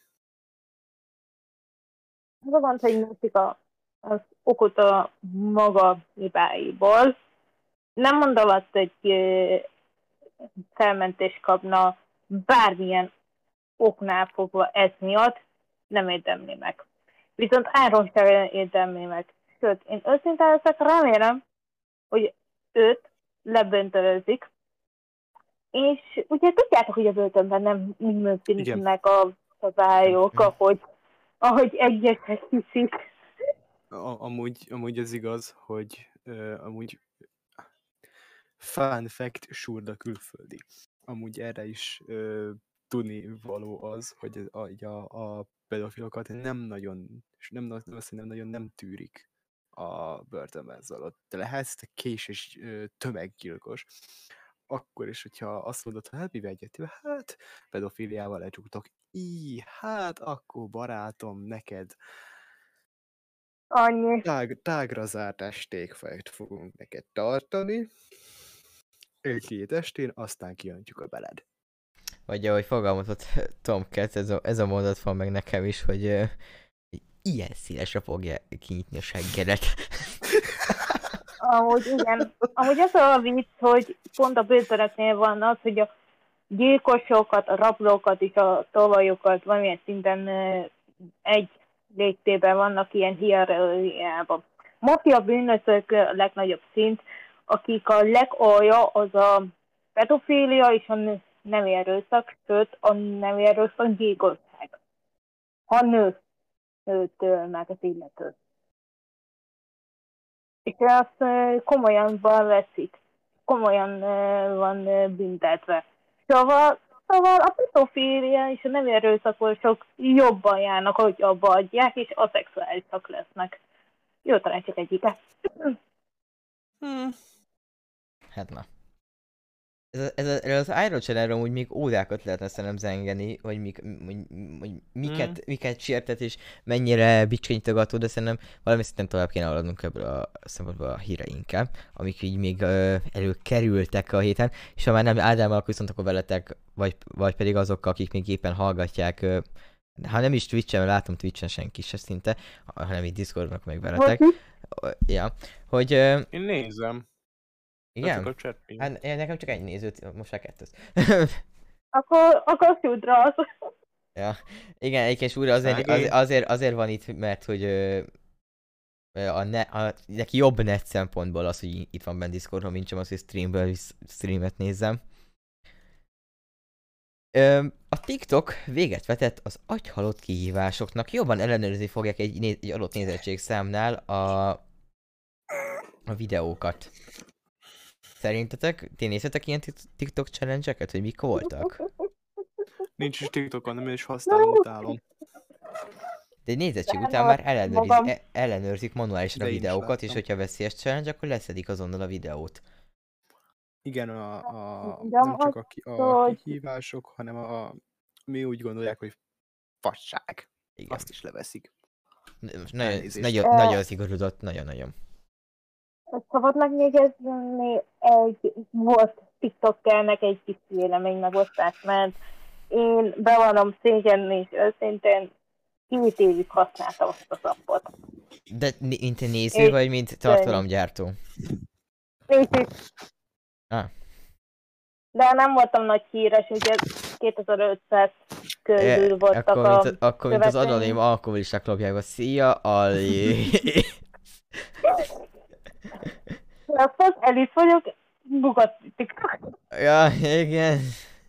az a gond, hogy Nosika az okot a maga hibáiból. Nem mondom azt, hogy ö, felmentést kapna bármilyen oknál fogva ez miatt, nem érdemli meg. Viszont Áron sem érdemli meg. Sőt, én őszintén leszek, remélem, hogy őt leböntölözik, és ugye tudjátok, hogy a börtönben nem úgy működnek a szabályok, Igen. ahogy, ahogy egyesek hiszik. A- amúgy, amúgy ez igaz, hogy uh, amúgy fun fact, Surda külföldi. Amúgy erre is uh, tudni való az, hogy ez a, a, a pedofilokat nem nagyon, és nem, nem azt, hogy nem nagyon nem tűrik a börtönben zalott. Te lehetsz te kés és uh, tömeggyilkos. A, akkor is, hogyha azt mondod, hogy hát mivel egyetével, hát pedofiliával lecsuktok. Így, hát akkor barátom, neked Annyi. tág, tágra zárt estékfejt fogunk neked tartani. Egy-két estén, aztán kiöntjük a beled. Vagy ahogy fogalmazott Tomcat, ez a, ez a mondat van meg nekem is, hogy uh, ilyen szélesre fogja kinyitni a seggedet. Amúgy igen. Amúgy az a vicc, hogy pont a bőtöreknél van az, hogy a gyilkosokat, a rablókat és a tolvajokat valamilyen szinten uh, egy légtében vannak ilyen hierarchiában. Mafia bűnösök a legnagyobb szint, akik a legalja az a pedofília és a nemi erőszak, sőt a nemi erőszak gyilkosság. Ha nő nőtől meg az illető. És azt komolyan van veszik, komolyan van büntetve. Szóval, szóval a pedofília és a nemi erőszakosok jobban járnak, hogy abba adják, és aszexuálisak lesznek. Jó tanácsok egyike. Hmm. Hát na. Ez, a- ez, a- erről az Iron Channelről úgy még órákat lehetne szerintem zengeni, hogy, mik, hogy, hogy miket, Mm. miket sértett és mennyire bicskanyitogató, de szerintem valami szinten tovább kéne haladnunk ebből a szempontból a híreinkkel, amik így még ö, előkerültek a héten, és ha már nem Ádámmal, akkor viszont akkor veletek, vagy, vagy pedig azokkal, akik még éppen hallgatják, ö, ha nem is Twitch-en, mert látom Twitch-en senki se szinte, hanem így Discordon, akkor meg veletek. Ö, Ja, hogy ö, Én nézem. igen? Csak a chat-ping. Hát én- nekem csak egy nézőt, most már kettőt. Akkor, akkor szúdra az. Ja, igen, egyébként újra azért, Szegény. azért, azért, azért van itt, mert hogy ö, ö, a ne, a, neki jobb net szempontból az, hogy itt van benne Discordon, mint sem az, hogy streamből is streamet nézzem. Ö, a TikTok véget vetett az agyhalott kihívásoknak. Jobban ellenőrizni fogják egy, néz, egy adott nézettségszámnál a, a videókat. Szerintetek, ti néztetek ilyen tik- TikTok challenge-eket, hogy mik voltak? Nincs is TikTokon, nem is használom, utálom. De egy nézettség Nem, után a- már ellenőriz, magam- e- ellenőrzik manuálisan De a én is videókat, és láttam. hogyha veszélyes challenge, akkor leszedik azonnal a videót. Igen, a, a, De nem csak a, ki, a hogy- kihívások, hanem a, mi úgy gondolják, hogy fasság. Igen. Azt is leveszik. Most nagyon, elnézést. nagyon, Ö- nagyon szigorúdott, nagyon-nagyon. Szabad megjegyezni, egy volt TikTokernek egy kis vélemény megosztás, mert én bevallom szégyenni és őszintén két évig használtam azt az appot. De ni- mint te néző És- vagy, mint tartalomgyártó? Nézd, Ah. de nem voltam nagy híres, ugye kétezer-ötszáz körül E, voltak akkor, a... mint, akkor mint az követőim. anonim alkoholisták lopják a szia, Ali. Azt az elit vagyok, bugatti TikTok. Ja, igen.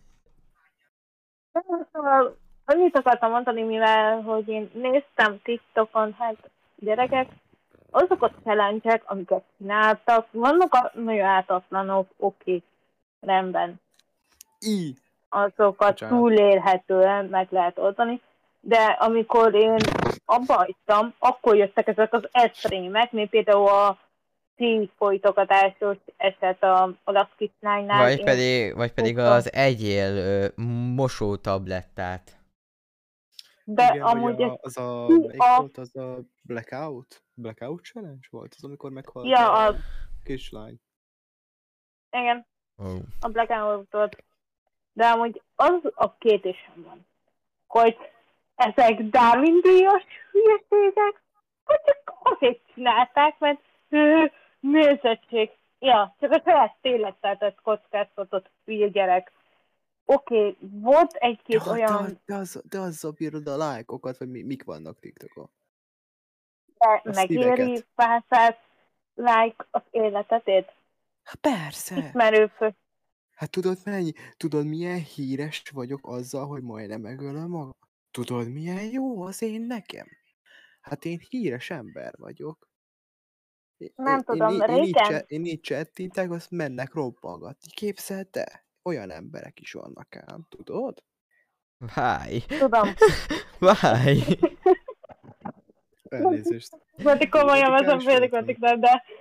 Szóval annyit akartam mondani, mivel hogy én néztem TikTokon, hát gyerekek, azok a challenge-ek, amiket csináltak, vannak a nagyon ártatlanok, oké, okay, rendben. I. Azokat Bocsánat. túlélhetően meg lehet oldani, de amikor én abba hagytam, akkor jöttek ezek az extrémek, mint például a szívfolytogatásos eset a, a lasszkislánynál. Vagy Én- pedig, vagy pedig tudtam. az egyél ö, mosótablettát. De Igen, amúgy vagy ez a, az a, ki melyik a- volt az a Blackout? Blackout challenge volt? Az, amikor meghalt Ja, a az. kislány. Ó. igen, a Blackout volt. De amúgy az a kérdésem van, hogy ezek Darwin-díjas hülyeségek, vagy csak azért csinálták, mert ö, nézettség. Ja, csak a saját életet kockáztatott hülye gyerek. Oké, okay, volt egy-két Ja, olyan, de, de, az, de azzal bírod a lájkokat, vagy mi, mik vannak TikTokon? de a megéri szíveket. pár száz like az életetét. Hát persze! Ismerő fő. Hát tudod mennyi? Tudod milyen híres vagyok azzal, hogy majdnem megölöm magam? Tudod milyen jó az én nekem? Hát én híres ember vagyok. Én- Nem én, tudom, én, én, így régen- cse- én így csettintek, azt mennek robbangatni. Képzeld te? Olyan emberek is vannak ám, tudod? Váj. Tudom. Váj. Elnézést. Mert komolyan Kritikás vezem voltam. félig nem, de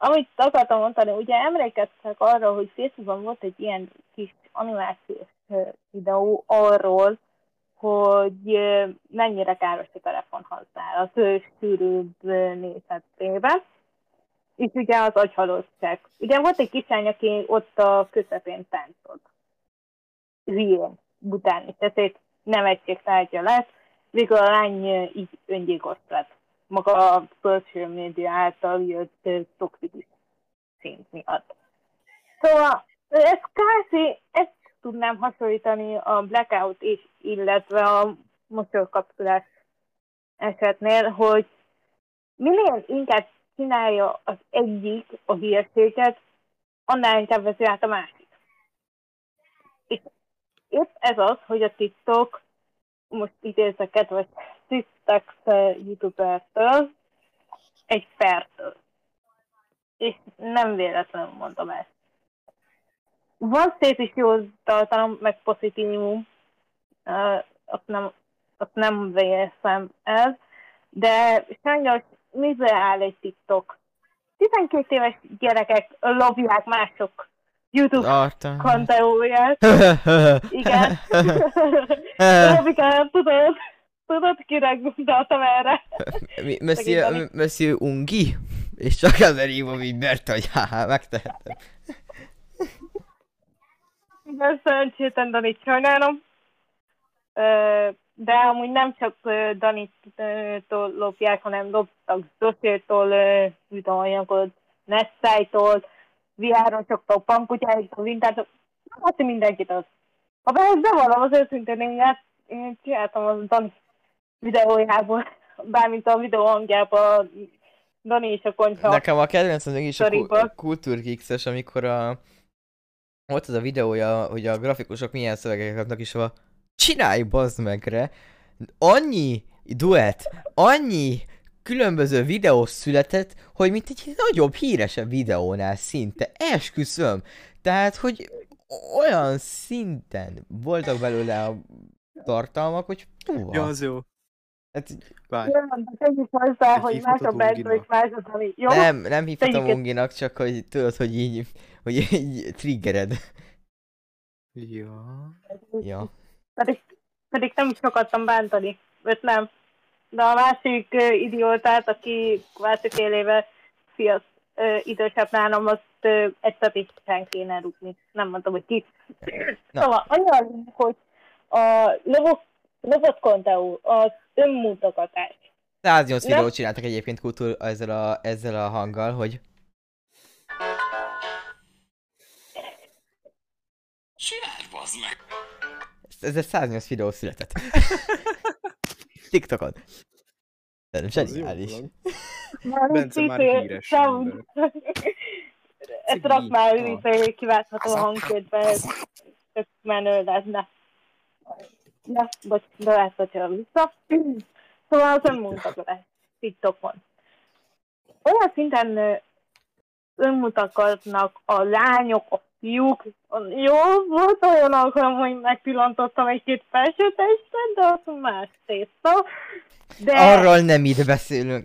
amit akartam mondani, ugye emlékeztek arra, hogy Facebookon volt egy ilyen kis animációs videó arról, hogy mennyire káros a telefonhasználat sűrűbb nézetében, és ugye az agyhalottság. Ugye volt egy kislány, aki ott a közepén táncolt. Hülyén, bután, és ezért nevetségtárgya lett, végül a lány így öngyilkos lett. Maga a social media által jött toxikus szint miatt. Szóval ez kvázi, ezt tudnám hasonlítani a blackout is, illetve a mosolykapcsolás esetnél, hogy minél inkább csinálja az egyik a hírséget, annál inkább veszi át a másik. És épp ez az, hogy a TikTok, most idézek kedves TikTok youtubertől, egy fertől. És nem véletlenül mondom ezt. Van szép is jó tartalom, meg pozitívum, uh, azt nem, azt nem veszem el, de sajnos mivel áll egy TikTok? tizenkét éves gyerekek lopják mások YouTube konteóját. Igen. Robikán, tudod? Tudod, kire gondoltam erre? Monsieur, Monsieur Ungi? És csak ezzel hívom így, mert hogy haha, megtehetem. Igen, szerencsétlen Danit sajnálom. De amúgy nem csak Danit-tól lopják, hanem loptak Zosértól, videóanyagot, Nessájtól, vihárosoktól, pankutyáiktól, Vintától, azt mindenkit az. Ha be, bevallom az őszintén, én, én csináltam az Dani videójából, bármint a videóhangjából, Dani és a konyha. Nekem a kedvencem is a Kultúrgeeks-es, amikor a... Volt az a videója, hogy a grafikusok milyen szövegeket kapnak, és a csinálj bazd megre! Annyi duett, annyi különböző videó született, hogy mint egy nagyobb, híresebb videónál szinte, esküszöm! Tehát, hogy olyan szinten voltak belőle a tartalmak, hogy puha. Ja, az jó. Hát, jó, de tegyük hozzá, hogy más a Bentről és más a Dani. Jó? Nem, nem hívhatom Unginak, csak hogy tudod, hogy így, hogy így triggered. Ja. Ja. Pedig, pedig nem is akartam bántani, őt nem. De a másik uh, idiótát, aki kvázi fél éve fiasz uh, idősebb nálam, azt uh, egyszer tisztán kéne rúgni. Nem mondtam, hogy ki. Szóval annyi, hogy a lovott konteó, az önmutogatás. száznyolc videót csináltak egyébként kultúr ezzel a, ezzel a hanggal, hogy... Csinálj, bazd meg! Ez száznyolc videó született. TikTokon. De zseniális. Bence már híres ember. Ezt rak már ő kiváltható hangképbe, tök menő lenne. Ja, bocs, de láthatja vissza. Szóval az önmutatás TikTokon. Olyan szinten önmutatnak a lányok, a fiúk. Jó, volt olyan alkalom, hogy megpillantottam egy-két felső testet, de az más tészta. De... Arról nem itt beszélünk.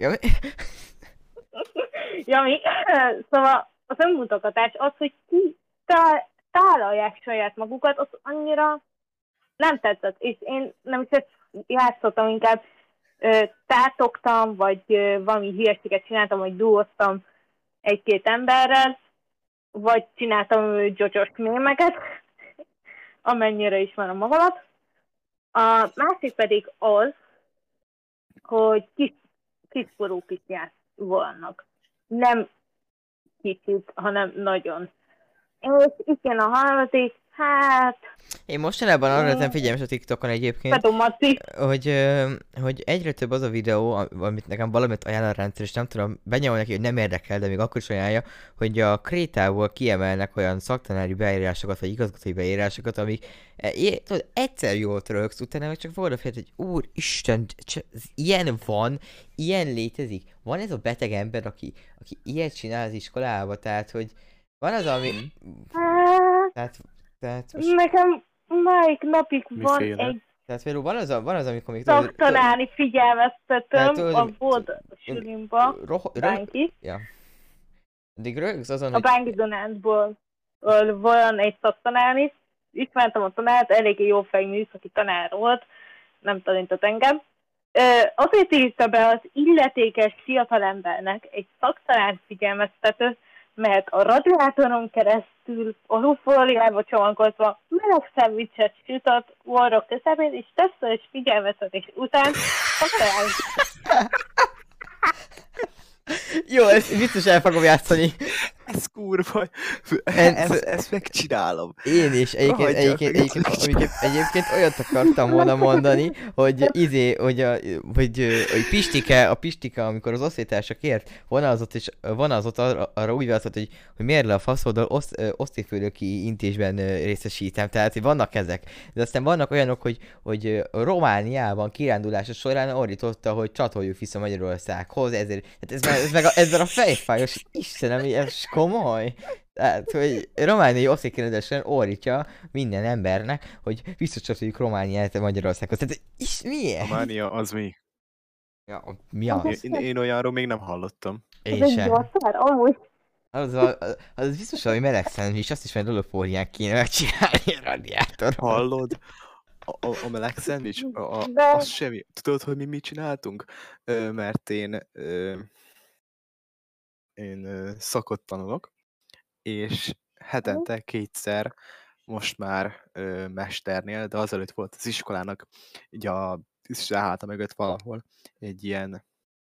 Ja, mi? Szóval az önmutatás az, hogy ki tá- tálalják saját magukat, az annyira nem tetszett. És én nem is ezt játszottam, inkább ö, tátogtam, vagy ö, valami hülyeséget csináltam, vagy duóztam egy-két emberrel, vagy csináltam gyocsos mémeket, amennyire ismerem magamat. A másik pedig az, hogy kis, kiskorú kisját vannak. Nem kicsit, hanem nagyon. És itt jön a harmadik, hát... Én mostanában arra lettem figyelmes a TikTokon egyébként, hogy, hogy egyre több az a videó, amit nekem valamit ajánl a rendszer, és nem tudom, benyomom neki, hogy nem érdekel, de még akkor is ajánlja, hogy a Krétából kiemelnek olyan szaktanári beírásokat, vagy igazgatói beírásokat, amik é, tudod, egyszer jól rögsz, utána meg csak fogod fél, hogy úristen, ilyen van, ilyen létezik. Van ez a beteg ember, aki, aki ilyet csinál az iskolába, tehát, hogy van az, ami... Tehát... Tehát most... Nekem melyik napig van Miféle? egy... Tehát például van az, a, van az amikor még... Szaktanári figyelmeztetőm a volt sulimba, roh... bánki. Ja. Addig rögsz azon, A hogy... Bánki Donátból van egy szaktanár is, ismertem a tanárt, eléggé jó fejű műszaki tanár volt, nem tanított engem. Azért írta be az illetékes fiatalembernek egy szaktanár figyelmeztetőt, mert a radiátoron keresztül alufóliába csomagolva meleg szendvicset sütött orrok közepén, és többszörös figyelmeztetés után a Jó, ezt biztos el fogom játszani. Ez kurva. Ez- Ezt, ezt megcsinálom. Én is. Egyébként, Hagyja, egyébként, egyébként, hagyja. egyébként, egyébként olyat akartam volna mondani, hogy izé, hogy, a, hogy, hogy Pistike, a Pistike, amikor az osztálytársakért vonazott, és vonazott arra, arra úgy válaszolt, hogy, hogy miért le a faszodal oszt, osztályfőnöki intézben részesítem. Tehát, hogy vannak ezek. De aztán vannak olyanok, hogy, hogy Romániában kirándulása során ordította, hogy csatoljuk vissza Magyarországhoz, ezért, hát ez, már, ez meg a, ezzel a fejfájos, Istenem, ez komoly. Tehát, hogy romániai osztálykirendelésen ordítja minden embernek, hogy visszacsatoljuk Romániát a Magyarországhoz. Tehát, is miért? Románia az mi? Ja, mi az? Én, én olyanról még nem hallottam. Ez Én egy sem. gyógyszer, amúgy. Az, a, az biztos, hogy meleg szendvics, azt is majd lolopórián kéne megcsinálni a radiátor. Hallod? A, a, a meleg szendvics? A, a, De- az semmi. Tudod, hogy mi mit csináltunk? Ö, mert én, ö, én ö, szakot tanulok, és hetente kétszer most már ö, mesternél, de azelőtt volt az iskolának, így a iskoláháta mögött valahol egy ilyen,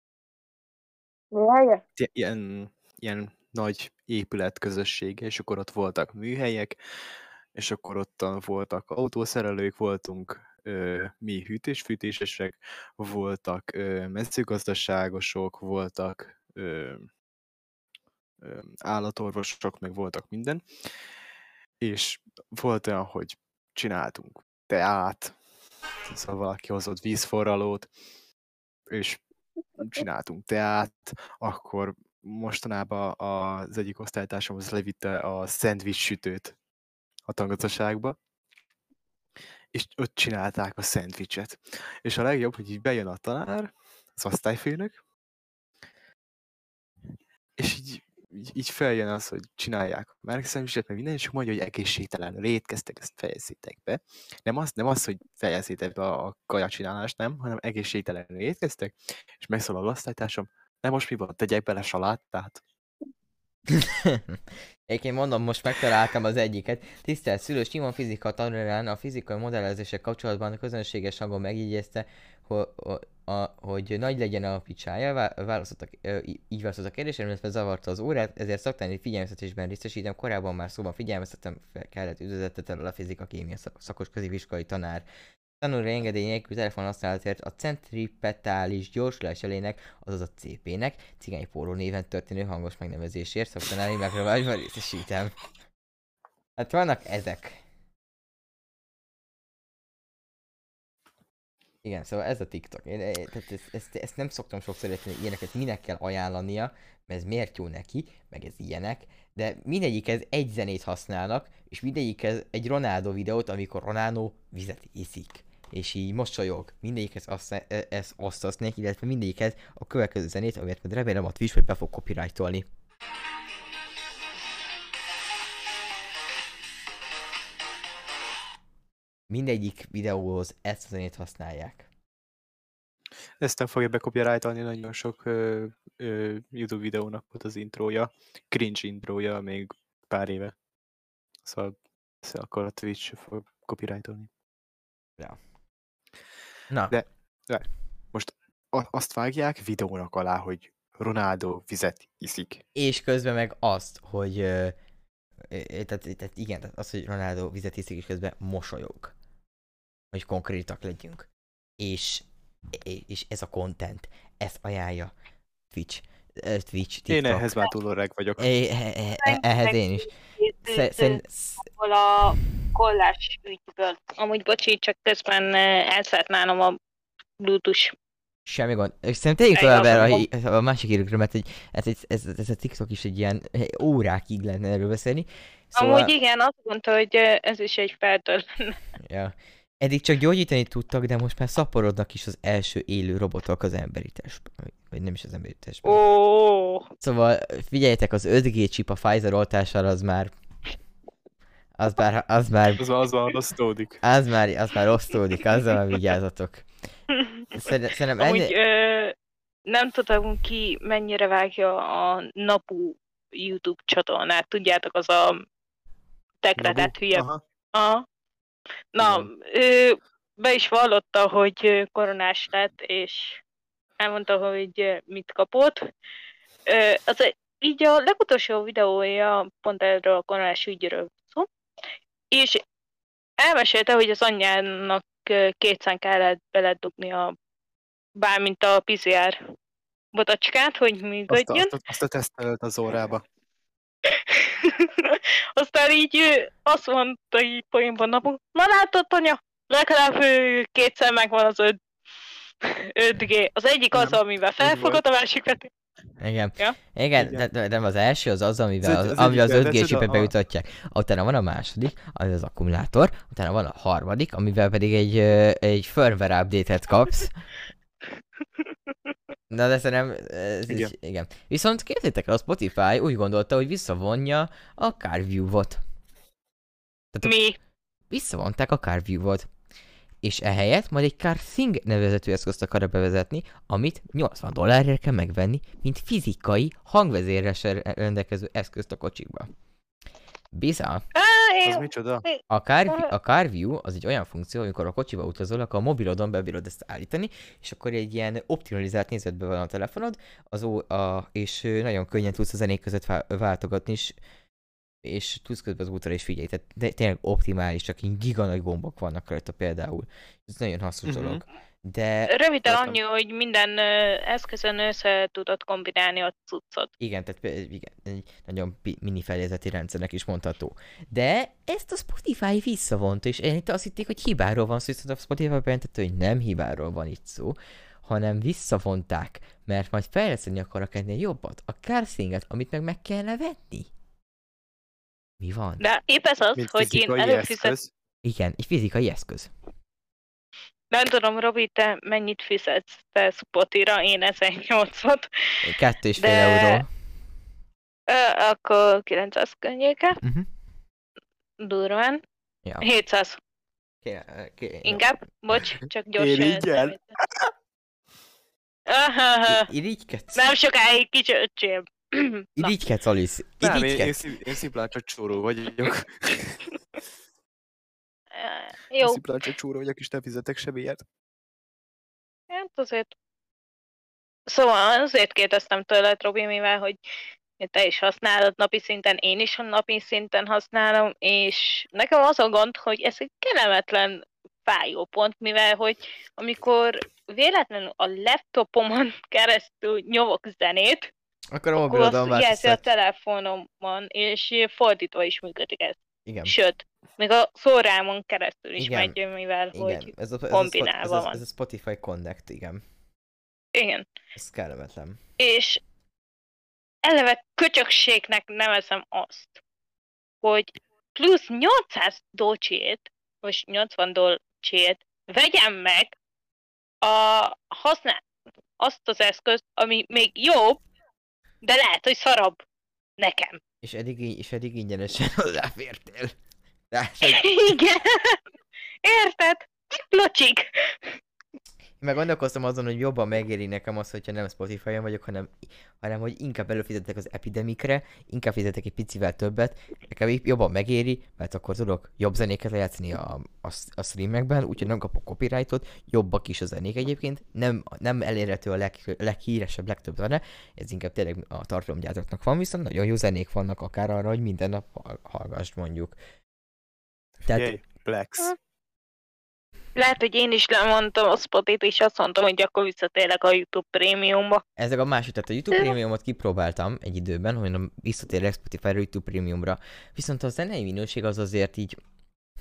Jaj, ilyen, ilyen nagy épület közössége, és akkor ott voltak műhelyek, és akkor ottan voltak autószerelők, voltunk ö, mi hűtés-fűtésesek, voltak ö, mezőgazdaságosok, voltak ö, ö, állatorvosok, meg voltak minden, és volt olyan, hogy csináltunk teát, szóval valaki hozott vízforralót, és csináltunk teát, akkor mostanában az egyik osztálytársamhoz levitte a szendvics sütőt a tangazdaságba, és ott csinálták a szendvicset. És a legjobb, hogy így bejön a tanár, az osztályfőnök, és így, így, így feljön az, hogy csinálják a meleg szendvicset, meg minden, és mondja, hogy egészségtelenül étkeztek, ezt fejezzétek be. Nem az, nem az, hogy fejezzétek be a kajacsinálást, nem, hanem egészségtelenül étkeztek, és megszólal az osztálytársam, nem most mi van, tegyek bele salátát. Egyébként mondom, most megtaláltam az egyiket. Tisztelt szülő, Simon fizika tanárán a fizikai modellezéssel kapcsolatban közönséges hangon megjegyezte, hogy, hogy nagy legyen a picsája, válaszoltak, így válaszolt a kérdésre, illetve zavarta az órát, ezért szaktáni figyelmeztetésben részesítem, korábban már szóban figyelmeztettem, kellett üzenetettel a fizika kémia szakos középiskolai tanár. Tanulói engedély nélkül telefonhasználatért a centripetális gyorsulás elének, azaz a cé pé-nek, cigánypóró néven történő hangos megnevezésért szaktanári megpróbálásban részesítem. Hát vannak ezek. Igen, szóval ez a TikTok. Én, én, tehát ezt, ezt, ezt nem szoktam sokszor érteni, hogy ilyeneket minek kell ajánlania, mert ez miért jó neki, meg ez ilyenek, de mindegyikhez egy zenét használnak, és mindegyikhez egy Ronaldo videót, amikor Ronaldo vizet iszik, és így mosolyog. Mindegyikhez azt, ezt azt használják, illetve mindegyikhez a következő zenét, amit majd remélem a Twitch vagy be fog copyrightolni. Mindegyik videóhoz ezt a zenét használják. Ezt nem fogja bekopirálni, nagyon sok ö, ö, YouTube videónak volt az intrója, cringe intrója még pár éve. Szóval, szóval akkor a Twitch fog copyrightolni. Ja. Na. De, de most a, azt vágják videónak alá, hogy Ronaldo vizet iszik. És közben meg azt, hogy ö, tehát, tehát igen, tehát az, hogy Ronaldo vizet iszik, és közben mosolyog. Hogy konkrétak legyünk. És, és ez a content, ezt ajánlja Twitch. Twitch, TikTok. Én ehhez már túl öreg vagyok. É, eh, eh, ehhez én is. Szerint... a kollás ügyből. Amúgy bocsi, csak közben elszállt nálam a Bluetooth. Semmi gond. Szerintem tegyük tovább erre a, a másik hírükről, mert egy, ez, ez, ez, ez a TikTok is egy ilyen órákig lehetne erről beszélni. Szóval... Amúgy igen, azt mondta, hogy ez is egy feltörlő. Ja. Eddig csak gyógyítani tudtak, de most már szaporodnak is az első élő robotok az emberi testben. Vagy nem is az emberi testben. Ó, Szóval figyeljetek, az öt G chip a Pfizer oltására az már... Az már, az már, Az, az már osztódik. az már, az már osztódik, azzal már vigyázzatok. Szer- Szerintem amúgy ennél... ö, nem tudom ki mennyire vágja a Napu YouTube csatornát, tudjátok, az a tekretett hülye. Aha. Aha. Na, ő be is vallotta, hogy ö, koronás lett, és elmondta, hogy ö, mit kapott. Ö, Az egy- így a legutolsó videója pont erről a koronás ügyről szó, és elmesélte, hogy az anyjának ö, kétszer kellett beledugni a bármint a pé cé er botacskát, hogy Azt, a- működjön. azt, a- azt a tesztelt az órába. Aztán így ő azt mondta így poénban napon, na látod, anya, legalább ő, kétszer megvan az öt, öt G. Az egyik az, Nem, amivel volt. felfogott, a másik pedig. Igen. Ja? Igen, Igen. de, de nem az első, az az, amivel Az- az, az amivel az egyik öt G tetszett, chipet a- bejutatják. Utána van a második, az az akkumulátor, utána van a harmadik, amivel pedig egy, ö, egy firmware update-et kapsz. Na de szerintem, ez Igen. is, igen. Viszont képzeljétek el, a Spotify úgy gondolta, hogy visszavonja a CarView-ot. Tehát a, Mi? visszavonták a CarView-ot. És ehelyett majd egy CarThing nevezetű eszközt akarra bevezetni, amit nyolcvan dollárért kell megvenni, mint fizikai, hangvezérrel rendelkező eszközt a kocsikba. Bizony. Á, Az én... micsoda? A, Car, a CarView az egy olyan funkció, amikor a kocsiba utazol, akkor a mobilodon bebírod ezt állítani, és akkor egy ilyen optimalizált nézetben van a telefonod, az ó, a, és ö, nagyon könnyen tudsz a zenék között vá- váltogatni, és, és tudsz közben az útra is figyelj. Tehát de tényleg optimális, csak így giga nagy gombok vannak rajta például. Ez nagyon hasznos Mhm. dolog. De Röviden Értem. annyi, hogy minden ö, eszközön össze tudod kombinálni a cuccot. igen, tehát pé- igen, egy nagyon pi- mini fedélzeti rendszernek is mondható. De ezt a Spotify visszavonta, és én itt azt hitték, hogy hibáról van szó, viszont a Spotify bejelentette, hogy nem hibáról van itt szó, hanem visszavonták, mert majd fejleszteni akarnak ennél jobbat, a CarThinget, amit meg meg kellene venni. Mi van? De épp ez az, Mint hogy én fizikai előfizet... eszköz. Igen, egy fizikai eszköz. Nem tudom, Robi, te mennyit fizetsz te Spotira, én ezernyolcvat. Kettő és fél De- euró. Ö, akkor kilencszáz környéke, Uh-huh. durván. Ja. hétszáz Ké- ké- inkább. Bocs, csak gyorsan. Érigyel. Ahaha. Irigykedsz? Nem sokáig kicsöcsém. Na, Irigykedsz, Alice. Nem, én, én, Irigykedsz. szim- én szimplán csak csóró vagyok. jó, Én szimplán csak csóró vagyok, és nem fizetek semmiért. hát azért. Szóval azért kérdeztem tőled, Robi, mivel, hogy te is használod napi szinten, én is napi szinten használom, és nekem az a gond, hogy ez egy kellemetlen fájó pont, mivel, hogy amikor véletlenül a laptopomon keresztül nyomok zenét, Akkor a akkor mobilodon azt jelzi a változtat. telefonomon, és fordítva is működik ez. Igen. Sőt, még a szórámon keresztül is Igen. megy, mivel, Igen, hogy ez a, ez, a, kombinálva ez, a, van. ez a Spotify Connect, igen. igen. Ez kellemetlen. És eleve köcsökségnek nevezem azt, hogy plusz nyolcszáz dolcsét, vagy nyolcvan dolcsét vegyem meg a használ azt az eszközt, ami még jobb, de lehet, hogy szarabb nekem. És eddig, í- és eddig ingyenesen hozzáfértél. Tehát, hogy Igen. Érted? Locsik. én meg gondolkoztam azon, hogy jobban megéri nekem az, hogyha nem Spotify-on vagyok, hanem, hanem hogy inkább előfizetek az Epidemicre, inkább fizetek egy picivel többet, nekem így jobban megéri, mert akkor tudok jobb zenéket lejátszani a, a, a streamekben, úgyhogy nem kapok copyrightot, jobbak is a zenék egyébként, nem, nem elérhető a leg, leghíresebb, legtöbb zene, ez inkább tényleg a tartalomgyártóknak van, viszont nagyon jó zenék vannak akár arra, hogy minden nap hall- hallgassd mondjuk. Tehát, Jaj, Plex. Lehet, hogy én is lemondtam a Spotit, és azt mondtam, hogy akkor visszatérek a YouTube prémiumba. ezek a másik, tehát a YouTube Premiumot kipróbáltam egy időben, hogy nem visszatérek Spotify-ra YouTube Premiumra, viszont a zenei minőség az azért így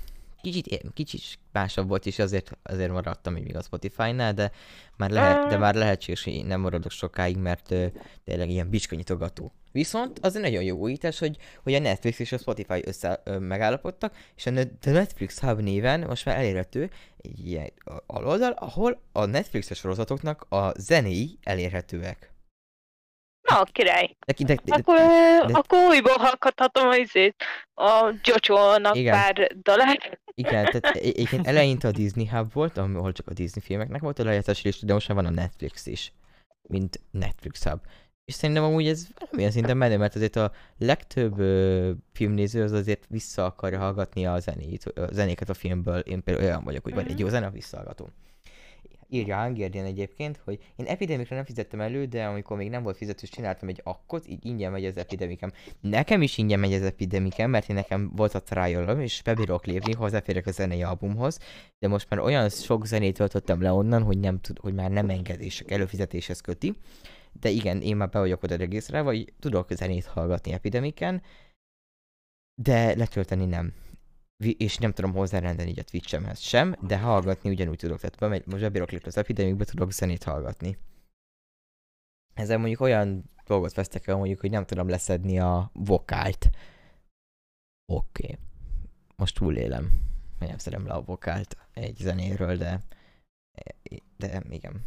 kicsit, kicsit másabb volt, és azért, azért maradtam még a Spotify-nál, de már, lehet, de már lehetséges, hogy én nem maradok sokáig, mert ö, tényleg ilyen bicskanyitogató. Viszont az egy nagyon jó újítás, hogy, hogy a Netflix és a Spotify össze ö, megállapodtak, és a Netflix Hub néven most már elérhető egy ilyen aloldal, ahol a Netflixes sorozatoknak a zenéi elérhetőek. Na, király. De, de, de, Akkor, de- akkor újból hallgathatom az izét, a Jojo-nak Igen. pár dalát. Igen, tehát e- egyébként eleinte a Disney Hub volt, ahol csak a Disney filmeknek volt a lejátszás lista, de most már van a Netflix is, mint Netflix Hub. És szerintem amúgy ez valamilyen szinten menő, mert azért a legtöbb ö, filmnéző az azért vissza akarja hallgatni a zenét, a zenéket a filmből. Én például olyan vagyok, hogy van egy jó zene, visszahallgatom. Írja Hungarian egyébként, hogy én Epidemicre nem fizettem elő, de amikor még nem volt fizetős, csináltam egy akkot, így ingyen megy az Epidemicem. Nekem is ingyen megy az Epidemicem, mert én nekem volt a trial-om, és bebírok lépni, hozzáférek a zenei albumhoz, de most már olyan sok zenét töltöttem le onnan, hogy, nem tud, hogy már nem engedések előfizetéshez köti. De igen, én már be vagyok oda regisztrálva, vagy tudok zenét hallgatni Epidemicen, de letölteni nem. Vi- és nem tudom hozzárendelni így a Twitch-emhez sem, de hallgatni ugyanúgy tudok, tehát bemegy, most bebírok lépni az Epidemicbe, tudok zenét hallgatni. Ezzel mondjuk olyan dolgot vesztek el, mondjuk, hogy nem tudom leszedni a vokált. Oké. Okay. Most túlélem. Nem szedem le a vokált egy zenéről, de... De igen.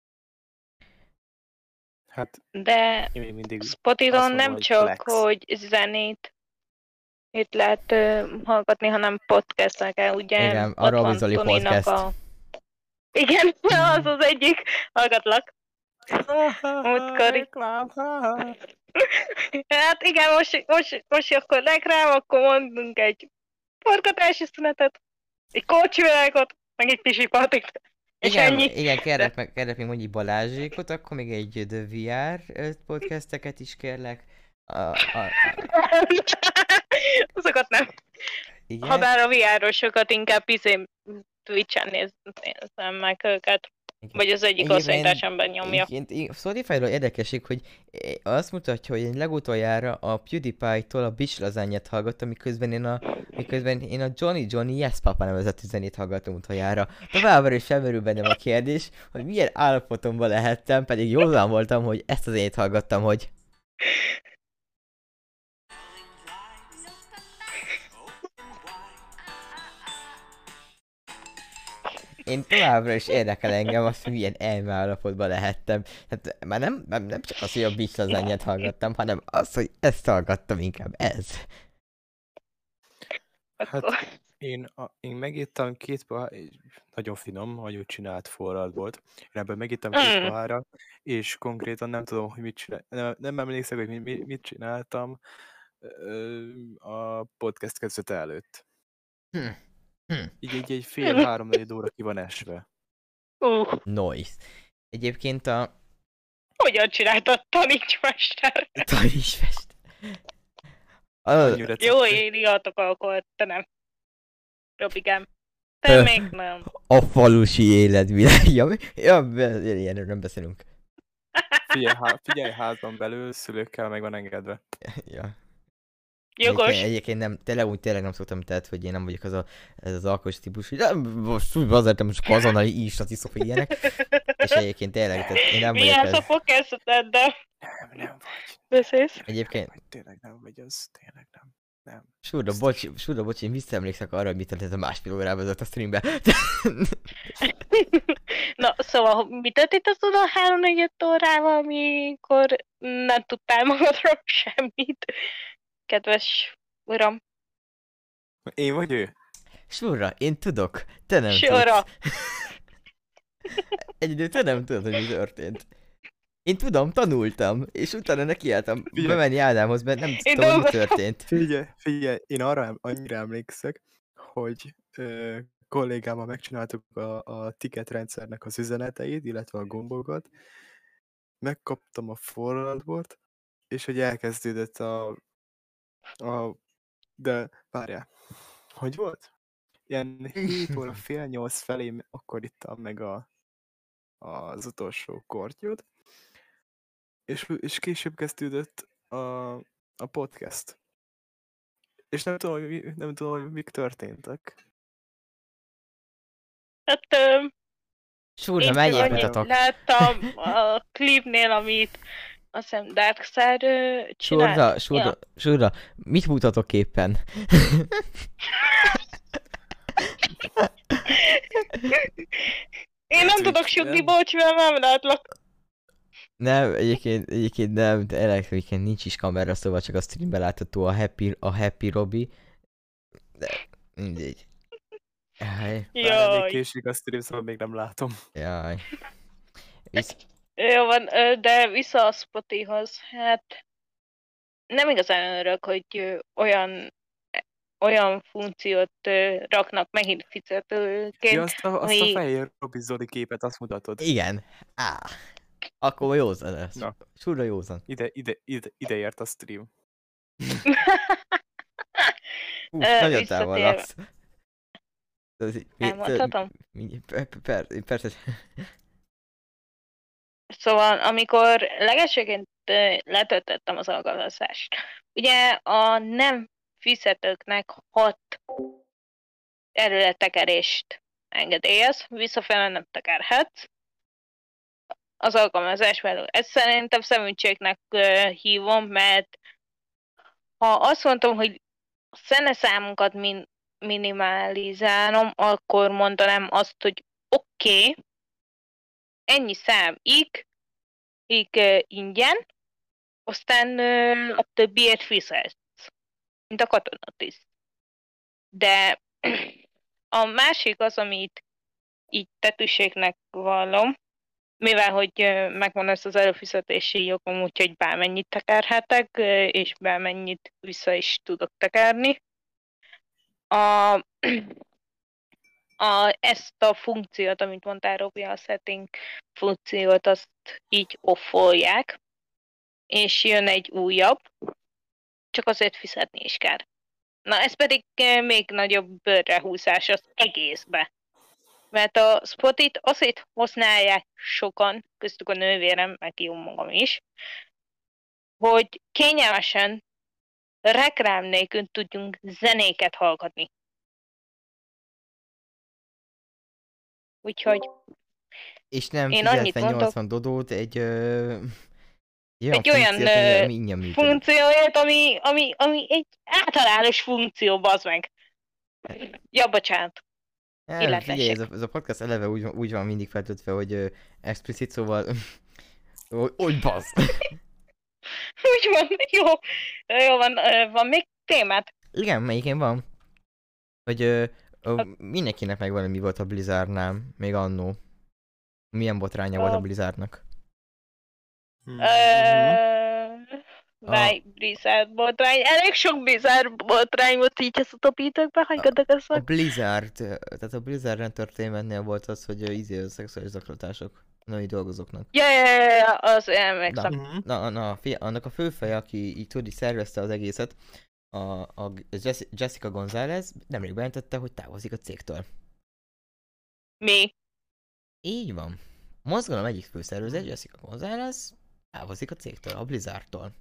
Hát De én még mindig Spotify azt mondom, nem hogy csak, flex. hogy zenét itt lehet uh, hallgatni, hanem podcastnek, ugye? Igen, Ott a Robi van Zoli Toninak podcast. A... Igen, az az egyik. Hallgatlak. Múltkori. Reklám, ha-ha. Hát igen, most, most, most akkor reklám, akkor mondunk egy forgatási szünetet, egy kócsvilágot, meg egy pisi patit. És Igen, ennyi. igen, kérlek, meg, kérlek még mondjuk Balázsékot, akkor még egy The vé er podcasteket is kérlek. A, a, a, Azokat nem. igen. Habár a vé er-ről sokat inkább izé Twitch-en néz- nézem meg őket. Igen. Vagy az egyik Egyébként- osztálytársamban nyomja. Egyébként Spotify-ról érdekesség, hogy eh, azt mutatja, hogy én legutoljára a PewDiePie-tól a Bitch Lasagne-t hallgattam, miközben én a, miközben én a Johnny Johnny Yes Papa nevezetű zenét hallgattam utoljára. Továbbra is felmerül bennem a kérdés, hogy milyen állapotomban lehettem, pedig józan voltam, hogy ezt az zenét hallgattam, hogy én továbbra is érdekel engem azt, hogy milyen elme állapotban lehettem. Hát már nem, nem, nem csak az, hogy a Bitch Lasagne-t hallgattam, hanem az, hogy ezt hallgattam inkább, ez. Hát én, a, én megittam két pohár, nagyon finom, hogy úgy csinált forrad volt. Én ebből megittam két Mm. pohára, és konkrétan nem tudom, hogy mit csinál, nem, nem emlékszek, hogy mit, mit, mit csináltam ö, a podcast kezdete előtt. Hm. Hm. Így egy, egy fél-három négy óra ki van esve. Uh, Noise. Egyébként a hogyan csináltad tanítsmester? Tanis fest. A, Annyi recept. Jó, én ihatok akkor, te nem. Robigám. Te Ö. még nem. a falusi életvilág. Ja, ja, be- ilyenről nem beszélünk. Figyelj, há, figyelj házon belül, szülőkkel meg van engedve. Ja. Jogos. Egyébként, egyébként nem, tényleg úgy tényleg nem szoktam, tehát, hogy én nem vagyok az a, ez az alkoholis típus, hogy nem, most úgy azért nem csak azonnali ísat iszok, hogy ilyenek. És egyébként tényleg, tehát én nem vagyok Milyen ez. szopok kezdeted, de Nem, nem vagy. beszélsz? Egyébként, Vagy tényleg nem vagy az, tényleg nem. Nem. Surra, bocs, surra, bocs, én visszaemlékszek arra, hogy mit történt a másfél órában vezet a streambe. Na, szóval, mi történt azon a három-négy órával, amikor nem tudtál magadról semmit? Kedves uram. Én vagy ő? Surra, én tudok, te nem Sora. tudsz. Egyedül te nem tudod, hogy mi történt. Én tudom, tanultam, és utána nekiálltam Figyelj. bemenni Ádámhoz, mert nem Én tudtam, hogy mi dolgoztam. történt. Figyelj, figyelj, én arra em- annyira emlékszek, hogy ö, kollégámmal megcsináltuk a, a ticket rendszernek az üzeneteit, illetve a gombokat, megkaptam a forradbort, és hogy elkezdődött a, a de várjál, hogy volt? Ilyen hét óra fél nyolc felé akkor ittam meg a, az utolsó kortyot, és, és később kezdődött a, a podcast. És nem tudom, hogy, mi- nem tudom, hogy mik történtek. Hát ö, Surra, én menjék annyit mutatok. láttam a klipnél, amit azt hiszem Darkside ö, csinált. Surra, surra, surra, mit mutatok éppen? Én nem tudok sugni, bocs, mert nem látlak. Nem, egyébként, egyébként nem, de egyébként nincs is kamera, szóval csak a streamben látható a Happy, a Happy Robi. De mindegy. Jaj, Már elég Jaj. késik a stream, szóval még nem látom. jaj. Visz... Jó van, ö, de vissza a Spotifyhoz. Hát nem igazán örök, hogy ö, olyan olyan funkciót ö, raknak megint fizetőként. Ja, azt a, azt a ami- fehér Robi Zoli képet, azt mutatod. Igen. Á. Akkor józan lesz. Na. Surra józan. Ide, ide, ide, ide ért a stream. Hú, Ö, nagyon távol visszatérve. laksz. Ez így- mi- Elmondhatom? mi- per- per- Persze. Szóval, amikor legesőként ö, letöltöttem az alkalmazást, ugye a nem fizetőknek hat előletekerést engedélyez, visszafele nem tekerhetsz. Az alkalmazás belül. Ezt szerintem szemültségnek ö, hívom, mert ha azt mondtam, hogy a zeneszámunkat min- minimalizálom, akkor mondanám azt, hogy oké, okay, ennyi szám ik, ik uh, ingyen, aztán uh, a többiért fizetsz, mint a katonatiszt. De a másik az, amit így tetűségnek vallom, mivel hogy uh, megvan ez az előfizetési jogom, úgyhogy bármennyit tekerhetek, uh, és bármennyit vissza is tudok tekerni. A, a, ezt a funkciót, amit mondtál, Robi, a setting funkciót, azt így offolják, és jön egy újabb, csak azért fizetni is kell. Na, ez pedig eh, még nagyobb bőrrehúzás az egészbe. Mert a Spotit azért használják sokan, köztük a nővérem, meg jó magam is, hogy kényelmesen reklám nélkül tudjunk zenéket hallgatni. Úgyhogy És nem Én annyit fizetve nyolcvan dodót egy... Ö... Egy olyan, ö, ami ingyen működik. funkcióért, ami, ami, ami egy általános funkció, bazd meg. Ja, bocsánat. Nem, illetve figyelj, ez se. a, ez a podcast eleve úgy, van- úgy van mindig feltöltve, hogy ö, explicit, szóval... hogy, hogy basz. Úgy van, jó. Jó van, ö, van még témát? Igen, melyiken van? Hogy ö, ö, A- mindenkinek megvan, mi volt a Blizzardnál, még annó. Milyen botránya volt a A- Blizzardnak. Mhm. Váj, Blizzard botrány. Elég sok Blizzard botrány volt így ezt a topítokban, hogy A gondolkozzak. Blizzard, ö, tehát a Blizzard Entertainmentnél volt az, hogy ö, izé, a szexuális zaklatások női dolgozóknak. Ja, ja, ja, ja, az emlékszem. Mhm. Na, na, figyelj, annak a főfeje, aki így tudni szervezte az egészet, a, a Jess- Jessica González nemrég bejelentette, hogy távozik a cégtől. Mi? Így van. A mozgalom egyik főszervezet, Jessica González, távozik a cégtől, a Blizzardtól.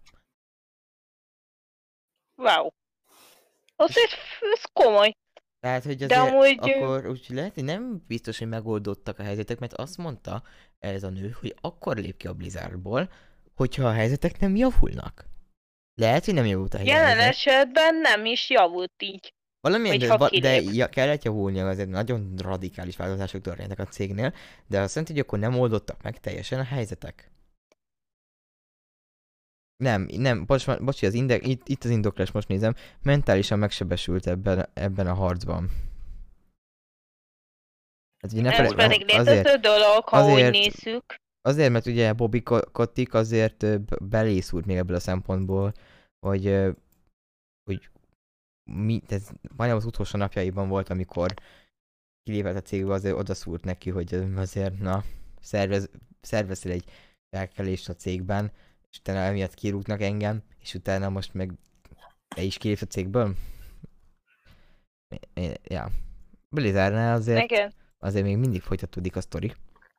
Wow. Azért ez komoly. Tehát, hogy De azért amúgy- akkor úgy lehet, hogy nem biztos, hogy megoldottak a helyzetek, mert azt mondta ez a nő, hogy akkor lép ki a Blizzardból, hogyha a helyzetek nem javulnak. Lehet, hogy nem javult a Jelen helyzet. esetben nem is javult így. Valamilyen, Hogy de, ha va- de kilép. ja, kellett javulnia, azért nagyon radikális változások történtek a cégnél, de azt jelenti, hogy akkor nem oldottak meg teljesen a helyzetek. Nem, nem, bocs, bocsi, az inde- itt, itt az indoklás, most nézem, mentálisan megsebesült ebben, ebben a harcban. Hát ugye ne Ez felejt- pedig azért, létező dolog, ha azért- úgy nézzük. azért, mert ugye Bobby Ko- Kotick azért ö, b- belészúrt még ebből a szempontból, hogy, ö, hogy mi, ez majdnem az utolsó napjaiban volt, amikor kilépett a cégből, azért odaszúrt neki, hogy ö, azért, na, szervez, szerveztél egy felkelést a cégben, és utána emiatt kirúgnak engem, és utána most meg te is kilépsz a cégből? É- Ja. Blizzardnál azért, Igen. azért még mindig folytatódik a sztori.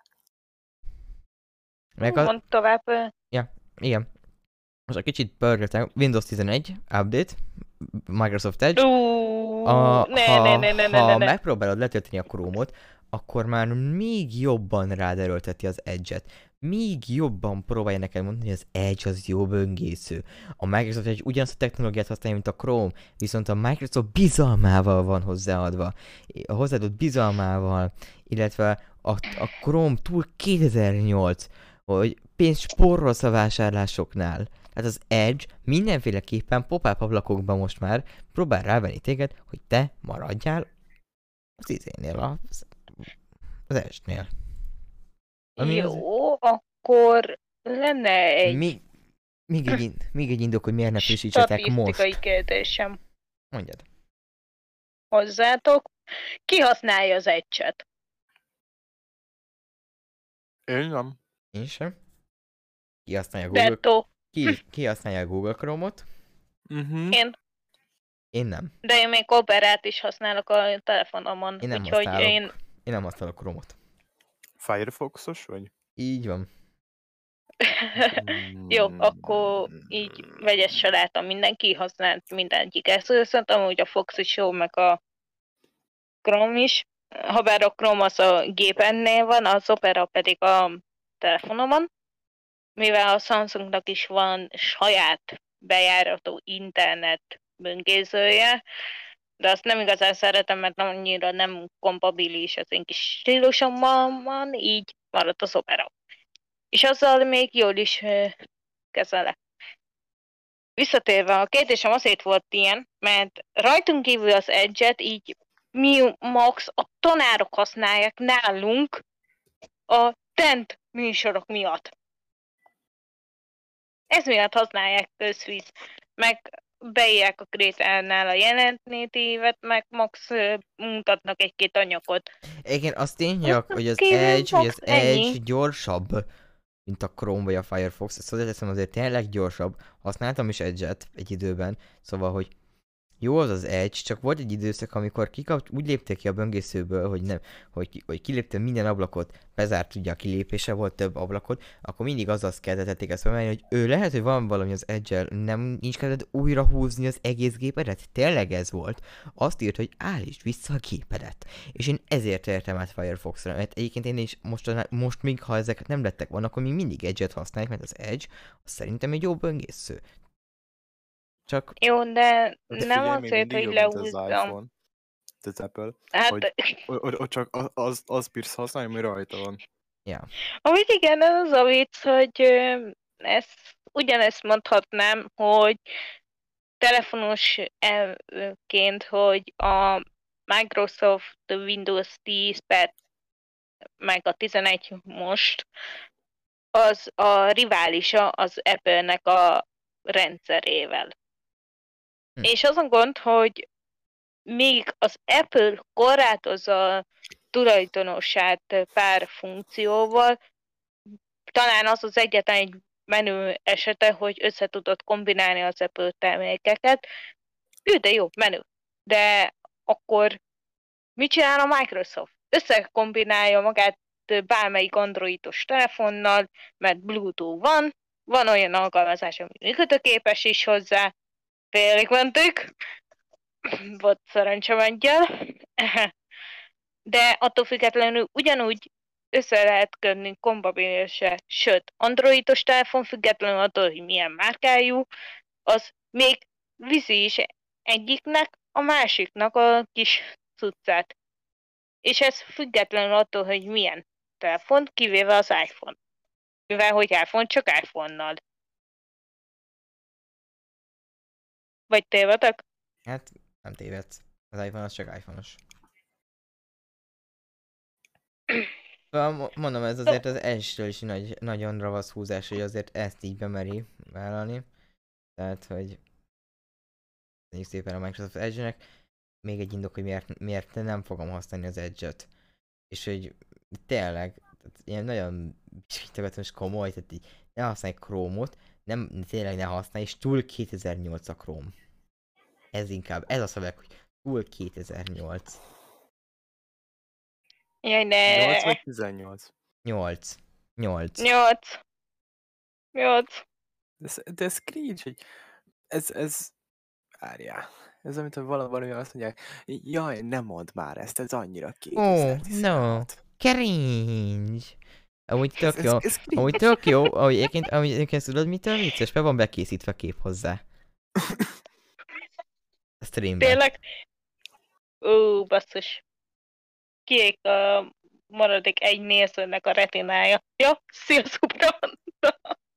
Meg a, Mondd tovább. ö, igen. Most egy kicsit pörgetem. Windows tizenegy, update, Microsoft Edge. Ú, A, ne, ha, ne, ne, ne, ne, ha ne, ne. megpróbálod letölteni a Chrome-ot, akkor már még jobban ráderőlteti az Edge-et. Még jobban próbálja neked mondani, hogy az Edge az jó böngésző. A Microsoft egy ugyanazt a technológiát használja, mint a Chrome, viszont a Microsoft bizalmával van hozzáadva. A hozzáadott bizalmával, illetve a, a Chrome túl kétezer-nyolc, hogy pénzt spórolsz a vásárlásoknál. Tehát az Edge mindenféleképpen pop-up ablakokban most már próbál rávenni téged, hogy te maradjál az izénél, az, az Edge-nél. Ami Jó, akkor lenne egy Még, még, egy, in- még egy indok, hogy miért ne frissítsetek statisztikai most. kérdésem Mondjad. hozzátok. Ki használja az Edge-et? Én nem. Én sem. Ki használja a Google, Detto. ki, ki használja a Google Chrome-ot? Uh-huh. Én, Én nem. de én még Operát is használok a telefonomon, Én nem úgyhogy használok. én... Én nem használok Chrome-ot. Firefoxos vagy? Így van. Jó, akkor így vegyesen látom, mindenki használt mindegyik eszközöt, amúgy a Fox is jó, meg a Chrome is. Habár a Chrome az a gépennél van, az Opera pedig a telefonomon. Mivel a Samsungnak is van saját bejárató internet böngészője, de azt nem igazán szeretem, mert annyira nem kompatibilis az én kis stílusommal, így maradt az Opera. És azzal még jól is ö, kezelek. Visszatérve, a kérdésem azért volt ilyen, mert rajtunk kívül az Edge-et így mi max a tanárok használják nálunk a tent műsorok miatt. Ez miatt használják közvíz, meg beírják a Creator-nál a jelentnétívet, meg max ö, mutatnak egy-két anyagot. Igen, az tény, hogy az Kívül Edge, vagy Fox, az Edge ennyi. gyorsabb, mint a Chrome vagy a Firefox. Ezt hozzáteszem, azért tényleg gyorsabb. Használtam is Edge-et egy időben, szóval, hogy jó az az Edge, csak volt egy időszak, amikor kikap, úgy léptek ki a böngészőből, hogy nem, hogy, ki- hogy kiléptem minden ablakot, bezárt ugye a kilépése, volt több ablakot, akkor mindig azzal keltették ezt felmenni, hogy ő lehet, hogy van valami az Edge-el, nem nincs kedved újra húzni az egész gépedet? Tényleg ez volt. Azt írt, hogy állítsd vissza a gépedet. És én ezért értem át Firefoxra, mert egyébként én is most, most még, ha ezek nem lettek volna, akkor még mindig Edge-et használják, mert az Edge az szerintem egy jó böngésző. Csak Jó, de Hát nem figyelj, még azért, mindig hogy jobb, mint az leúzzam. iPhone. Az Apple. Hát, hogy- Ott ott csak az, az, az bírsz használni, ami rajta van. ja. amit igen, az a vicc, hogy ö, ezt, ugyanezt mondhatnám, hogy telefonosként, hogy a Microsoft Windows tíz per meg a tizenegy most, az a riválisa az Apple-nek a rendszerével. Hm. És az a gond, hogy még az Apple korlátozza a tulajdonosát pár funkcióval, talán az az egyetlen egy menő esete, hogy össze tudod kombinálni az Apple termékeket. Ő, de jó, menő. De akkor mit csinál a Microsoft? Összekombinálja magát bármelyik androidos telefonnal, mert Bluetooth van, van olyan alkalmazás, ami működőképes is hozzá, félig mentük, volt szerencsém egyel, de attól függetlenül ugyanúgy össze lehet kötni kompatibilisre, sőt, androidos telefon függetlenül attól, hogy milyen márkájú, az még viszi is egyiknek, a másiknak a kis cuccát. És ez függetlenül attól, hogy milyen telefon, kivéve az iPhone. Mivel, hogy iPhone csak iPhone-nal. Vagy tévedek? Hát nem tévedsz. Az iPhone az csak iPhone-os. Szóval mo- mondom, ez azért az Edge-től is nagy, nagyon ravasz húzás, hogy azért ezt így bemeri vállalni. Tehát, hogy köszönjük szépen a Microsoft Edge-nek. Még egy indok, hogy miért, miért nem fogom használni az Edge-et. És hogy tényleg, tehát ilyen nagyon biskítogatos komoly, tehát így ne használj Chrome-ot, nem, tényleg ne használj, és túl kétezer-nyolc a Chrome. Ez inkább, ez a szöveg, hogy túl kétezer-nyolc. Jaj, nyolc ne. vagy tizennyolc? nyolc. nyolc. Nyolc. Nyolc. De ez, de ez cringe, hogy ez, ez... Várjál. Ez amit valami azt mondják, jaj, nem mondd már ezt, ez annyira Ó, no, kétezer-tizenhat. cringe. Amúgy tök Ez- jó, ez cringe. amúgy tök jó, ahogy egyébként, ahogy egyébként tudod mitől vicces? Be van bekészítve kép hozzá. A streamben. Tényleg? Ó, basszus. Kiég a maradék egy nézőnek a retinája. Ja, szia, Szupranta!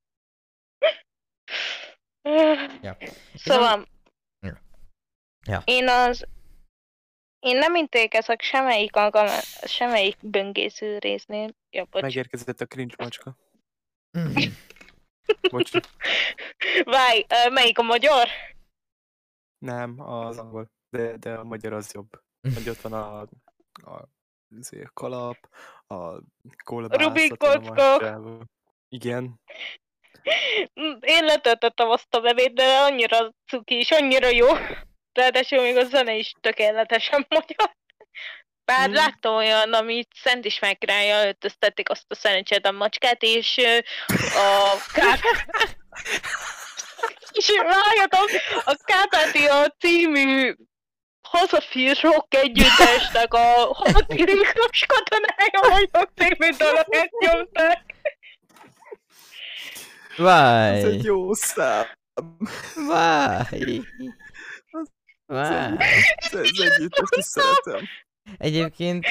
Ja. Szóval... Ja. Ja. Én az... Én nem intékezek semmelyik alkalma, semmelyik böngésző résznél. Ja, bocs. Megérkezett a cringe macska. Mm. Bocs. Várj, ö, melyik a magyar? Nem, az angol. De, de a magyar az jobb. Hogy ott van a, a azért kalap, a kolbász, Rubik ott van a kocka. macskával. Igen. Mm, Én letöltöttem azt a bevét, de annyira cuki és annyira jó. Ráadásul még a zene is tökéletesen magyar. Bár Mm. láttam olyan, amit Szent István királlyal öltöztették azt a szerencsétlen macskát, és ö, a Kár... és várjatok, a Kárpátia című hazafi rock együttesnek a hatirikus katonája vagyok című dalokat nyomták. Váj! Ez egy jó szám. Váj! Váj! Ez, ez együtt, ezt szeretem. Egyébként,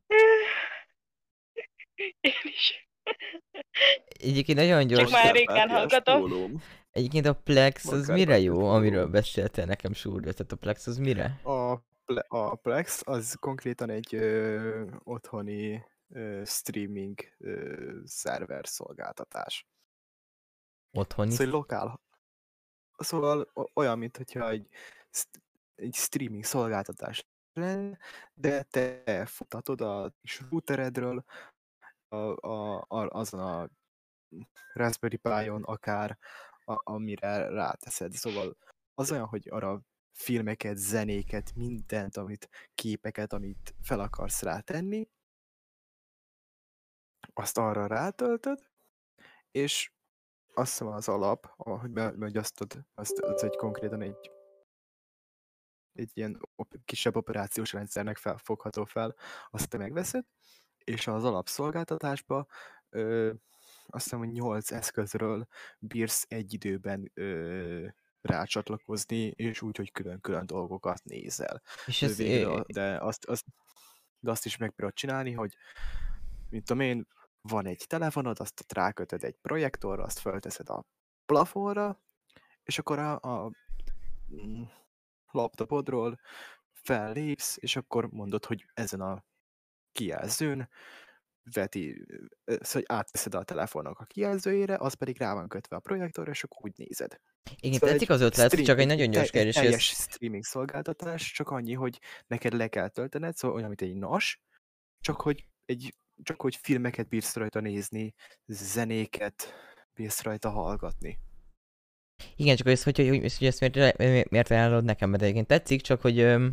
Én is. egyébként nagyon gyors. már régen Kárpátiás hallgatom. pólóm. Egyébként a Plex az Akár mire jó, bármit amiről mondom. beszéltél nekem súrja? Tehát a Plex az mire? A, ple- a Plex az konkrétan egy ö, otthoni ö, streaming ö, szerver szolgáltatás. Otthoni? Szóval lokál. Szóval o- olyan, mint hogyha egy, st- egy streaming szolgáltatás lenne, de te futatod a kis routeredről, a, a, a, azon a Raspberry Pi-on akár, a, amire ráteszed. Szóval az olyan, hogy arra filmeket, zenéket, mindent, amit képeket, amit fel akarsz rátenni, azt arra rátöltöd, és azt hiszem az alap, ahogy be- hogy azt, ad, azt az egy konkrétan egy egy ilyen op- kisebb operációs rendszernek felfogható fel, azt te megveszed, és az alapszolgáltatásba ö, azt hiszem, hogy nyolc eszközről bírsz egy időben ö, rácsatlakozni, és úgy, hogy külön-külön dolgokat nézel. És De, ez, végül, ö, a- de, azt, azt, de azt is meg tudod csinálni, hogy mint tudom én, van egy telefonod, azt ott rákötöd egy projektorra, azt fölteszed a plafonra, és akkor a, a mm, laptopodról fellépsz, és akkor mondod, hogy ezen a kijelzőn veti, ö, szóval hogy átteszed a telefonnak a kijelzőjére, az pedig rá van kötve a projektorra, és akkor úgy nézed. igen, Szóval tetszik egy az ötlet, stream- csak egy nagyon te- gyors egy kérdés, hogy teljes ez, streaming szolgáltatás, csak annyi, hogy neked le kell töltened, szóval olyan, mint egy nas, csak hogy, egy, csak hogy filmeket bírsz rajta nézni, zenéket bírsz rajta hallgatni. igen, csak hogy, ez, hogy, hogy, hogy, hogy ezt miért, miért, miért ajánlod nekem, mert egyébként tetszik, csak hogy, öm,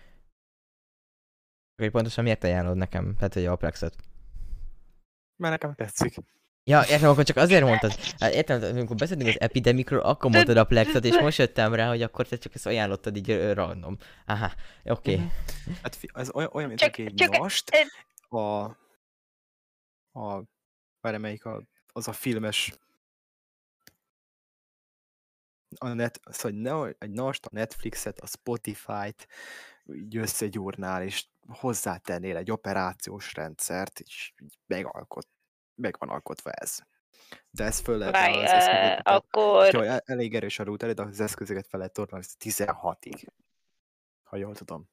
hogy pontosan miért ajánlod nekem, tehát hogy a Plexet. Mert nekem tetszik. Ja, értem, akkor csak azért mondtad. Hát értem, amikor beszéltünk az Epidemicról, akkor mondtad a Plexet, és most jöttem rá, hogy akkor te csak ezt ajánlottad így ö, random. Aha, oké. Okay. Mhm. Hát fi- ez olyan, olyan mint Csak- aki egy csak- nast, a, a, várj, melyik a, az a filmes, a net, szóval ne, egy nast, a Netflixet, a Spotify-t így összegyúrnál, és hozzátennél egy operációs rendszert, és így megalkot, meg van alkotva ez. De ez föl lehet Várj, az ö, eszközöket, akkor... hogyha el- elég erős a routered, az eszközöket fel lehet tornálni tizenhatig. Ha jól tudom.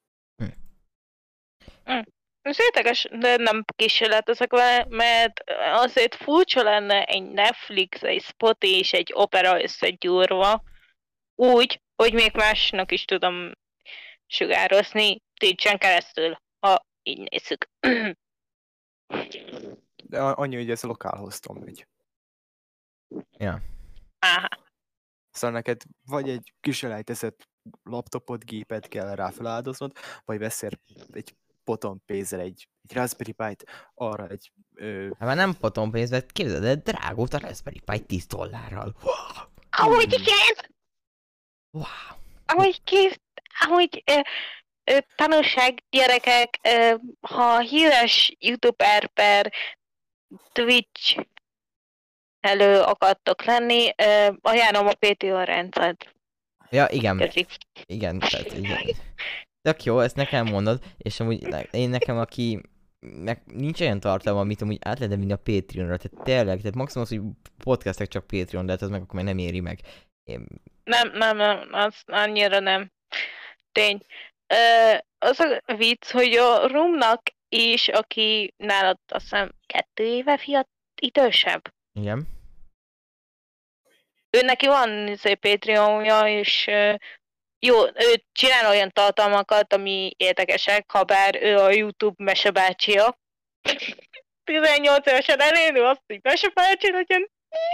Ez értekes, de nem kísérletezek vele, mert azért furcsa lenne egy Netflix, egy Spotify és egy Opera összegyúrva, úgy, hogy még másnak is tudom sugározni Twitch-en keresztül, ha így nézzük. De a- annyi, hogy ez lokál hoston megy. Áhá. Szóval neked vagy egy kis elejtezett laptopot, gépet kell rá feláldoznod, vagy veszel egy potom pénzzel egy, egy Raspberry Pi-t, arra egy... Ö, Hát már nem potom pénz, mert képzeld el, drágult a Raspberry Pi tíz dollárral. Ahogy igen! Wow. Ahogy kész, Amúgy ö, ö, tanulság, gyerekek, ö, ha híres youtuber per Twitch elő akartok lenni, ö, ajánlom a Patreon rendszert. Ja, igen. Köszi. Igen, tehát igen. Tök jó, ezt nekem mondod, és amúgy ne- én nekem, aki meg nincs olyan tartalma, amit amúgy át lehetne vinni a Patreonra, tehát tényleg, tehát maximum az, hogy podcastek csak Patreon, de hát az meg akkor meg nem éri meg. Én... Nem, nem, nem, az annyira nem. Tény. Ö, az a vicc, hogy a Rumnak is, aki nálad azt hiszem kettő éve fiat idősebb. Igen. Ő neki van izé, Patreonja, és ö, jó, ő csinál olyan tartalmakat, ami érdekesek, ha bár ő a YouTube mesebácsia. tizennyolc évesen elérő azt, hogy mesebácsi legyen.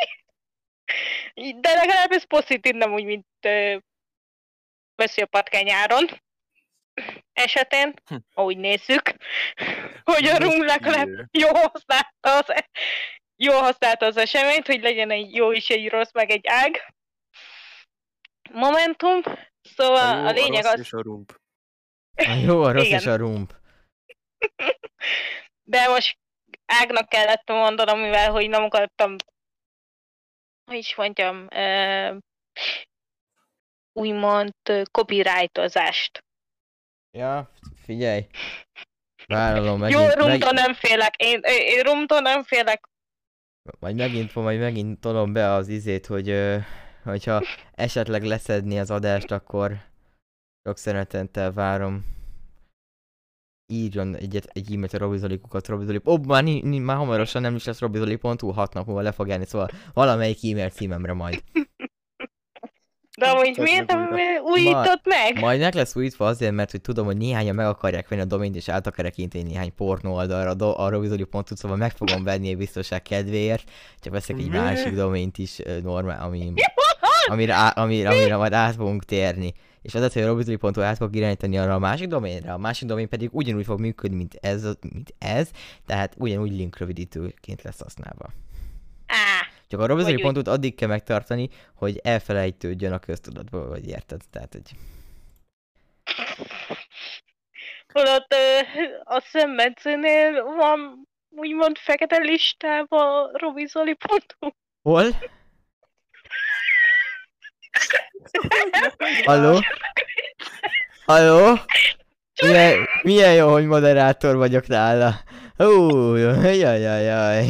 De legalább ez pozitív, nem úgy, mint ö, veszi a patkány áron esetén, Hm. ahogy nézzük, hogy a Rum legalább Jö. jó használta az, jó használta az eseményt, hogy legyen egy jó és egy rossz, meg egy ág. Momentum. Szóval jó, a lényeg rossz az... és a rump. A jó, a rossz Igen. és a rump. De most ágnak kellett mondanom, mivel hogy nem akartam, hogy is mondjam, uh, úgymond uh, copyrightozást. Ja, figyelj. Vállalom Jó, megint, rumtól meg, nem félek, én, én rumtól nem félek. majd megint, majd megint tolom be az izét, hogy ö, hogyha esetleg leszedni az adást, akkor sok szeretettel várom. Írjon egyet, egy e-mailt a robizolikukat, robizoli... Ó, már, ni, ni, már hamarosan nem is lesz robizoli pont hu, hat nap múlva le fog járni, szóval valamelyik e-mail címemre majd. De amúgy Tedd miért meg nem újra. újított meg? Majd meg lesz újítva azért, mert hogy tudom, hogy néhányan meg akarják venni a domént, és át akarják inteni néhány pornó oldalra a, do- a robizoli pont hu, szóval meg fogom venni a biztonság kedvéért, csak veszek egy Mi? másik domént is ö, normál, ami, amire, á, amire, amire majd át fogunk térni. És az, hogy a robizoli pont hu át fog irányítani arra a másik doménre, a másik domén pedig ugyanúgy fog működni, mint ez, a- mint ez, tehát ugyanúgy linkrövidítőként lesz használva. Á, Csak a robizoli Vagy pont hu-t addig kell megtartani, hogy elfelejtődjön a köztudatból, vagy érted? Tehát, hogy... holott ö, a szemmetszőnél van úgymond fekete listában robizoli pont hu. Hol? Halló? Halló? Milyen, milyen jó, hogy moderátor vagyok nála. Hú, jaj, jaj, jaj.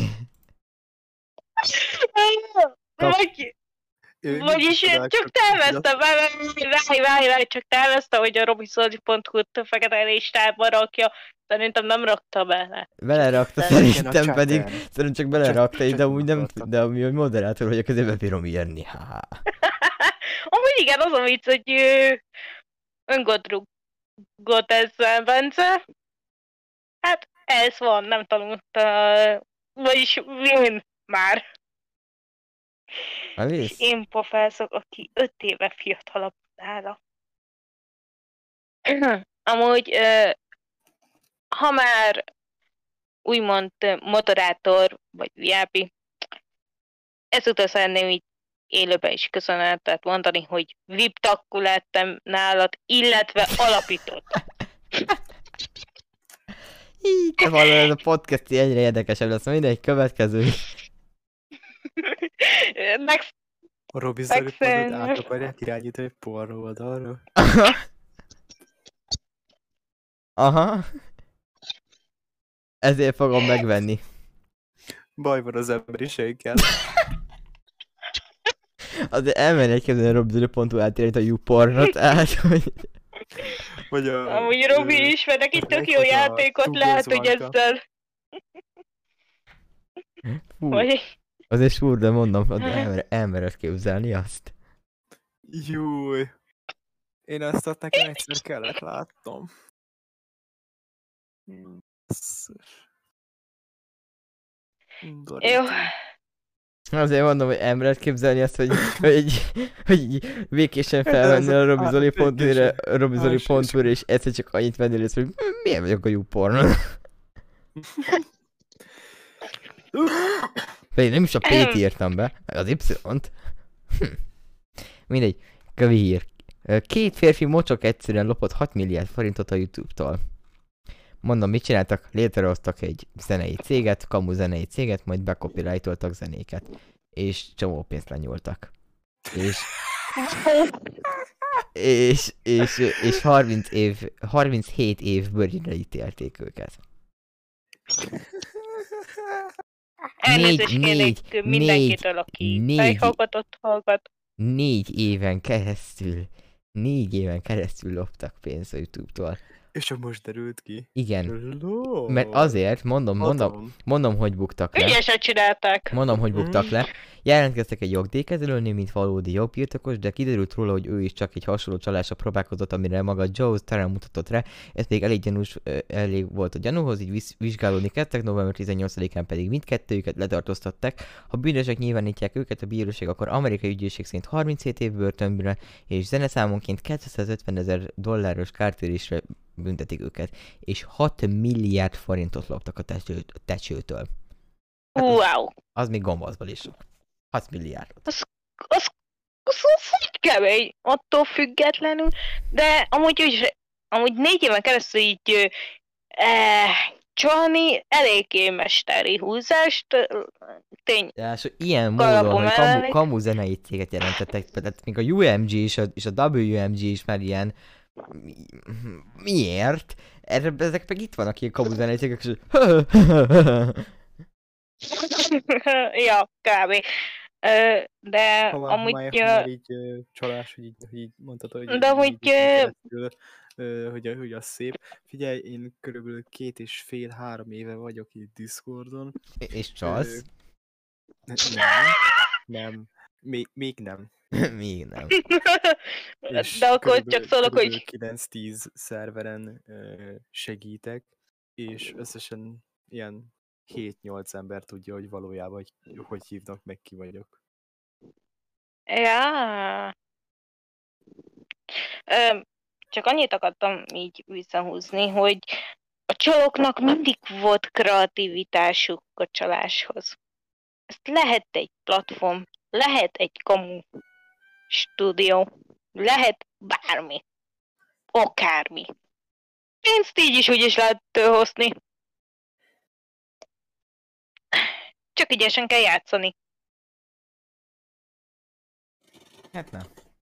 Kap- Vagy, Ő vagyis mit csak csodálkozik, tervezte, várj, várj, várj, várj, csak tervezte, hogy a robizoli pont hu-t fekete listába rakja. Szerintem nem rakta bele. Belerakta, De- szerintem Igen, a pedig, chatten. szerintem csak belerakta, Chat- de amúgy nem, akarta. de ami, hogy moderátor vagyok, azért be bírom írni, haha. Amúgy igen, az a vicc, hogy ő öngodrugott ezzel, Bence. Hát ez van, nem tanulta, vagyis Vin már. Alice? Én pofázok, aki öt éve fiatalabb nála. Amúgy, ö, ha már úgymond ö, moderátor, vagy vé i pé, ezúttal szeretném így élőben is köszönetet mondani, hogy vé i pé tagú lettem nálad, illetve alapított. Így, te hallod, ez a podcast így egyre érdekesebb lesz, mindegy, következő. Next, A robizoli pontot Megszűnöm. át akarják irányítani egy pornó oldalra. Aha. Aha. Ezért fogom megvenni. Baj van az emberiséggel. Azért elmennék kezdeni a robizoli pont hu átírni a YouPornot át, hogy... Vagy a... amúgy Robi is, mert neki tök jó vagy a játékot Two lehet, Girls hogy One Cup. ezzel... Fú, Vagy... azért súr, de mondom, hogy elmer, elmered képzelni azt. Júj. Én azt ott nekem egyszer kellett látnom. Hmm, basszus. Undorító. Jó. Azért mondom, hogy elmered képzelni azt, hogy, hogy, hogy így békésen felvenni a robizoli pont hu-ra, a robizoli pont hu-ra, és egyszer csak annyit vennél észre, hogy milyen vagyok a YouPornon. Pedig nem is a P-t írtam be, meg az Y-t. Hm. Mindegy, kövi hír. Ö, Két férfi mocsok egyszerűen lopott hat milliárd forintot a YouTube-tól. Mondom, mit csináltak? Létrehoztak egy zenei céget, kamu zenei céget, majd becopyrightoltak zenéket. És csomó pénzt lenyúltak. És... és, és, és harminc év, harminchét év börjönre ítélték őket. Elnézést Négy- kérnék négy- mindenkitől, aki négy- fejhallgatott hallgat. Négy éven keresztül, négy éven keresztül loptak pénzt a YouTube-tól. És csak most derült ki. Igen, Lol. mert azért, mondom, mondom, Adom. mondom, hogy buktak le. Ügyesen csinálták. Mondom, hogy buktak le. Jelentkeztek egy jogdíjkezelőnél, mint valódi jogbirtokos, de kiderült róla, hogy ő is csak egy hasonló csalásra próbálkozott, amire maga Joe Starr mutatott rá. Ez még elég gyanús, ö, elég volt a gyanúhoz, így visz, vizsgálódni kezdtek, november tizennyolcadikán pedig mindkettőjüket letartóztatták. Ha bűnösek nyilvánítják őket a bíróság, akkor amerikai ügyészség szerint harminchét év börtönbünre és zeneszámonként kétszázötven ezer dolláros kártérésre büntetik őket, és hat milliárd forintot loptak a tecső- a tecsőtől. Wow. Az még gombaszból is sok. hat milliárdot. Az, az, az, az így kemény, attól függetlenül, de amúgy is, amúgy négy éven keresztül így eh, csalni eléggé mesteri húzást, eh, tény. De so, ilyen Kalapom módon, hogy kamu, ellenük. kamu zenei céget jelentettek, tehát még a U M G és a, és a W M G is már ilyen... Mi- Miért? Erre, ezek meg itt vannak ilyen kamu zenei cégek, és... Ja, kb. Ö, de Ha már, amúgy... már, ö, ha már így ö, csalás, hogy így, hogy így mondtad, hogy De így- hogy, így- így ö, keresztül, ö, hogy, hogy az szép. Figyelj, én körülbelül két és fél-három éve vagyok itt Discordon. és csalsz? Ö, Nem, nem, még, még nem. Még nem. És de akkor körülbelül- csak szólok, körülbelül hogy kilenc-tíz szerveren ö, segítek, és összesen ilyen hét-nyolc ember tudja, hogy valójában hogy, hogy hívnak, meg ki vagyok. ja. Ö, csak annyit akartam így visszahúzni, hogy a csalóknak mindig volt kreativitásuk a csaláshoz. Ez lehet egy platform, lehet egy kamu stúdió, lehet bármi. Akármi. Pénzt így is úgy is lehet hozni. Csak ügyesen kell játszani. Hát na.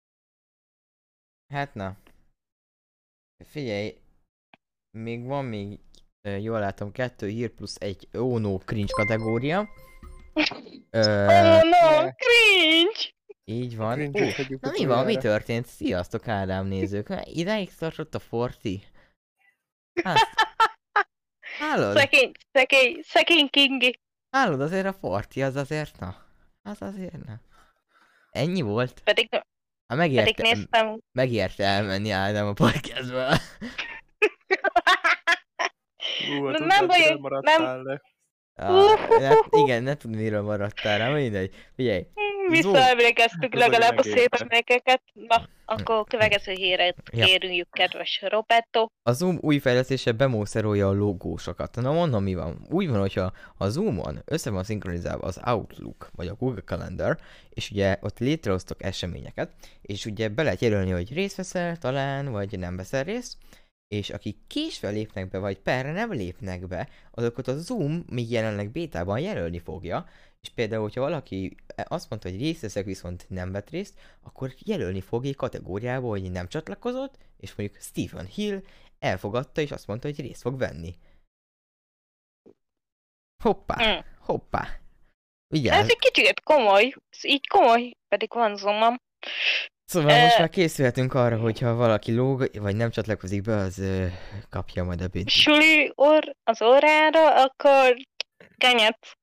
Hát na. Figyelj, még van még, ö, jól látom, kettő hír plusz egy oh no cringe kategória. Ö, Oh no, cringe! így van. Cringe-et Ó, hagyjuk na mi van, mi utoljára. történt? Sziasztok Ádám nézők. Idáig tartott a forti? Hát, hallod? Szekény, szekény, szekény Kingi. Hallod, azért a forti az azért, na. Az azért, na. Ennyi volt? Pedig, Hát pedig megérte, néztem. megérte elmenni Ádám a podcastba. Ú, hát Nem onnan baj, tényleg maradtál le. Ah, ne, igen, ne tudom miről maradtál rá, mindegy. Figyelj, Visszaemlékeztük Ez legalább a nagyon szép megérte. emlékeket. Na, akkor a következő híret Ja. kérjük, kedves Roberto. a Zoom új fejlesztése bemószerolja a logósokat. Na mondom mi van. Úgy van, hogyha a Zoomon össze van szinkronizálva az Outlook, vagy a Google Calendar, és ugye ott létrehoztok eseményeket, és ugye be lehet jelölni, hogy részt veszel talán, vagy nem veszel részt, és akik késve lépnek be, vagy perre nem lépnek be, azokat a Zoom még jelenleg bétában jelölni fogja, és például, hogyha valaki azt mondta, hogy részt veszek, viszont nem vett részt, akkor jelölni fog egy kategóriába, hogy nem csatlakozott, és mondjuk Stephen Hill elfogadta, és azt mondta, hogy részt fog venni. Hoppá, Mm. hoppá. Ez Vigyázz. egy kicsit komoly, ez így komoly, pedig van Zoomom. Szóval most Ö- már készülhetünk arra, hogyha valaki lóg, vagy nem csatlakozik be, az ö, kapja majd a bűnt. Suli or az órára, akkor kenyet.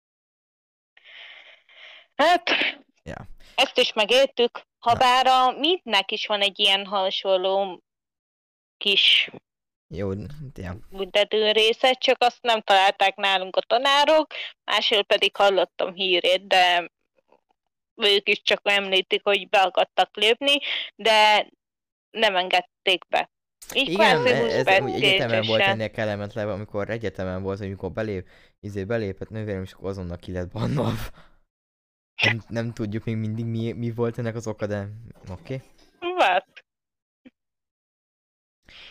Hát, Ja. ezt is megértük, ha bár a mindnek is van egy ilyen hasonló kis Jó, ja. büntető része, csak azt nem találták nálunk a tanárok, másról pedig hallottam hírét, de ők is csak említik, hogy be akartak lépni, de nem engedték be. Így Igen, kvázi ez húsz amúgy egyetemen volt becsésen. ennél kellemetlen, amikor egyetemen volt, hogy mikor belép, izé belépett nővérem, és akkor azonnal ki lett bannolva. Nem, nem tudjuk még mindig mi, mi volt ennek az oka, de oké. Okay. Hát,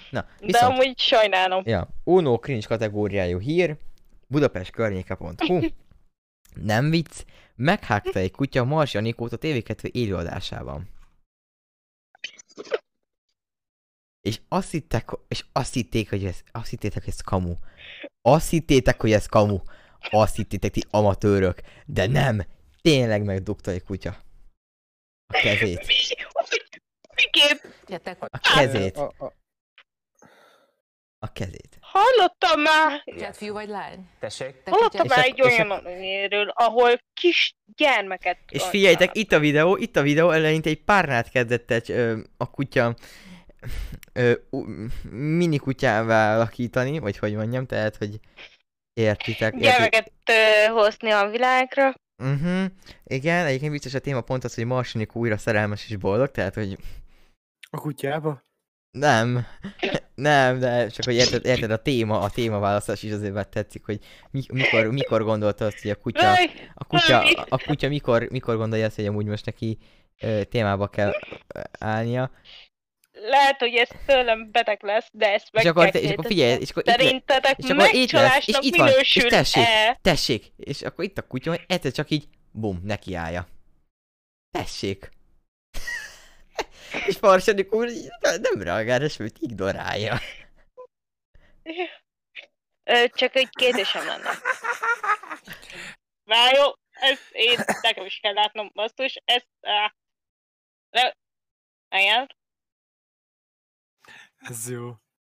Na, De viszont, amúgy sajnálom. ja, Uno cringe kategóriájú hír, budapest környéke pont hu, nem vicc, meghágta egy kutya Mars Janikót a té vé kettő élőadásában. És azt hittek, és azt hitték, hogy ez, azt hittétek, hogy ez kamu. Azt hittétek, hogy ez kamu. Azt hittétek, ti amatőrök. De nem. Tényleg megdugta egy kutya. A kezét. Miképp? A kezét. A, a, A kezét. Hallottam már, Kutyát fiú vagy lány? Tessék? Te hallottam kutyát- már és egy ak- és olyan animéről, ahol kis gyermeket... És figyeljetek, itt a videó, itt a videó, eleinte egy párnát kezdett egy, ö, a kutya ö, u- mini kutyává alakítani, vagy hogy mondjam, tehát, hogy értitek. érti- Gyermeket ö, hozni a világra. Uh-huh. Igen, egyébként vicces a téma pont az, hogy Mars Janikó újra szerelmes és boldog, tehát, hogy a kutyába? nem, nem, de csak hogy érted, érted a téma, a témaválasztás is azért már tetszik, hogy mi, mikor, mikor gondolta azt, hogy a kutya, Jaj, a kutya, a, a kutya mikor, mikor gondolja azt, hogy amúgy most neki ö, témába kell ö, állnia. lehet, hogy ez tőlem beteg lesz, de ezt meg És akkor, kell te, és akkor kérdezni. figyelj, és akkor itt, le, Szerintetek és akkor itt lesz, és megcsalásnak itt van, és minősül tessék, e? tessék, és akkor itt a kutya, hogy egyszer csak így, bum, nekiállja. Tessék. És Mars Janikó így nem reagál, és őt ignorálja. Ö, Csak egy kérdésem lenne. Már jó, ezt én nekem is kell látnom, basszus, ezt... Á, le... Igen? Ez jó.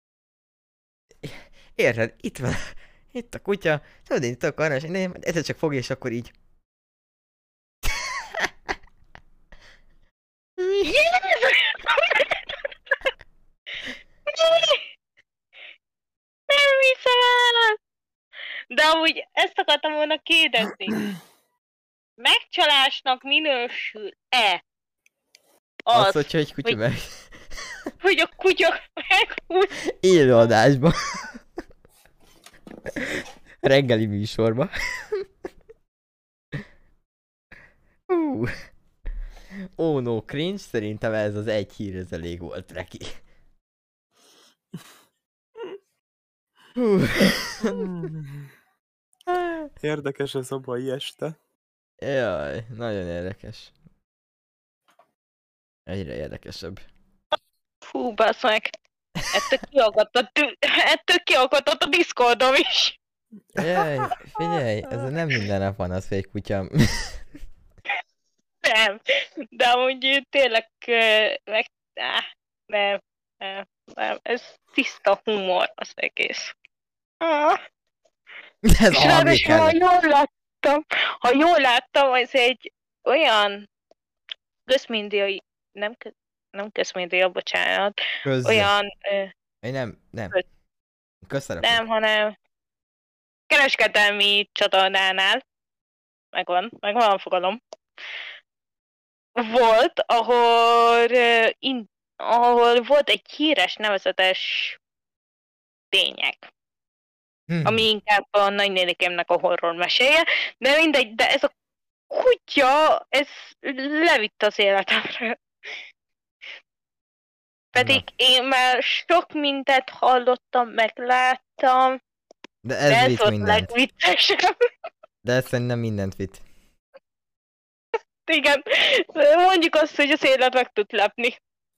Érted? Itt van, itt a kutya, tudod, én itt akarna, és nem, egyszer csak fog, és akkor így. Nem hiszem el! De amúgy ezt akartam volna kérdezni. Megcsalásnak minősül-e Az, az, hogyha egy kutya hogy- meg hogy a kutya meghúz? élőadásba. Reggeli műsorba. Hú. Oh no, cringe, szerintem ez az egy hír, ez elég volt neki. Hú. Érdekes ez a mai este. Jaj, nagyon érdekes. Egyre érdekesebb. Fú, basz meg. Ettől kiakadt a, ettől kiakadt a Discordom is. Jaj, figyelj, ez nem minden nap van az, hogy egy kutya... Nem. De amúgy tényleg ö, meg... Áh, nem, nem, nem. Ez tiszta humor az egész. Ah. Ez És a ráadásul, ha hangvétel. jól láttam, ha jól láttam, ez egy olyan közmédiai, nem, kö- nem közmédia, bocsánat, Közze. olyan, ö, Én nem, nem. Köz- Közszereplő. nem, hanem kereskedelmi csatornánál, megvan, megvan a fogalom, volt, ahol, ö, in, ahol volt egy híres nevezetes tények, Hm. ami inkább a nagynénikémnek a horror meséje, de mindegy, de ez a kutya, ez levitt az életemről. Pedig én már sok mindent hallottam, megláttam, De de ez ez vitt volt a mindent. legviccesebb. De ez szerintem mindent vitt. Igen, mondjuk azt, hogy az élet meg tud lepni.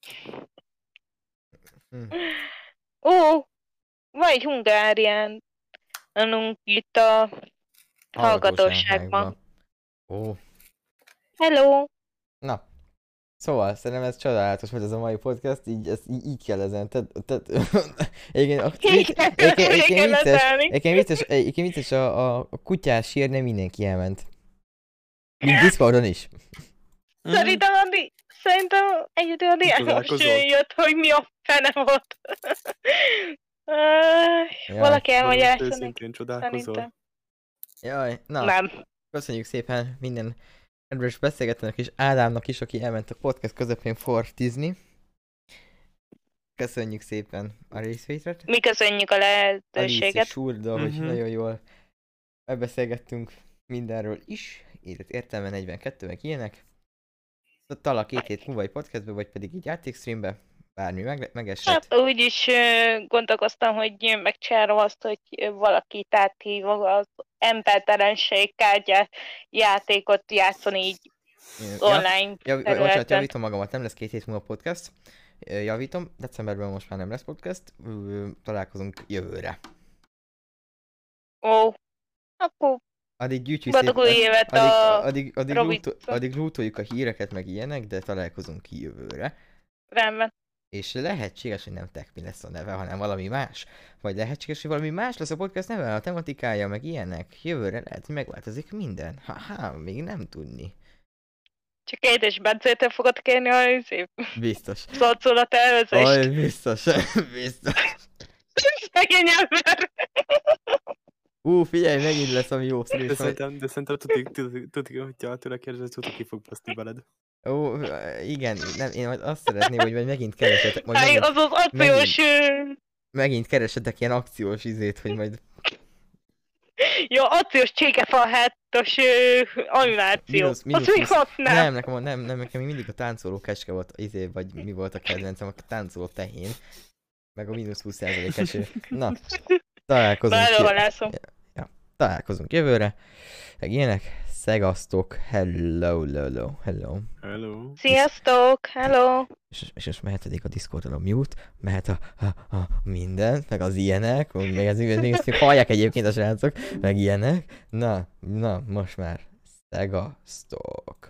Hm. Ó, van egy hungárián nálunk itt a hallgatóságban. Ó. Hello! Na. Szóval, szerintem ez csodálatos volt ez a mai podcast, így, ezt így, így kell ezen. Tehát, tehát, igen, a, Igen, igen, igen, igen, igen, vicces, leszállni. igen, vicces, igen, vicces a, a, a kutyás sír, nem mindenki elment. Mint Discordon is. Szerintem Andi, szerintem egyedül a János Csodálkozol? jött, hogy mi a fene volt. Öh, Jaj. Valaki elmagyarázta neki, Őszintén csodálkozol. szerintem. Jaj, na, Nem. köszönjük szépen minden kedves beszélgetőnek és Ádámnak is, aki elment a podcast közepén fortizni. Köszönjük szépen a részvételt. Mi köszönjük a Alice lehetőséget. és Surda, hogy Mhm. nagyon jól megbeszélgettünk mindenről is, élet értelme negyvenkettő, meg ilyenek. Talán két hét múlva egy podcastbe, vagy pedig így játékstreambe. bármi meg, megesett. Hát úgy is ö, gondolkoztam, hogy megcsinálom azt, hogy valakit áthívok az embertelenség kártya játékot játszani így online Ja, bocsánat, területen. javítom magamat, nem lesz két hét múlva podcast. Ö, Javítom, decemberben most már nem lesz podcast. Ö, Találkozunk jövőre. Ó, akkor Addig gyűjtjük boldog új évet addig, a addig, addig, Robit. lúto, addig lútoljuk a híreket meg ilyenek, de találkozunk ki jövőre. rendben. És lehetséges, hogy nem Tekmi lesz a neve, hanem valami más. Vagy lehetséges, hogy valami más lesz a podcast neve, a tematikája, meg ilyenek. Jövőre lehet, hogy megváltozik minden. Ha-ha, még nem tudni. Csak Édes Bencétől fogod kérni a izé, Biztos. szarcolat tervezést. Aj, biztos, biztos. Szegény ember. Ú, figyelj, megint lesz ami jó De színész. majd- szerintem, de szerintem tudik, tudik, tudik, hogyha tőle kérdezel, tudik ki fog baszni veled. Ó, igen, nem, én majd azt szeretném, hogy majd megint keresetek, majd Aj, megint, az az akciós... ö, megint keresetek ilyen akciós izét, hogy majd Jó, akciós csékefal hátos ö, animáció. Mínusz- mínusz Az még húsz. hatnál. Nem, nekem, nem, nem, nekem még mindig a táncoló kecske volt, izé, vagy mi volt a kedvencem, a táncoló tehén. Meg a mínusz húsz százalék eső. Na, találkozunk, jö- Belehalászom. találkozunk jövőre. Meg ilyenek. Szegasztok. Hello, hello, hello. Hello. Sziasztok, hello. És, és most mehetedik a Discordon a mute, mehet a, a, a minden, meg az ilyenek, meg ez, még ezt még hallják egyébként a srácok, meg ilyenek. Na, na, most már. Szegasztok.